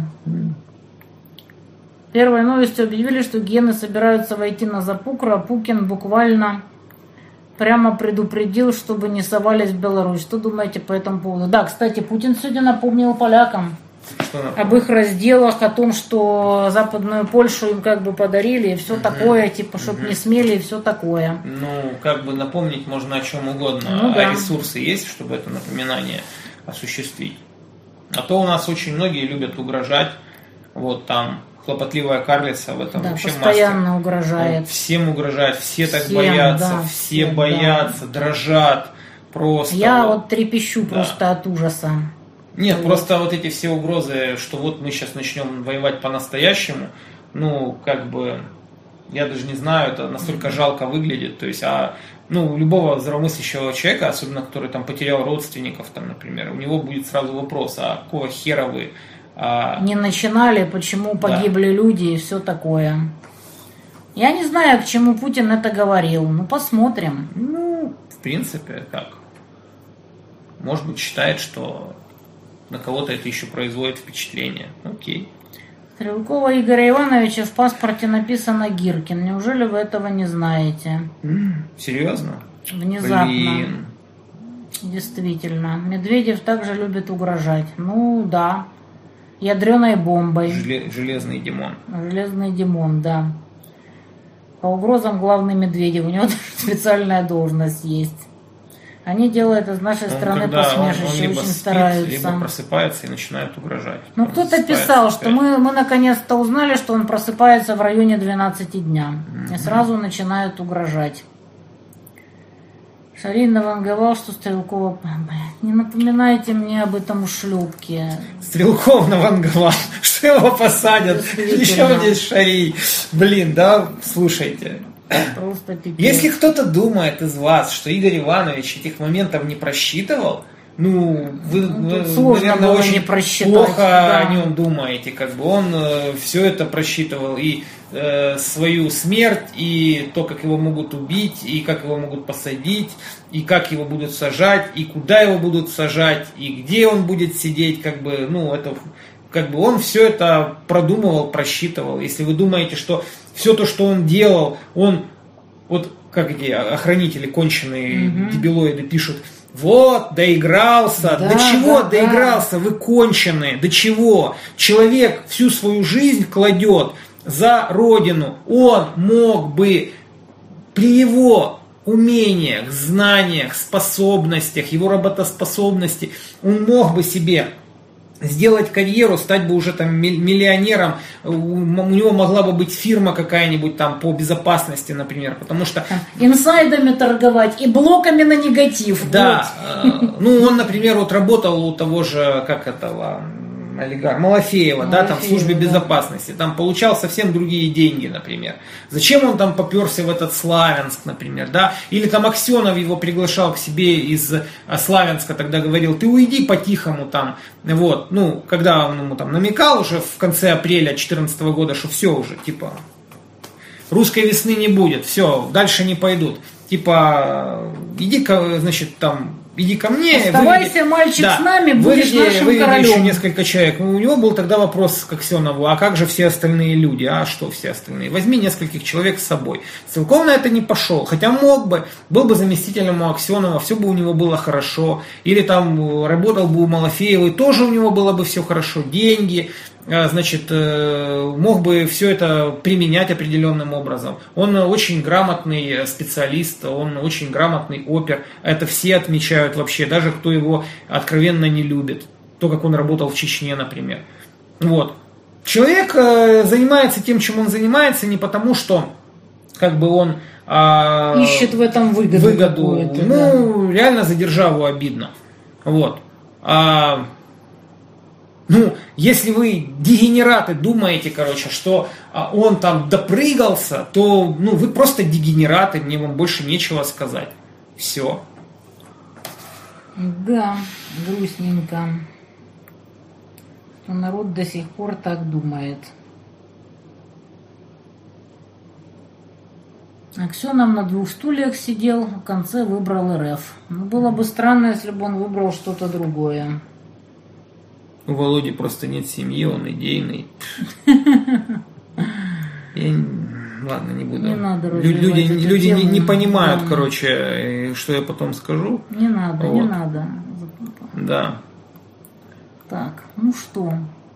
A: Первой новостью объявили, что гены собираются войти на Запукра, а Пукин буквально прямо предупредил, чтобы не совались в Беларусь. Что думаете по этому поводу? Да, кстати, Путин сегодня напомнил полякам об их разделах, о том, что Западную Польшу им как бы подарили, и все угу. такое, типа, чтоб угу. не смели, и все такое.
C: Ну, как бы напомнить можно о чем угодно,
A: ну,
C: а
A: да.
C: ресурсы есть, чтобы это напоминание осуществить. А то у нас очень многие любят угрожать, вот там... Хлопотливая карлица в этом
A: да,
C: вообще
A: постоянно
C: мастер.
A: угрожает.
C: Он всем угрожает, все так
A: всем,
C: боятся,
A: да,
C: все
A: всем,
C: боятся,
A: да.
C: дрожат просто.
A: Я
C: вот,
A: вот трепещу да. просто от ужаса.
C: Нет,
A: вот.
C: Просто вот эти все угрозы, что вот мы сейчас начнем воевать по-настоящему, ну, как бы, я даже не знаю, это настолько mm-hmm. жалко выглядит, то есть, а, ну, у любого здравомыслящего человека, особенно который там потерял родственников, там, например, у него будет сразу вопрос, а какого хера вы
A: не начинали, почему погибли да. люди и все такое. Я не знаю, к чему Путин это говорил. Ну, посмотрим.
C: Ну, в принципе, как. Может быть, считает, что на кого-то это еще производит впечатление. Окей.
A: Стрелкова Игоря Ивановича в паспорте написано Гиркин. Неужели вы этого не знаете?
C: М-м, серьезно?
A: Внезапно.
C: Блин.
A: Действительно. Медведев также любит угрожать. Ну, да. Ядреной бомбой.
C: Железный Димон.
A: Железный Димон, да. По угрозам главный Медведев. У него даже специальная должность есть. Они делают из нашей
C: он
A: страны
C: когда,
A: посмешище,
C: он, он
A: очень
C: спит,
A: стараются.
C: Либо просыпается и начинает угрожать.
A: Ну, кто-то писал, что мы, мы наконец-то узнали, что он просыпается в районе двенадцати дня. Mm-hmm. И сразу начинают угрожать. Шарин наванговал, что Стрелкова... Не напоминайте мне об этом ушлепке.
C: Стрелков наванговал, что его посадят. Еще здесь Шарий. Блин, да, слушайте.
A: Просто пипец.
C: Если кто-то думает из вас, что Игорь Иванович этих моментов не просчитывал, ну, вы,
A: ну,
C: вы наверное, очень
A: не
C: плохо
A: да.
C: о нем думаете. Как бы он э, все это просчитывал, и э, свою смерть, и то, как его могут убить, и как его могут посадить, и как его будут сажать, и куда его будут сажать, и где он будет сидеть, как бы, ну, это... Как бы он все это продумывал, просчитывал. Если вы думаете, что все то, что он делал, он, вот как эти охранители конченые угу. дебилоиды пишут, вот, доигрался.
A: Да,
C: до чего
A: да,
C: доигрался? Да. Вы конченые. До чего? Человек всю свою жизнь кладет за родину. Он мог бы при его умениях, знаниях, способностях, его работоспособности, он мог бы себе сделать карьеру, стать бы уже там миллионером, у него могла бы быть фирма какая-нибудь там по безопасности, например, потому что...
A: Инсайдами торговать и блоками на негатив.
C: Да, вот. Ну он, например, вот работал у того же, как этого... олигарх, Малафеева, Малафеева, да, там в службе да. безопасности, там получал совсем другие деньги, например. Зачем он там поперся в этот Славянск, например, да? Или там Аксенов его приглашал к себе из Славянска, тогда говорил, ты уйди по-тихому там, вот, ну, когда он ему там намекал уже в конце апреля две тысячи четырнадцатого года, что все уже, типа, русской весны не будет, все, дальше не пойдут. Типа, иди, значит, там, иди ко мне.
A: Оставайся, выведи, мальчик, да, с нами, будешь выведи, нашим выведи королем.
C: Еще несколько человек. У него был тогда вопрос к Аксенову, а как же все остальные люди? А что все остальные? Возьми нескольких человек с собой. Стрелков на это не пошел, хотя мог бы, был бы заместителем у Аксенова, все бы у него было хорошо. Или там работал бы у Малафеева, и тоже у него было бы все хорошо. Деньги, значит, мог бы все это применять определенным образом. Он очень грамотный специалист, он очень грамотный опер. Это все отмечают вообще, даже кто его откровенно не любит. То, как он работал в Чечне, например. Вот. Человек занимается тем, чем он занимается, не потому, что как бы он а,
A: ищет в этом выгоду.
C: выгоду. Ему да. реально за державу обидно. Вот. А, Ну, если вы, дегенераты, думаете, короче, что а, он там допрыгался, то ну, вы просто дегенераты, мне вам больше нечего сказать. Все.
A: Да, грустненько, что народ до сих пор так думает. Аксенов на двух стульях сидел, в конце выбрал эр эф. Ну, было бы странно, если бы он выбрал что-то другое.
C: У Володи просто нет семьи, он идейный. Я... Ладно, не буду.
A: Не надо
C: люди люди не, не понимают,
A: да.
C: короче, что я потом скажу.
A: Не надо,
C: вот.
A: не надо.
C: Да.
A: Так, ну что?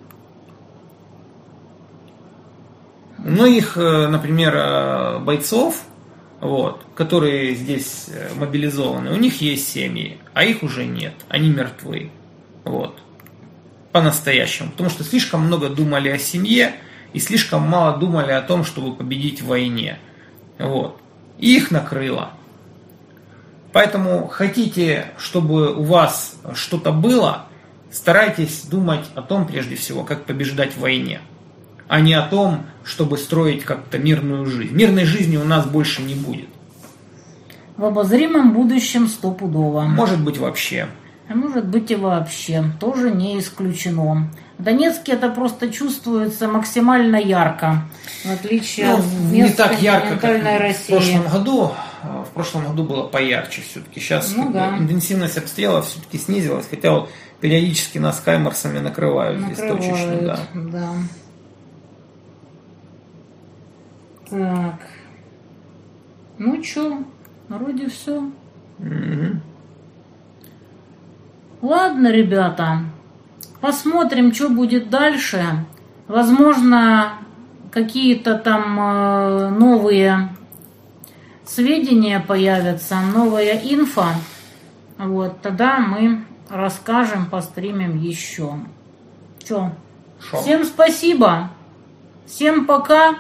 C: У многих, например, бойцов, вот, которые здесь мобилизованы, у них есть семьи, а их уже нет, они мертвы. Вот. По-настоящему. Потому что слишком много думали о семье и слишком мало думали о том, чтобы победить в войне. Вот. И их накрыло. Поэтому хотите, чтобы у вас что-то было, старайтесь думать о том, прежде всего, как побеждать в войне, а не о том, чтобы строить как-то мирную жизнь. Мирной жизни у нас больше не будет.
A: В обозримом будущем стопудово.
C: Может быть, вообще.
A: А может быть и вообще, тоже не исключено. В Донецке это просто чувствуется максимально ярко, в отличие
C: ну,
A: от
C: не
A: мест
C: так ярко, как
A: России.
C: В прошлом году. В прошлом году было поярче все-таки. Сейчас
A: ну, да.
C: интенсивность обстрелов все-таки снизилась, хотя вот периодически нас хаймарсами накрывают, накрывают здесь точечно. Да.
A: да. Так. Ну что, вроде все.
C: Угу.
A: Ладно, ребята, посмотрим, что будет дальше. Возможно, какие-то там э, новые сведения появятся, новая инфа. Вот, тогда мы расскажем, постримим еще. Че? Всем спасибо, всем пока.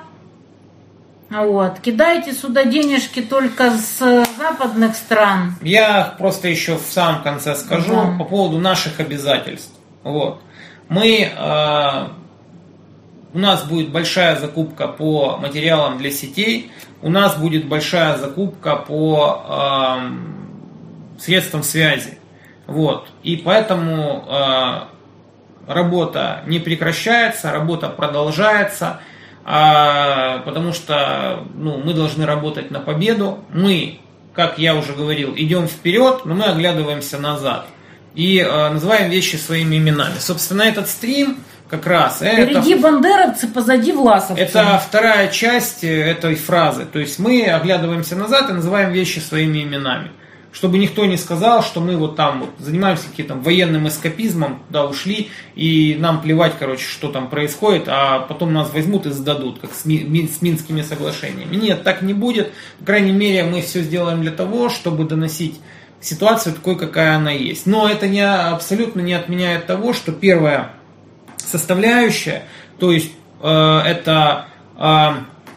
A: Вот. Кидайте сюда денежки только с западных стран.
C: Я просто еще в самом конце скажу да. по поводу наших обязательств. Вот. Мы, э, у нас будет большая закупка по материалам для сетей, у нас будет большая закупка по э, средствам связи. Вот. И поэтому э, работа не прекращается, работа продолжается. А, потому что ну, мы должны работать на победу. Мы, как я уже говорил, идем вперед, но мы оглядываемся назад. И а, называем вещи своими именами. Собственно, этот стрим как раз...
A: Впереди это, бандеровцы, позади власовцы.
C: Это вторая часть этой фразы. То есть мы оглядываемся назад и называем вещи своими именами. Чтобы никто не сказал, что мы вот там вот занимаемся каким-то военным эскапизмом, да, ушли, и нам плевать, короче, что там происходит, а потом нас возьмут и сдадут, как с, Ми- с Минскими соглашениями. Нет, так не будет. По крайней мере, мы все сделаем для того, чтобы доносить ситуацию такой, какая она есть. Но это не, абсолютно не отменяет того, что первая составляющая, то есть э, это э,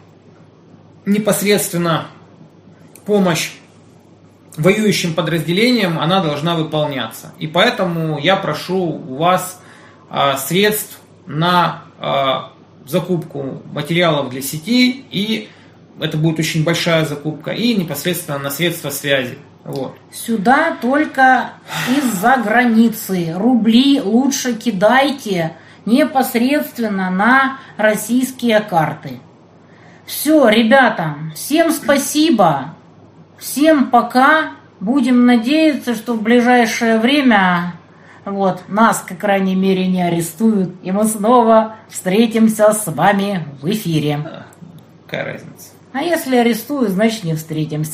C: непосредственно помощь воюющим подразделениям, она должна выполняться. И поэтому я прошу у вас а, средств на а, закупку материалов для сетей, и это будет очень большая закупка, и непосредственно на средства связи. Вот.
A: Сюда только из-за границы. Рубли лучше кидайте непосредственно на российские карты. Все, ребята, всем спасибо. Всем пока, Будем надеяться, что в ближайшее время вот, нас, по крайней мере, не арестуют, и мы снова встретимся с вами в эфире.
C: Какая разница?
A: А если арестуют, значит не встретимся.